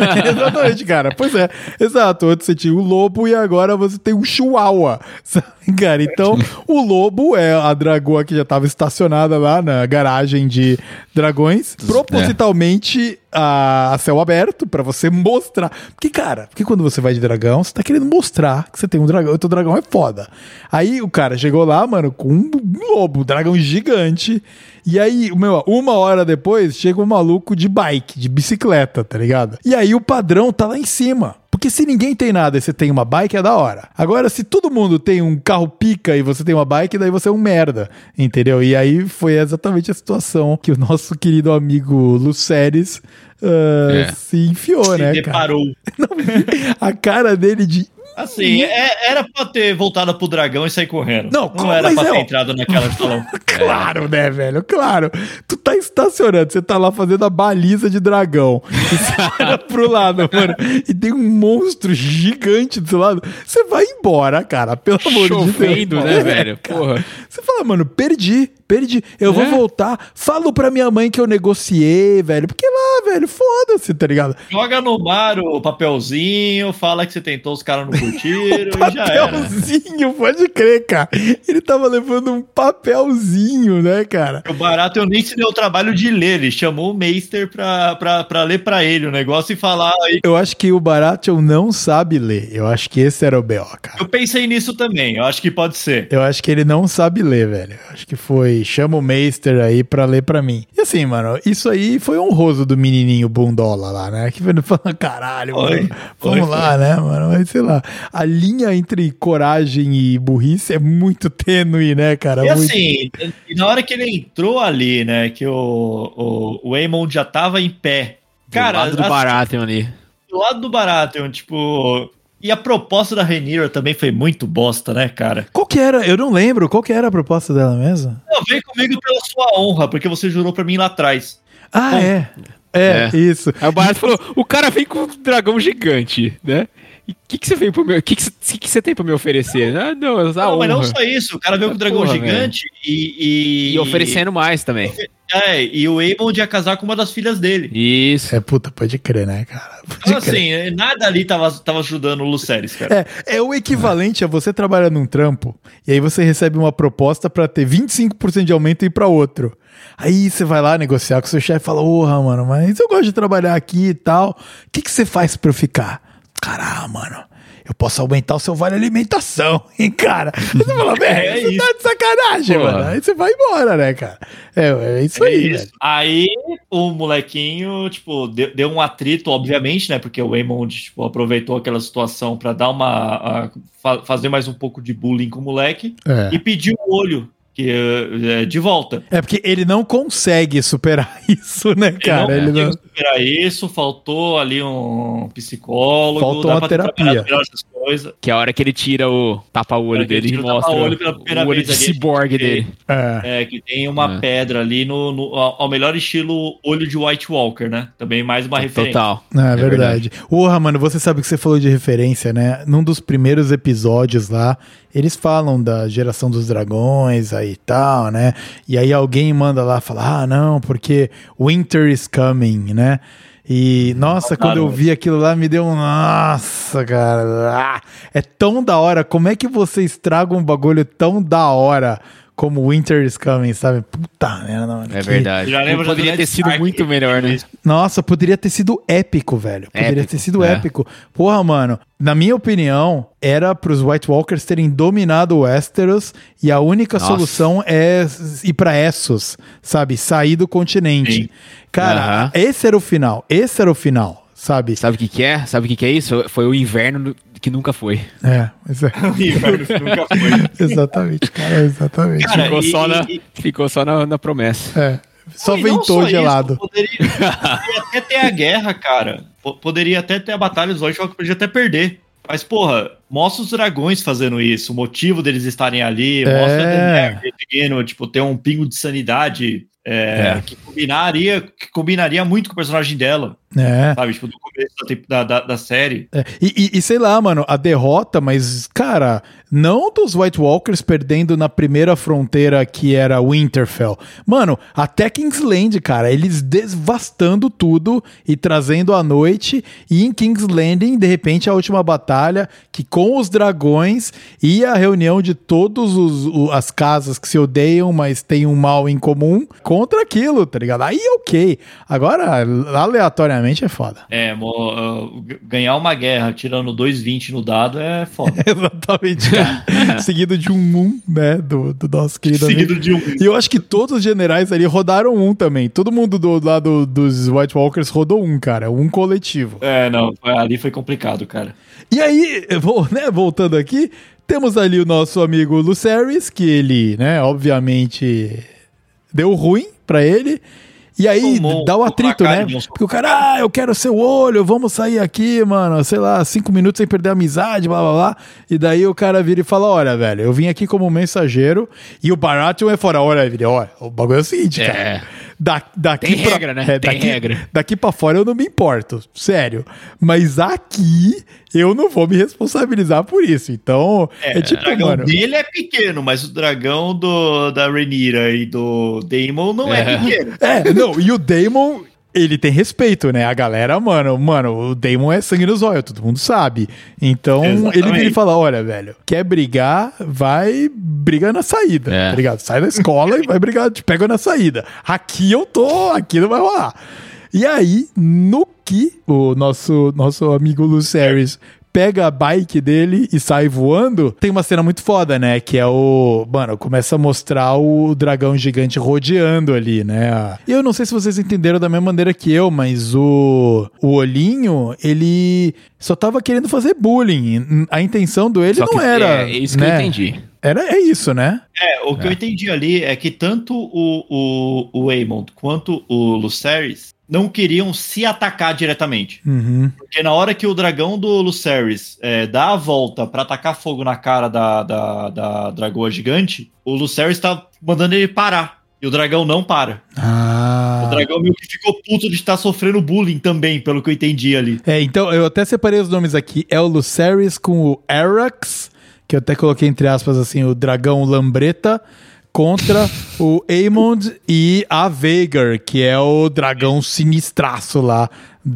cara. Pois é, exato. Antes você tinha o lobo e agora você tem um chihuahua, sabe, cara? Então, o lobo é a dragoa que já tava estacionada lá na garagem de dragões, propositalmente a céu aberto, pra você mostrar. Porque quando você vai de dragão, você tá querendo mostrar que você tem um dragão, o teu dragão é foda. Aí o cara chegou lá, mano, com um lobo, um dragão gigante. E aí, uma hora depois, chega um maluco de bike, de bicicleta, tá ligado? E aí o padrão tá lá em cima. Porque se ninguém tem nada e você tem uma bike, é da hora. Agora, se todo mundo tem um carro pica e você tem uma bike, daí você é um merda, entendeu? E aí foi exatamente a situação que o nosso querido amigo Lucerys se enfiou, né, deparou. Cara? A cara dele de... Assim, era pra ter voltado pro dragão e sair correndo. Não era pra ter entrado naquela salão. Claro, né, velho? Claro. Tu tá estacionando, você tá lá fazendo a baliza de dragão. Você olha pro lado, mano, e tem um monstro gigante do seu lado. Você vai embora, cara. Pelo amor de Deus. Chovendo, né, velho? Porra. Você fala, mano, perdi. Eu vou voltar. Falo pra minha mãe que eu negociei, velho. Porque lá, velho, foda-se, tá ligado? Joga no mar o papelzinho, fala que você tentou, os caras não curtiram e já era. Papelzinho, pode crer, cara. Ele tava levando um papelzinho, né, cara? O Baratheon nem se deu o trabalho de ler. Ele chamou o Meister pra ler pra ele o negócio e falar... Eu acho que o Baratheon não sabe ler. Eu acho que esse era o B.O., cara. Eu pensei nisso também. Eu acho que pode ser. Eu acho que ele não sabe ler, velho. Eu acho que foi... Chama o Meister aí pra ler pra mim. E assim, mano, isso aí foi honroso do menininho bundola lá, né? Que falando, caralho, mano, vamos lá, né, mano? Mas sei lá, a linha entre coragem e burrice é muito tênue, né, cara? E assim, na hora que ele entrou ali, né, que o Aemon já tava em pé. Cara, do lado do Baratheon ali. Do lado do Baratheon, tipo... E a proposta da Rhaenyra também foi muito bosta, né, cara? Qual que era? Eu não lembro. Qual que era a proposta dela mesmo? Não, vem comigo pela sua honra, porque você jurou pra mim lá atrás. Ah, Isso. Aí o Barato falou, o cara vem com um dragão gigante, né? E o que você veio pro meu... O que você tem pra me oferecer? Não, mas não só isso. O cara veio com o dragão gigante e oferecendo mais também. E o Aemond ia casar com uma das filhas dele. Isso. Pode crer, né, cara? Então, assim, nada ali tava ajudando o Lucerys, cara. É o equivalente a você trabalhar num trampo e aí você recebe uma proposta pra ter 25% de aumento e ir pra outro. Aí você vai lá negociar com o seu chefe e fala, mano, mas eu gosto de trabalhar aqui e tal. O que você faz pra eu ficar? Caralho, mano, eu posso aumentar o seu vale alimentação, hein, cara? Você fala, velho, você tá de sacanagem, mano. Aí você vai embora, né, cara? É isso aí, velho. Aí o molequinho, tipo, deu um atrito, obviamente, né? Porque o Aemond, tipo, aproveitou aquela situação pra dar fazer mais um pouco de bullying com o moleque e pediu o olho. De volta. É porque ele não consegue superar isso, né, cara? Ele não consegue superar isso, faltou ali um psicólogo. Faltou uma terapia. Que é a hora que ele tira o tapa-olho dele e mostra o olho de ciborgue dele. Que tem uma pedra ali ao melhor estilo olho de White Walker, né? Também mais uma referência. Total. É verdade. Mano, você sabe que você falou de referência, né? Num dos primeiros episódios lá, eles falam da geração dos dragões aí e tal, né? E aí alguém manda lá falar, não, porque Winter is coming, né? E, nossa, quando eu vi aquilo lá, me deu um... Nossa, cara. É tão da hora. Como é que você estraga um bagulho tão da hora como Winter is Coming, sabe? Puta merda. É verdade. Poderia ter sido muito melhor, né? Nossa, poderia ter sido épico, velho. Poderia ter sido épico. Porra, mano, na minha opinião, era pros White Walkers terem dominado o Westeros e a única solução é ir pra Essos, sabe? Sair do continente. Sim. Cara, esse era o final. Sabe? Sabe o que é? Sabe o que é isso? Foi o inverno que nunca foi. O inverno que nunca foi. Exatamente, cara, exatamente. Cara, ficou só na promessa. Só ventou gelado. Poderia até ter a guerra, cara. Poderia até ter a batalha, os White Walkers podia até perder. Mas, porra, mostra os dragões fazendo isso, o motivo deles estarem ali, mostra a Daenerys pequeno, tipo, ter um pingo de sanidade que combinaria muito com o personagem dela. Sabe, tipo, do começo da série. E sei lá, mano, a derrota, mas, cara, não dos White Walkers perdendo na primeira fronteira que era Winterfell. Mano, até Kingsland, cara, eles devastando tudo e trazendo a noite. E em King's Landing, de repente, a última batalha, que com os dragões e a reunião de todas as casas que se odeiam, mas têm um mal em comum, contra aquilo, tá ligado? Aí, ok. Agora, aleatoriamente, é foda. Ganhar uma guerra tirando 2,20 no dado é foda. Exatamente, cara. Seguido de um, né, do nosso querido amigo. Seguido de um. E eu acho que todos os generais ali rodaram um também. Todo mundo do lado dos White Walkers rodou um, cara. Um coletivo. Ali foi complicado, cara. E aí, voltando aqui, temos ali o nosso amigo Lucerys, que ele, né, obviamente deu ruim pra ele. E aí dá o atrito, né? Porque o cara, eu quero seu olho, vamos sair aqui, mano, sei lá, 5 minutos sem perder a amizade, blá blá blá. E daí o cara vira e fala, olha, velho, eu vim aqui como mensageiro e o Baratheon é fora. Olha, o bagulho é o seguinte, cara. Daqui tem regra, né? Tem regra. Daqui pra fora eu não me importo, sério. Mas aqui eu não vou me responsabilizar por isso. Então, tipo, o dragão mano, dele é pequeno, mas o dragão da Rhaenyra e do Daemon não é pequeno. E o Daemon, ele tem respeito, né? A galera, mano, o Daemon é sangue nos olhos, todo mundo sabe. Então, ele vira e fala, olha, velho, quer brigar, vai brigar na saída, tá ligado? Sai da escola e vai brigar, te pega na saída. Aqui não vai rolar. E aí, no que o nosso amigo Lucerys pega a bike dele e sai voando, tem uma cena muito foda, né? Que é começa a mostrar o dragão gigante rodeando ali, né? E eu não sei se vocês entenderam da mesma maneira que eu, mas o olhinho, ele só tava querendo fazer bullying. A intenção dele não era... É isso que eu entendi. É isso, né? O que eu entendi ali é que tanto o Aemond quanto o Lucerys não queriam se atacar diretamente. Porque na hora que o dragão do Lucerys dá a volta pra atacar fogo na cara da dragoa gigante, o Lucerys tá mandando ele parar. E o dragão não para. O dragão meio que ficou puto de estar sofrendo bullying também, pelo que eu entendi ali. Então, eu até separei os nomes aqui. É o Lucerys com o Arax, que eu até coloquei entre aspas assim, o dragão lambreta, contra o Aemond e a Vhagar, que é o dragão sinistraço lá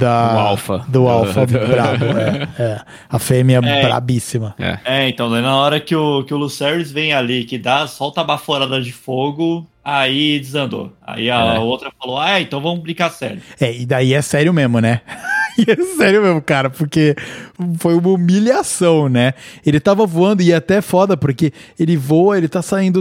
do Alpha brabo. A fêmea brabíssima. Então, na hora que o Lucerys vem ali, que solta a baforada de fogo, aí desandou. Aí a outra falou, então vamos brincar sério. E daí é sério mesmo, né? E é sério mesmo, cara, porque foi uma humilhação, né? Ele tava voando e é até foda, porque ele voa, ele tá saindo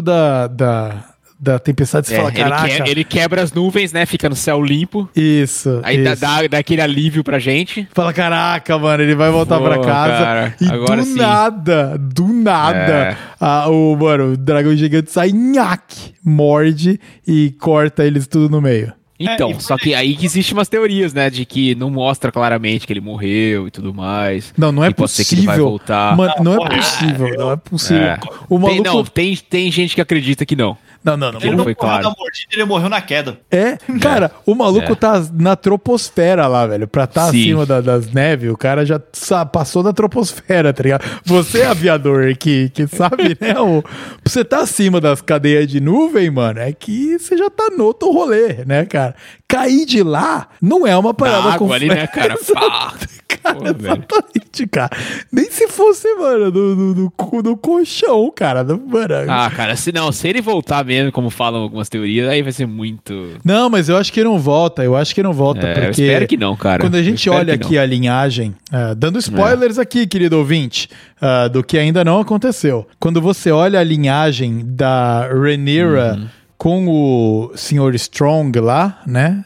da tempestade, você fala, caraca... Ele quebra as nuvens, né? Fica no céu limpo. Isso. Aí dá aquele alívio pra gente. Fala, caraca, mano, ele vai voltar pra casa. Cara, e agora do nada, o dragão gigante sai, nhaque, morde e corta eles tudo no meio. Então, só que aí que existem umas teorias, né, de que não mostra claramente que ele morreu e tudo mais. Não é possível. Pode ser que ele vai voltar. Mano, não é possível. O maluco... Tem gente que acredita que não. Não. Ele não foi claro. Na mordida, ele morreu na queda. Cara, o maluco tá na troposfera lá, velho. Pra tá acima das neves, o cara já passou da troposfera, tá ligado? Você, aviador, que sabe, né? Pra você tá acima das cadeias de nuvem, mano, é que você já tá no outro rolê, né, cara? Cair de lá não é uma parada com ali, né, cara? Exatamente, cara. Nem se fosse, mano, do colchão, cara. Cara, se ele voltar mesmo, como falam algumas teorias, aí vai ser muito... Não, mas eu acho que não volta. Porque eu espero que não, cara. Quando a gente olha aqui a linhagem, dando spoilers aqui, querido ouvinte, do que ainda não aconteceu. Quando você olha a linhagem da Rhaenyra com o Sr. Strong lá, né?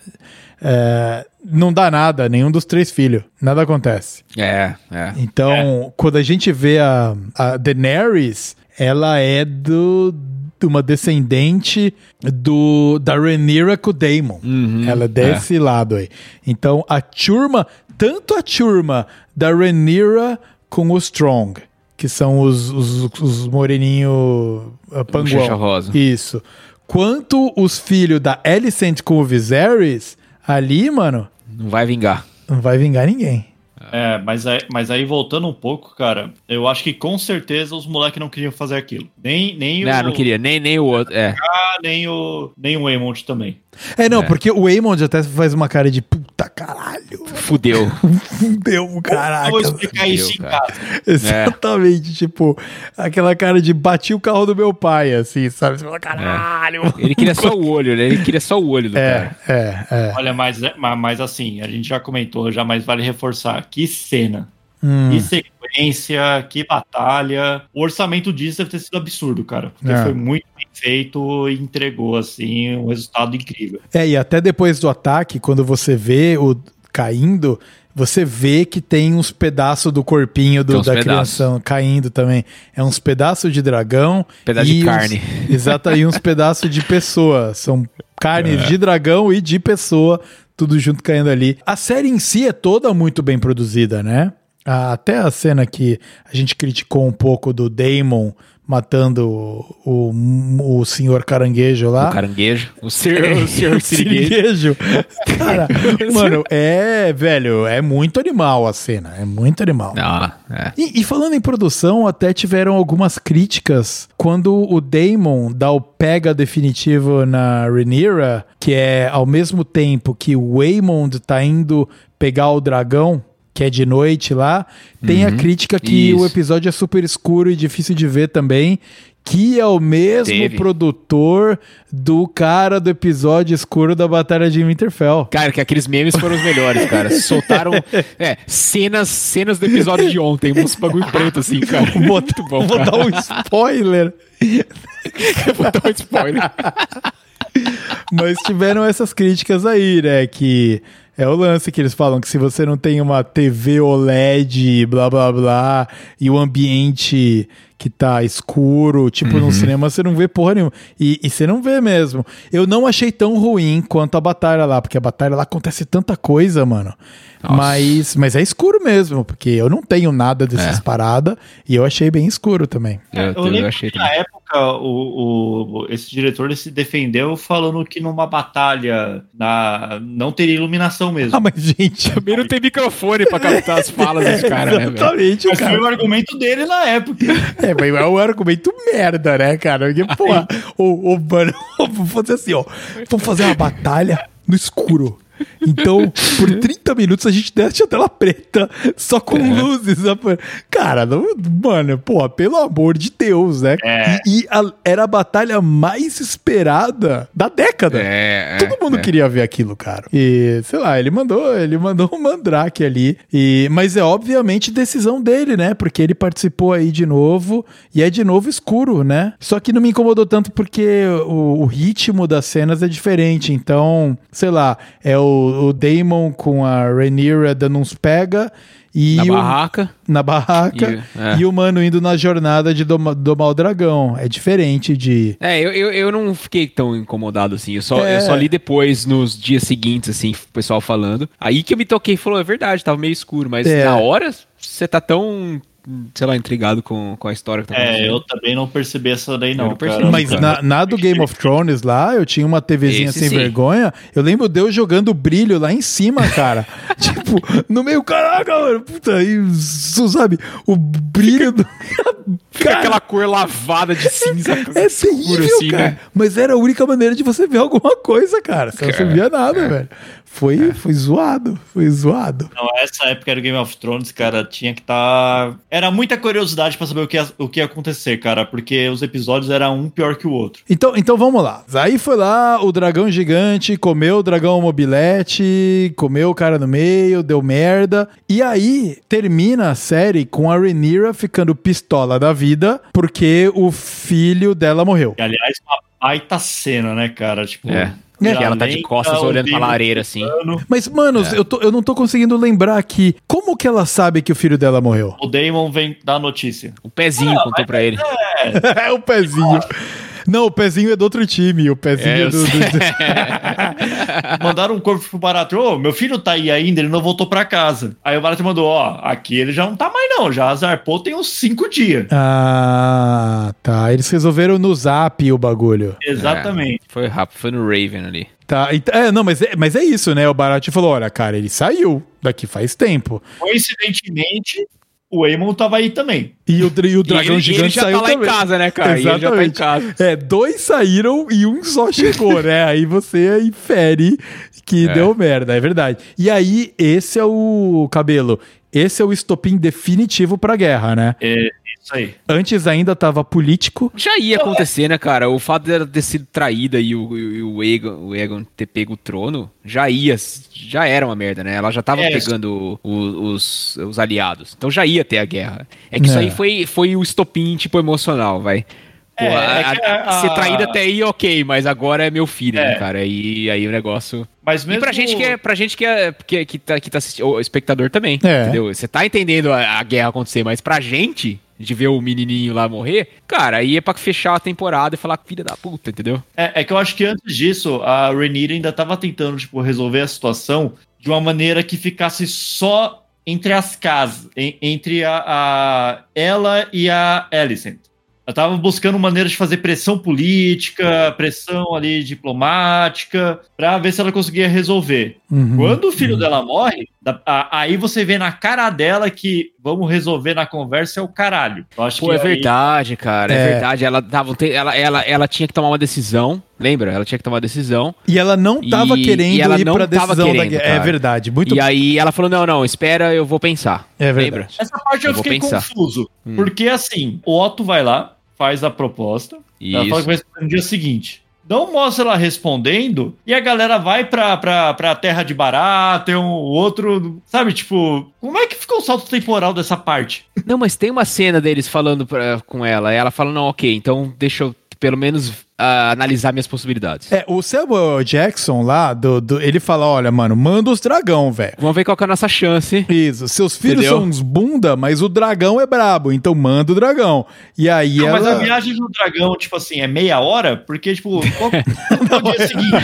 Não dá nada, nenhum dos 3 filhos. Nada acontece. Então, quando a gente vê a Daenerys, ela é de uma descendente da Rhaenyra com o Daemon. Ela é desse lado aí. Então, tanto a turma da Rhaenyra com o Strong, que são os moreninhos panguão. Rosa. Isso. Quanto os filhos da Alicent com o Viserys, ali, mano... Não vai vingar. Não vai vingar ninguém. Mas aí voltando um pouco, cara, eu acho que com certeza os moleques não queriam fazer aquilo. Nem não queria, nem o outro. Nem o Aemond também. Porque o Aemond até faz uma cara de puta caralho. Fudeu, caraca. Eu vou explicar isso em casa. Exatamente, tipo, aquela cara de bati o carro do meu pai, assim, sabe? Você fala, caralho. Ele queria só o olho, né? Ele queria só o olho do cara. Olha, mas assim, a gente já comentou, mas vale reforçar. Que cena. Que sequência, que batalha. O orçamento disso deve ter sido absurdo, cara. Porque foi muito bem feito e entregou, assim, um resultado incrível. E até depois do ataque, quando você vê o caindo, você vê que tem uns pedaços do corpinho da criança caindo também. É uns pedaços de dragão. Pedaço de carne. Exato, e uns pedaços de pessoa. São carnes de dragão e de pessoa, tudo junto caindo ali. A série em si é toda muito bem produzida, né? Até a cena que a gente criticou um pouco do Daemon matando o senhor caranguejo lá. O caranguejo. O senhor siriguejo. Cara, mano, velho, é muito animal a cena. É muito animal. E falando em produção, até tiveram algumas críticas quando o Daemon dá o pega definitivo na Rhaenyra, que é ao mesmo tempo que o Aemond tá indo pegar o dragão, que é de noite lá, tem a crítica que o episódio é super escuro e difícil de ver também, que é o mesmo produtor do cara do episódio escuro da Batalha de Winterfell. Cara, que aqueles memes foram os melhores, cara. Soltaram cenas do episódio de ontem, uns bagulho preto assim, cara. Muito bom, vou dar um spoiler. Mas tiveram essas críticas aí, né, que... É o lance que eles falam que se você não tem uma TV OLED, blá blá blá, e o ambiente que tá escuro, tipo, no cinema você não vê porra nenhuma. E você não vê mesmo. Eu não achei tão ruim quanto a batalha lá, porque a batalha lá acontece tanta coisa, mano. Mas é escuro mesmo, porque eu não tenho nada dessas paradas e eu achei bem escuro também. Eu lembro que na época esse diretor ele se defendeu falando que numa batalha não teria iluminação mesmo. Ah, mas gente... Também não tem microfone pra captar as falas dos caras, né, velho? Exatamente, Mas foi o argumento dele na época. Mas é um argumento merda, né, cara? Porque, porra, mano, vamos fazer assim, ó. Vamos fazer uma batalha no escuro. Então, por 30 minutos a gente deixa a tela preta, só com luzes. Cara, mano, pô, pelo amor de Deus, né? Era a batalha mais esperada da década. Todo mundo queria ver aquilo, cara. E, sei lá, ele mandou um mandrake ali. Mas é obviamente decisão dele, né? Porque ele participou aí de novo e é de novo escuro, né? Só que não me incomodou tanto porque o ritmo das cenas é diferente. Então, sei lá, é o Daemon com a Rhaenyra dando uns pega e na barraca e o mano indo na jornada de domar o dragão. É diferente de... Eu não fiquei tão incomodado assim. Eu só li depois, nos dias seguintes, assim, o pessoal falando. Aí que eu me toquei e falou, é verdade, tava meio escuro. Mas na hora, você tá tão... sei lá, intrigado com a história que tá acontecendo. Eu também não percebi essa daí não, cara. Mas na do Game of Thrones lá, eu tinha uma TVzinha sem vergonha, eu lembro de eu jogando brilho lá em cima, cara. Tipo, no meio, caraca, mano, puta, isso, sabe, o brilho do... Fica aquela cor lavada de cinza. É terrível, assim, cara. Né? Mas era a única maneira de você ver alguma coisa, cara. Você não via nada, velho. Foi zoado. Não, essa época do Game of Thrones, cara, tinha que estar... Era muita curiosidade pra saber o que ia acontecer, cara, porque os episódios eram um pior que o outro. Então vamos lá. Aí foi lá, o dragão gigante comeu o dragão mobilete, comeu o cara no meio, deu merda. E aí termina a série com a Rhaenyra ficando pistola da vida porque o filho dela morreu. E, aliás, uma baita cena, né, cara? Tipo... E ela tá de costas olhando pra lareira, assim. Mas, mano, eu não tô conseguindo lembrar aqui. Como que ela sabe que o filho dela morreu? O Daemon vem dar notícia. O pezinho contou pra ele. É o pezinho. Não, o pezinho é do outro time. O pezinho do... Mandaram um corpo pro Baratheon. Meu filho tá aí ainda, ele não voltou pra casa. Aí o Baratheon mandou, aqui ele já não tá mais não. Já zarpou tem uns 5 dias. Ah, tá. Eles resolveram no Zap o bagulho. Exatamente. Foi rápido, foi no Raven ali. Tá, mas é isso, né? O Baratheon falou, olha, cara, ele saiu daqui faz tempo. Coincidentemente... O Aemon tava aí também. E o dragão gigante saiu também. Ele já tá lá em casa, né, cara? Exatamente. Ele já tá em casa. 2 saíram e um só chegou, né? Aí você infere que deu merda, é verdade. E aí, esse é o Cabelo. Esse é o estopim definitivo pra guerra, né? Isso aí. Antes ainda tava político. Já ia acontecer, né, cara? O fato dela ter sido traída e o Aegon ter pego o trono, já era uma merda, né? Ela já tava pegando os aliados. Então já ia ter a guerra. É que isso aí foi o estopim, tipo, emocional, vai. Ser traída até aí, ok, mas agora é meu filho, né, cara? E aí o negócio... Mas mesmo... E pra gente que tá assistindo, o espectador também, entendeu? Você tá entendendo a guerra acontecer, mas pra gente, de ver o menininho lá morrer, cara, aí é pra fechar a temporada e falar, filha da puta, entendeu? É que eu acho que antes disso, a Rhaenyra ainda tava tentando, tipo, resolver a situação de uma maneira que ficasse só entre as casas, entre ela e a Alicent. Ela tava buscando maneiras de fazer pressão política, pressão ali diplomática, pra ver se ela conseguia resolver. Quando o filho dela morre, aí você vê na cara dela que vamos resolver na conversa é o caralho. Eu acho que verdade, cara, é verdade. Ela tinha que tomar uma decisão, lembra? Ela tinha que tomar uma decisão. E ela não tava querendo ir pra decisão da guerra. É verdade. Muito... E aí ela falou, não, espera, eu vou pensar. É verdade. Lembra? Essa parte eu fiquei confuso. Porque assim, o Otto vai lá, faz a proposta, ela fala que vai responder no dia seguinte. Não mostra ela respondendo e a galera vai pra terra de Baratheon, o outro, sabe, tipo, como é que ficou o salto temporal dessa parte? Não, mas tem uma cena deles falando com ela, e ela fala, não, ok, então deixa eu pelo menos analisar minhas possibilidades. O Samuel Jackson lá, ele fala, olha, mano, manda os dragão, velho. Vamos ver qual que é a nossa chance. Isso, seus filhos Entendeu? são uns bunda, mas o dragão é brabo, então manda o dragão. E aí Não, ela... mas a viagem do dragão, tipo assim, é meia hora? Porque, tipo, qual é o dia seguinte?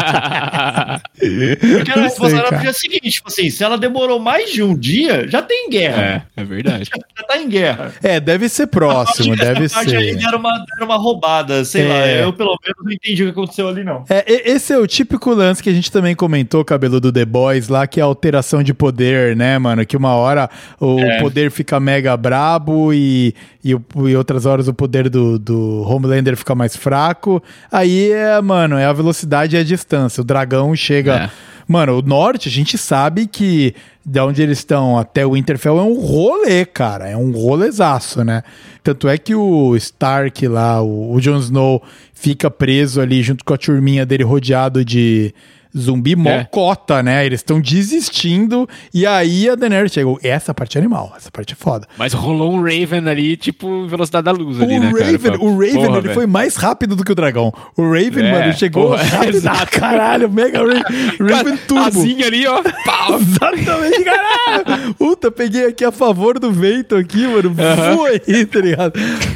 Porque ela responsável pro dia seguinte, tipo assim, se ela demorou mais de um dia, já tem guerra. É verdade. Já tá em guerra. deve ser próximo, deve Essa parte aí ser. deram uma roubada, sei lá. Eu, pelo menos, não entendi o que aconteceu ali, não. Esse é o típico lance que a gente também comentou, cabelo do The Boys, lá, que é a alteração de poder, né, mano? Que uma hora o poder fica mega brabo e outras horas o poder do Homelander fica mais fraco. Aí, mano, é a velocidade e a distância. O dragão chega... Mano, o norte, a gente sabe que de onde eles estão até o Winterfell é um rolê, cara. É um rolezaço, né? Tanto é que o Stark lá, o Jon Snow, fica preso ali junto com a turminha dele, rodeado de zumbi mocota, né? Eles estão desistindo e aí a Daenerys chegou. Essa parte é animal, essa parte é foda. Mas rolou um Raven ali, tipo, velocidade da luz ali, né, cara? O Raven, ele foi mais rápido do que o dragão. O Raven, mano, chegou rápido. Exato. Caralho, mega Raven Turbo. Asinha ali, ó. Pau. Exatamente, caralho. Puta, peguei aqui a favor do vento aqui, mano. Voa aí, tá ligado?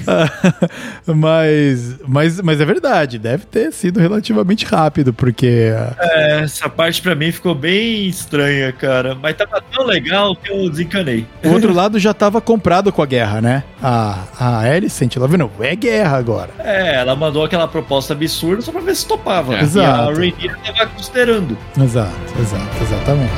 Mas é verdade, deve ter sido relativamente rápido, porque... Essa parte pra mim ficou bem estranha, cara. Mas tava tão legal que eu desencanei. O outro lado já tava comprado com a guerra, né? A Alicent, ela vendo, é guerra agora. Ela mandou aquela proposta absurda só pra ver se topava. Exato. E a Rhaenyra tava considerando. Exatamente.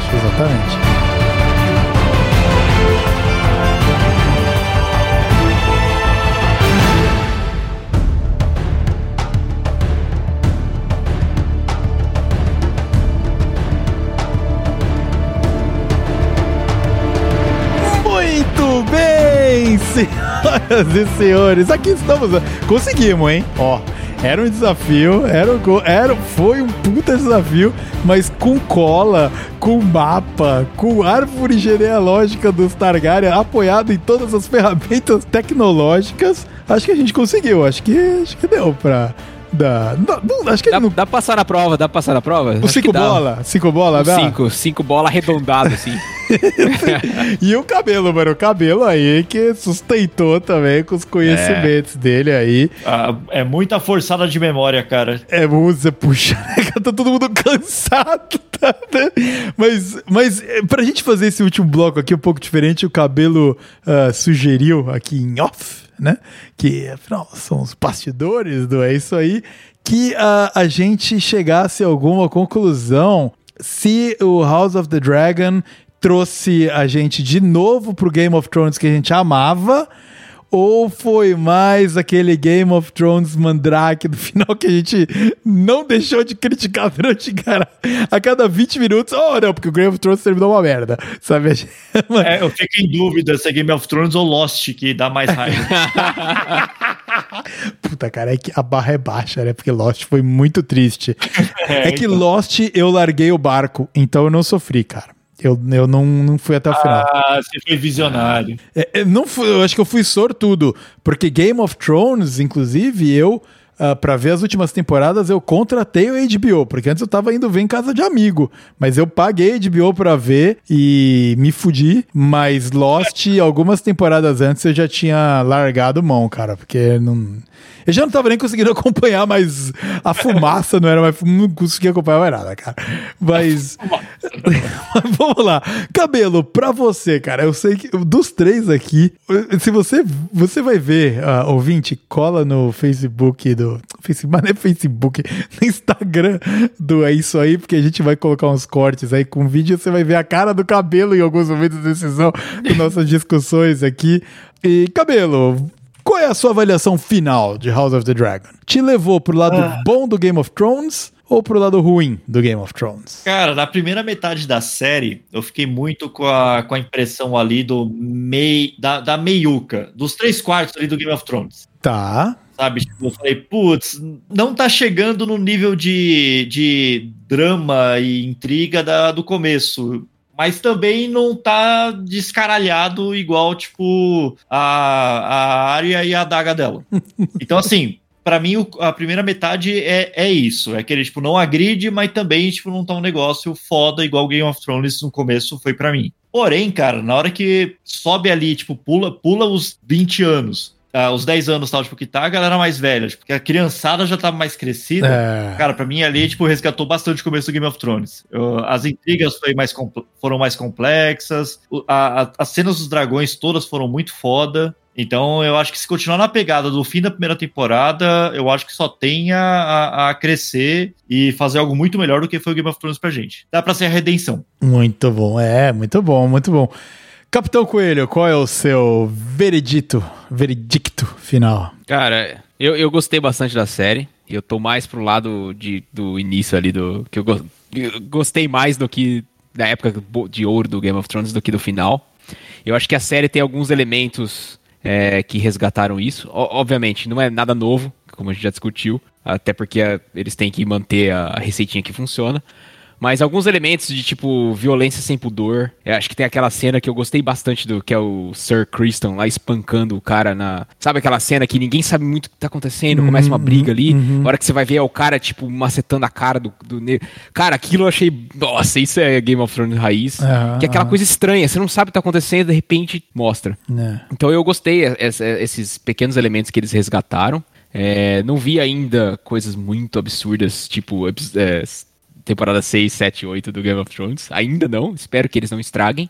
Muito bem, senhoras e senhores, aqui estamos, conseguimos, hein? Ó, era um desafio, foi um puta desafio, mas com cola, com mapa, com árvore genealógica dos Targaryen, apoiado em todas as ferramentas tecnológicas, acho que a gente conseguiu, acho que deu pra... acho que dá pra passar na prova, O 5 bola, dá? 5 bola arredondado, assim. E o cabelo aí que sustentou também com os conhecimentos dele aí. É muita forçada de memória, cara. Você puxa, né? Tá todo mundo cansado, tá? Mas pra gente fazer esse último bloco aqui um pouco diferente, o cabelo sugeriu aqui em off, né? Que afinal são os bastidores do É Isso Aí, que a gente chegasse a alguma conclusão se o House of the Dragon trouxe a gente de novo pro Game of Thrones que a gente amava, ou foi mais aquele Game of Thrones mandrake do final que a gente não deixou de criticar durante, cara, a cada 20 minutos. Não, porque o Game of Thrones terminou uma merda, sabe? Eu fico em dúvida se é Game of Thrones ou Lost que dá mais raiva. Puta, cara, é que a barra é baixa, né? Porque Lost foi muito triste. Que então... Lost eu larguei o barco, então eu não sofri, cara. Eu não fui até o final. Você foi visionário. Eu acho que eu fui sortudo, porque Game of Thrones, inclusive, pra ver as últimas temporadas, eu contratei o HBO, porque antes eu tava indo ver em casa de amigo, mas eu paguei HBO pra ver e me fudi, mas Lost, algumas temporadas antes, eu já tinha largado mão, cara, porque eu já não tava nem conseguindo acompanhar mais a fumaça, não conseguia acompanhar mais nada, cara. Mas vamos lá. Cabelo, pra você, cara, eu sei que dos três aqui, se você vai ver, ouvinte, cola no Facebook mas não é Facebook, no Instagram do É Isso Aí, porque a gente vai colocar uns cortes aí com vídeo, você vai ver a cara do Cabelo em alguns momentos da decisão, com nossas discussões aqui. E, Cabelo, qual é a sua avaliação final de House of the Dragon? Te levou pro lado bom do Game of Thrones ou pro lado ruim do Game of Thrones? Cara, na primeira metade da série, eu fiquei muito com a impressão ali da meiuca, dos 3/4 ali do Game of Thrones. Tá. Sabe, tipo, eu falei, putz, não tá chegando no nível de drama e intriga do começo, mas também não tá descaralhado igual, tipo, a Arya e a adaga dela. Então, assim, pra mim, a primeira metade é isso. É aquele, tipo, não agride, mas também, tipo, não tá um negócio foda, igual Game of Thrones no começo foi pra mim. Porém, cara, na hora que sobe ali, tipo, pula os 20 anos, os 10 anos, tal, tipo, que tá a galera mais velha, tipo, porque a criançada já tá mais crescida. Cara, pra mim ali, tipo, resgatou bastante o começo do Game of Thrones. As intrigas foram mais complexas, as cenas dos dragões todas foram muito foda. Então, eu acho que se continuar na pegada do fim da primeira temporada, eu acho que só tem a crescer e fazer algo muito melhor do que foi o Game of Thrones pra gente. Dá pra ser a redenção. Muito bom, muito bom, muito bom. Capitão Coelho, qual é o seu veredicto final? Cara, eu gostei bastante da série. Eu tô mais pro lado do início ali, que eu gostei mais do que da época de ouro do Game of Thrones do que do final. Eu acho que a série tem alguns elementos que resgataram isso. Obviamente, não é nada novo, como a gente já discutiu, até porque eles têm que manter a receitinha que funciona. Mas alguns elementos de, tipo, violência sem pudor. Eu acho que tem aquela cena que eu gostei bastante que é o Sir Criston lá espancando o cara Sabe aquela cena que ninguém sabe muito o que tá acontecendo, começa uma briga ali, a hora que você vai ver é o cara, tipo, macetando a cara do negro. Cara, aquilo eu achei... Nossa, isso é Game of Thrones raiz. Que é aquela coisa estranha, você não sabe o que tá acontecendo, de repente mostra. Então eu gostei esses pequenos elementos que eles resgataram. Não vi ainda coisas muito absurdas, tipo... temporada 6, 7, 8 do Game of Thrones. Ainda não, espero que eles não estraguem.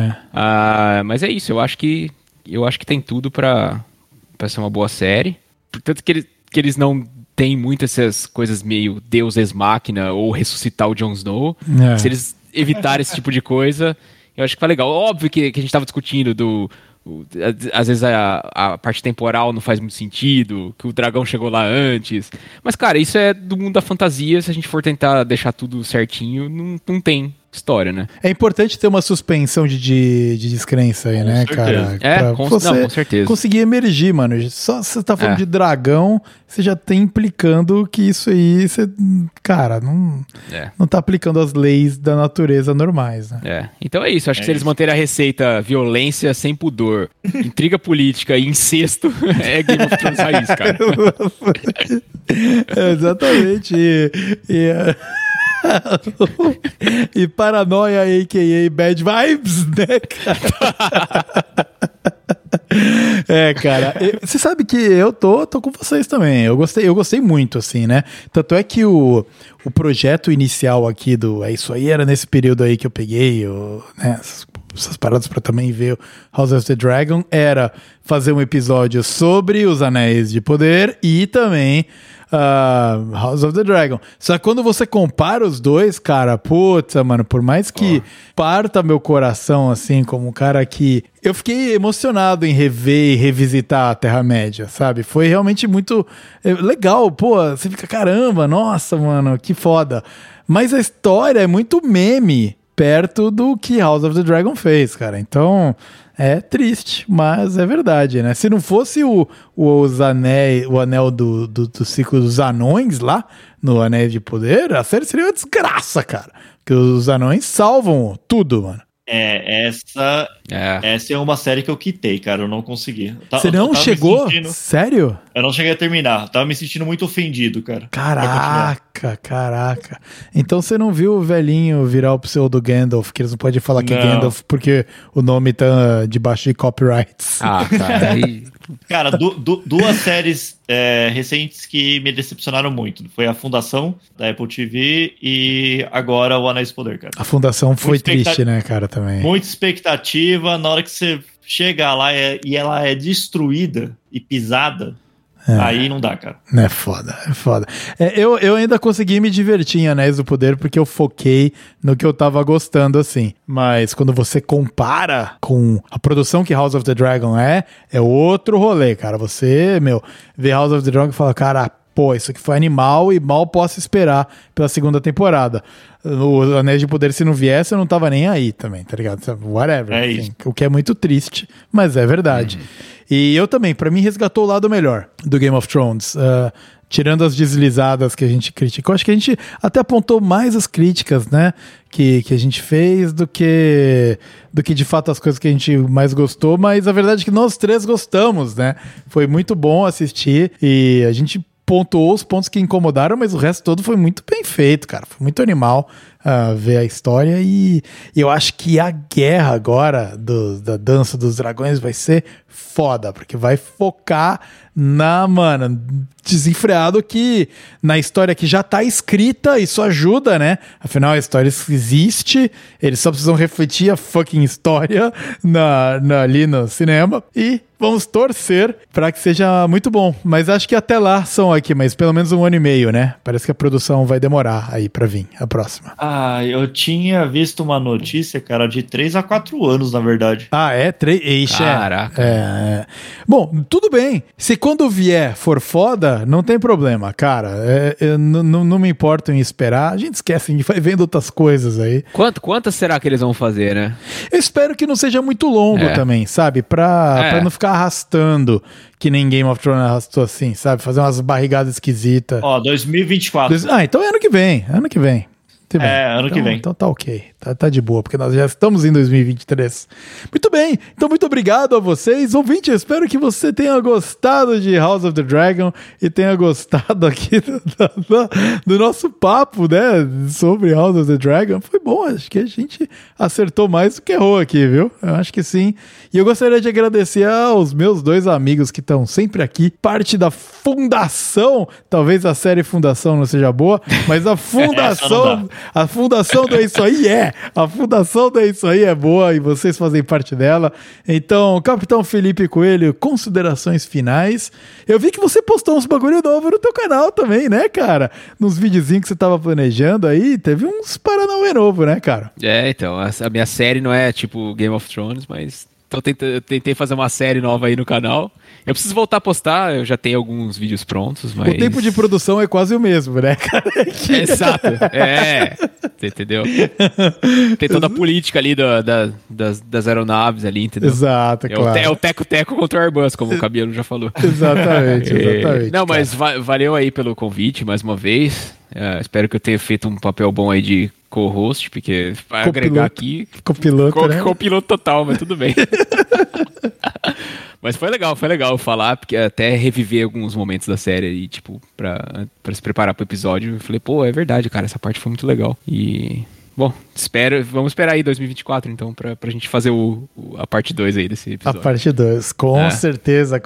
Mas é isso, eu acho que tem tudo pra ser uma boa série. Portanto que eles não têm muitas essas coisas meio Deus ex machina ou ressuscitar o Jon Snow. Se eles evitarem esse tipo de coisa, eu acho que foi legal. Óbvio que a gente tava discutindo às vezes a parte temporal não faz muito sentido, que o dragão chegou lá antes. Mas, cara, isso é do mundo da fantasia. Se a gente for tentar deixar tudo certinho, não tem história, né? É importante ter uma suspensão de descrença aí, né, cara? Com certeza. Conseguir emergir, mano. Só você tá falando de dragão, você já tem implicando que isso aí, você, cara, não tá aplicando as leis da natureza normais, né? Então é isso. Acho que se eles manterem a receita violência sem pudor, intriga política e incesto, é Game of Thrones raiz, cara. Exatamente. E paranoia, a.k.a. bad vibes, né, cara? Cara, você sabe que eu tô com vocês também. Eu gostei muito, assim, né? Tanto é que o projeto inicial aqui É Isso Aí era nesse período aí que eu peguei, né, essas paradas pra também ver House of the Dragon, era fazer um episódio sobre os Anéis de Poder e também House of the Dragon. Só que quando você compara os dois, cara, puta, mano, por mais que parta meu coração, assim, como um cara que... Eu fiquei emocionado em rever e revisitar a Terra-média, sabe? Foi realmente muito legal, pô, você fica, caramba, nossa, mano, que foda. Mas a história é muito meme perto do que House of the Dragon fez, cara. Então... é triste, mas é verdade, né? Se não fosse o anel do ciclo dos anões lá, no Anéis de Poder, a série seria uma desgraça, cara. Porque os anões salvam tudo, mano. Essa é uma série que eu quitei, cara. Eu não consegui. Você não chegou? Sério? Eu não cheguei a terminar. Eu tava me sentindo muito ofendido, cara. Caraca. Então você não viu o velhinho virar o pseudo Gandalf, que eles não podem falar que é Gandalf porque o nome tá debaixo de copyrights. Cara, aí... Cara, duas séries recentes que me decepcionaram muito. Foi a Fundação, da Apple TV, e agora o Anéis do Poder, cara. A Fundação foi triste, né, cara, também. Muita expectativa, na hora que você chega lá e ela é destruída e pisada, aí não dá, cara. É foda. Eu ainda consegui me divertir em Anéis do Poder porque eu foquei no que eu tava gostando, assim. Mas quando você compara com a produção que House of the Dragon é outro rolê, cara. Você, vê House of the Dragon e fala, cara, pô, isso aqui foi animal e mal posso esperar pela segunda temporada. O Anéis de Poder, se não viesse, eu não tava nem aí também, tá ligado? Whatever. Isso. O que é muito triste, mas é verdade. E eu também, pra mim, resgatou o lado melhor do Game of Thrones. Tirando as deslizadas que a gente criticou, acho que a gente até apontou mais as críticas, né, que a gente fez do que de fato as coisas que a gente mais gostou, mas a verdade é que nós três gostamos, né? Foi muito bom assistir e a gente pontuou os pontos que incomodaram, mas o resto todo foi muito bem feito, cara. Foi muito animal ver a história, e eu acho que a guerra agora da Dança dos Dragões vai ser foda, porque vai focar desenfreado que na história que já tá escrita, isso ajuda, né? Afinal, a história existe, eles só precisam refletir a fucking história ali no cinema, e vamos torcer pra que seja muito bom. Mas acho que até lá são aqui, mas pelo menos 1 ano e meio, né? Parece que a produção vai demorar aí pra vir, a próxima. Eu tinha visto uma notícia, cara, de 3 a 4 anos, na verdade. É? Caraca. Bom, tudo bem. Se quando vier for foda, não tem problema, cara. Não me importo em esperar. A gente esquece, a gente vai vendo outras coisas aí. Quantas será que eles vão fazer, né? Eu espero que não seja muito longo também, sabe? Pra não ficar arrastando, que nem Game of Thrones arrastou assim, sabe? Fazer umas barrigadas esquisitas. 2024. Então é ano que vem. Ano que vem. Ano que vem. Então tá ok, tá de boa, porque nós já estamos em 2023. Muito bem, então muito obrigado a vocês. Ouvinte, eu espero que você tenha gostado de House of the Dragon e tenha gostado aqui do nosso papo, né, sobre House of the Dragon. Foi bom, acho que a gente acertou mais do que errou aqui, viu? Eu acho que sim. E eu gostaria de agradecer aos meus 2 amigos que estão sempre aqui, parte da fundação, talvez a série Fundação não seja boa, mas a fundação... A fundação do É Isso Aí a fundação do É Isso Aí é boa e vocês fazem parte dela. Então, Capitão Felipe Coelho, considerações finais. Eu vi que você postou uns bagulho novo no teu canal também, né, cara? Nos videozinhos que você tava planejando aí, teve uns Paranauê novo, né, cara? Então, a minha série não é tipo Game of Thrones, mas... Então eu tentei fazer uma série nova aí no canal. Eu preciso voltar a postar, eu já tenho alguns vídeos prontos, mas... O tempo de produção é quase o mesmo, né, cara? Exato, você entendeu? Tem toda a política ali das aeronaves ali, entendeu? Exato, claro. É o teco-teco contra o Airbus, como o Cabelo já falou. Exatamente. Não, mas valeu aí pelo convite, mais uma vez. Espero que eu tenha feito um papel bom aí de co-host, porque vai agregar aqui... Copiloto, né? Copiloto total, mas tudo bem. Mas foi legal falar, porque até reviver alguns momentos da série aí, tipo, pra se preparar pro episódio. Eu falei, pô, é verdade, cara, essa parte foi muito legal. E... Bom, vamos esperar aí 2024, então, pra gente fazer a parte 2 aí desse episódio. A parte 2, com certeza.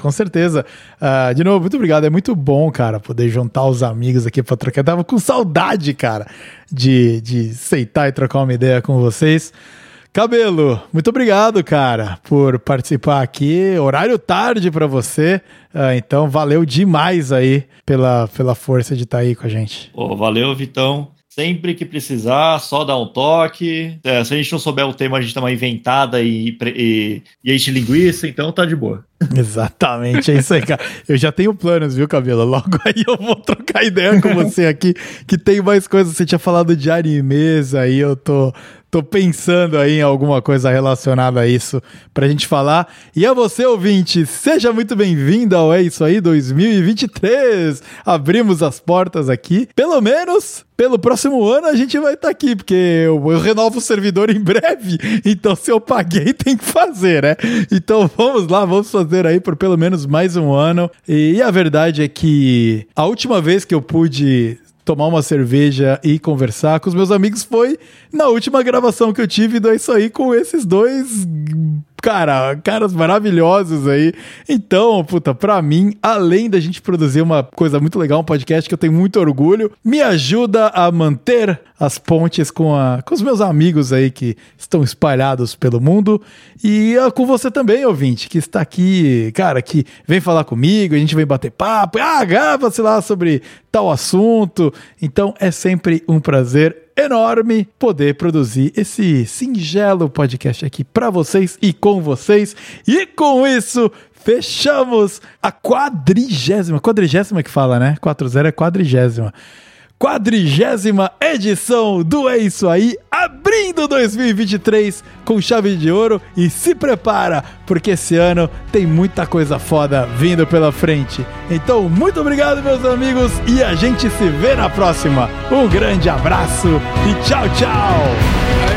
De novo, muito obrigado. É muito bom, cara, poder juntar os amigos aqui pra trocar. Eu tava com saudade, cara, de sentar e trocar uma ideia com vocês. Cabelo, muito obrigado, cara, por participar aqui. Horário tarde pra você, então valeu demais aí pela força de estar aí com a gente. Valeu, Vitão. Sempre que precisar, só dá um toque. Se a gente não souber o tema, a gente dá uma inventada e enche linguiça, então tá de boa. Exatamente, é isso aí, cara. Eu já tenho planos, viu, Cabelo? Logo aí eu vou trocar ideia com você aqui, que tem mais coisas. Você tinha falado de animes, aí eu tô pensando aí em alguma coisa relacionada a isso pra gente falar. E a você, ouvinte, seja muito bem-vindo ao É Isso Aí 2023. Abrimos as portas aqui. Pelo menos pelo próximo ano a gente vai estar aqui, porque eu renovo o servidor em breve. Então, se eu paguei, tem que fazer, né? Então, vamos lá, vamos fazer aí por pelo menos mais um ano. E a verdade é que a última vez que eu pude tomar uma cerveja e conversar com os meus amigos foi na última gravação que eu tive do É Isso Aí com esses 2 caras maravilhosos aí. Então, pra mim, além da gente produzir uma coisa muito legal, um podcast que eu tenho muito orgulho, me ajuda a manter as pontes com os meus amigos aí que estão espalhados pelo mundo e com você também, ouvinte, que está aqui, cara, que vem falar comigo, a gente vem bater papo, grava-se lá sobre tal assunto. Então, é sempre um prazer enorme poder produzir esse singelo podcast aqui pra vocês e com vocês. E com isso, fechamos a 40ª que fala, né? 40 é 40ª edição do É Isso Aí, abrindo 2023 com chave de ouro. E se prepara, porque esse ano tem muita coisa foda vindo pela frente. Então, muito obrigado, meus amigos, e a gente se vê na próxima. Um grande abraço e tchau, tchau!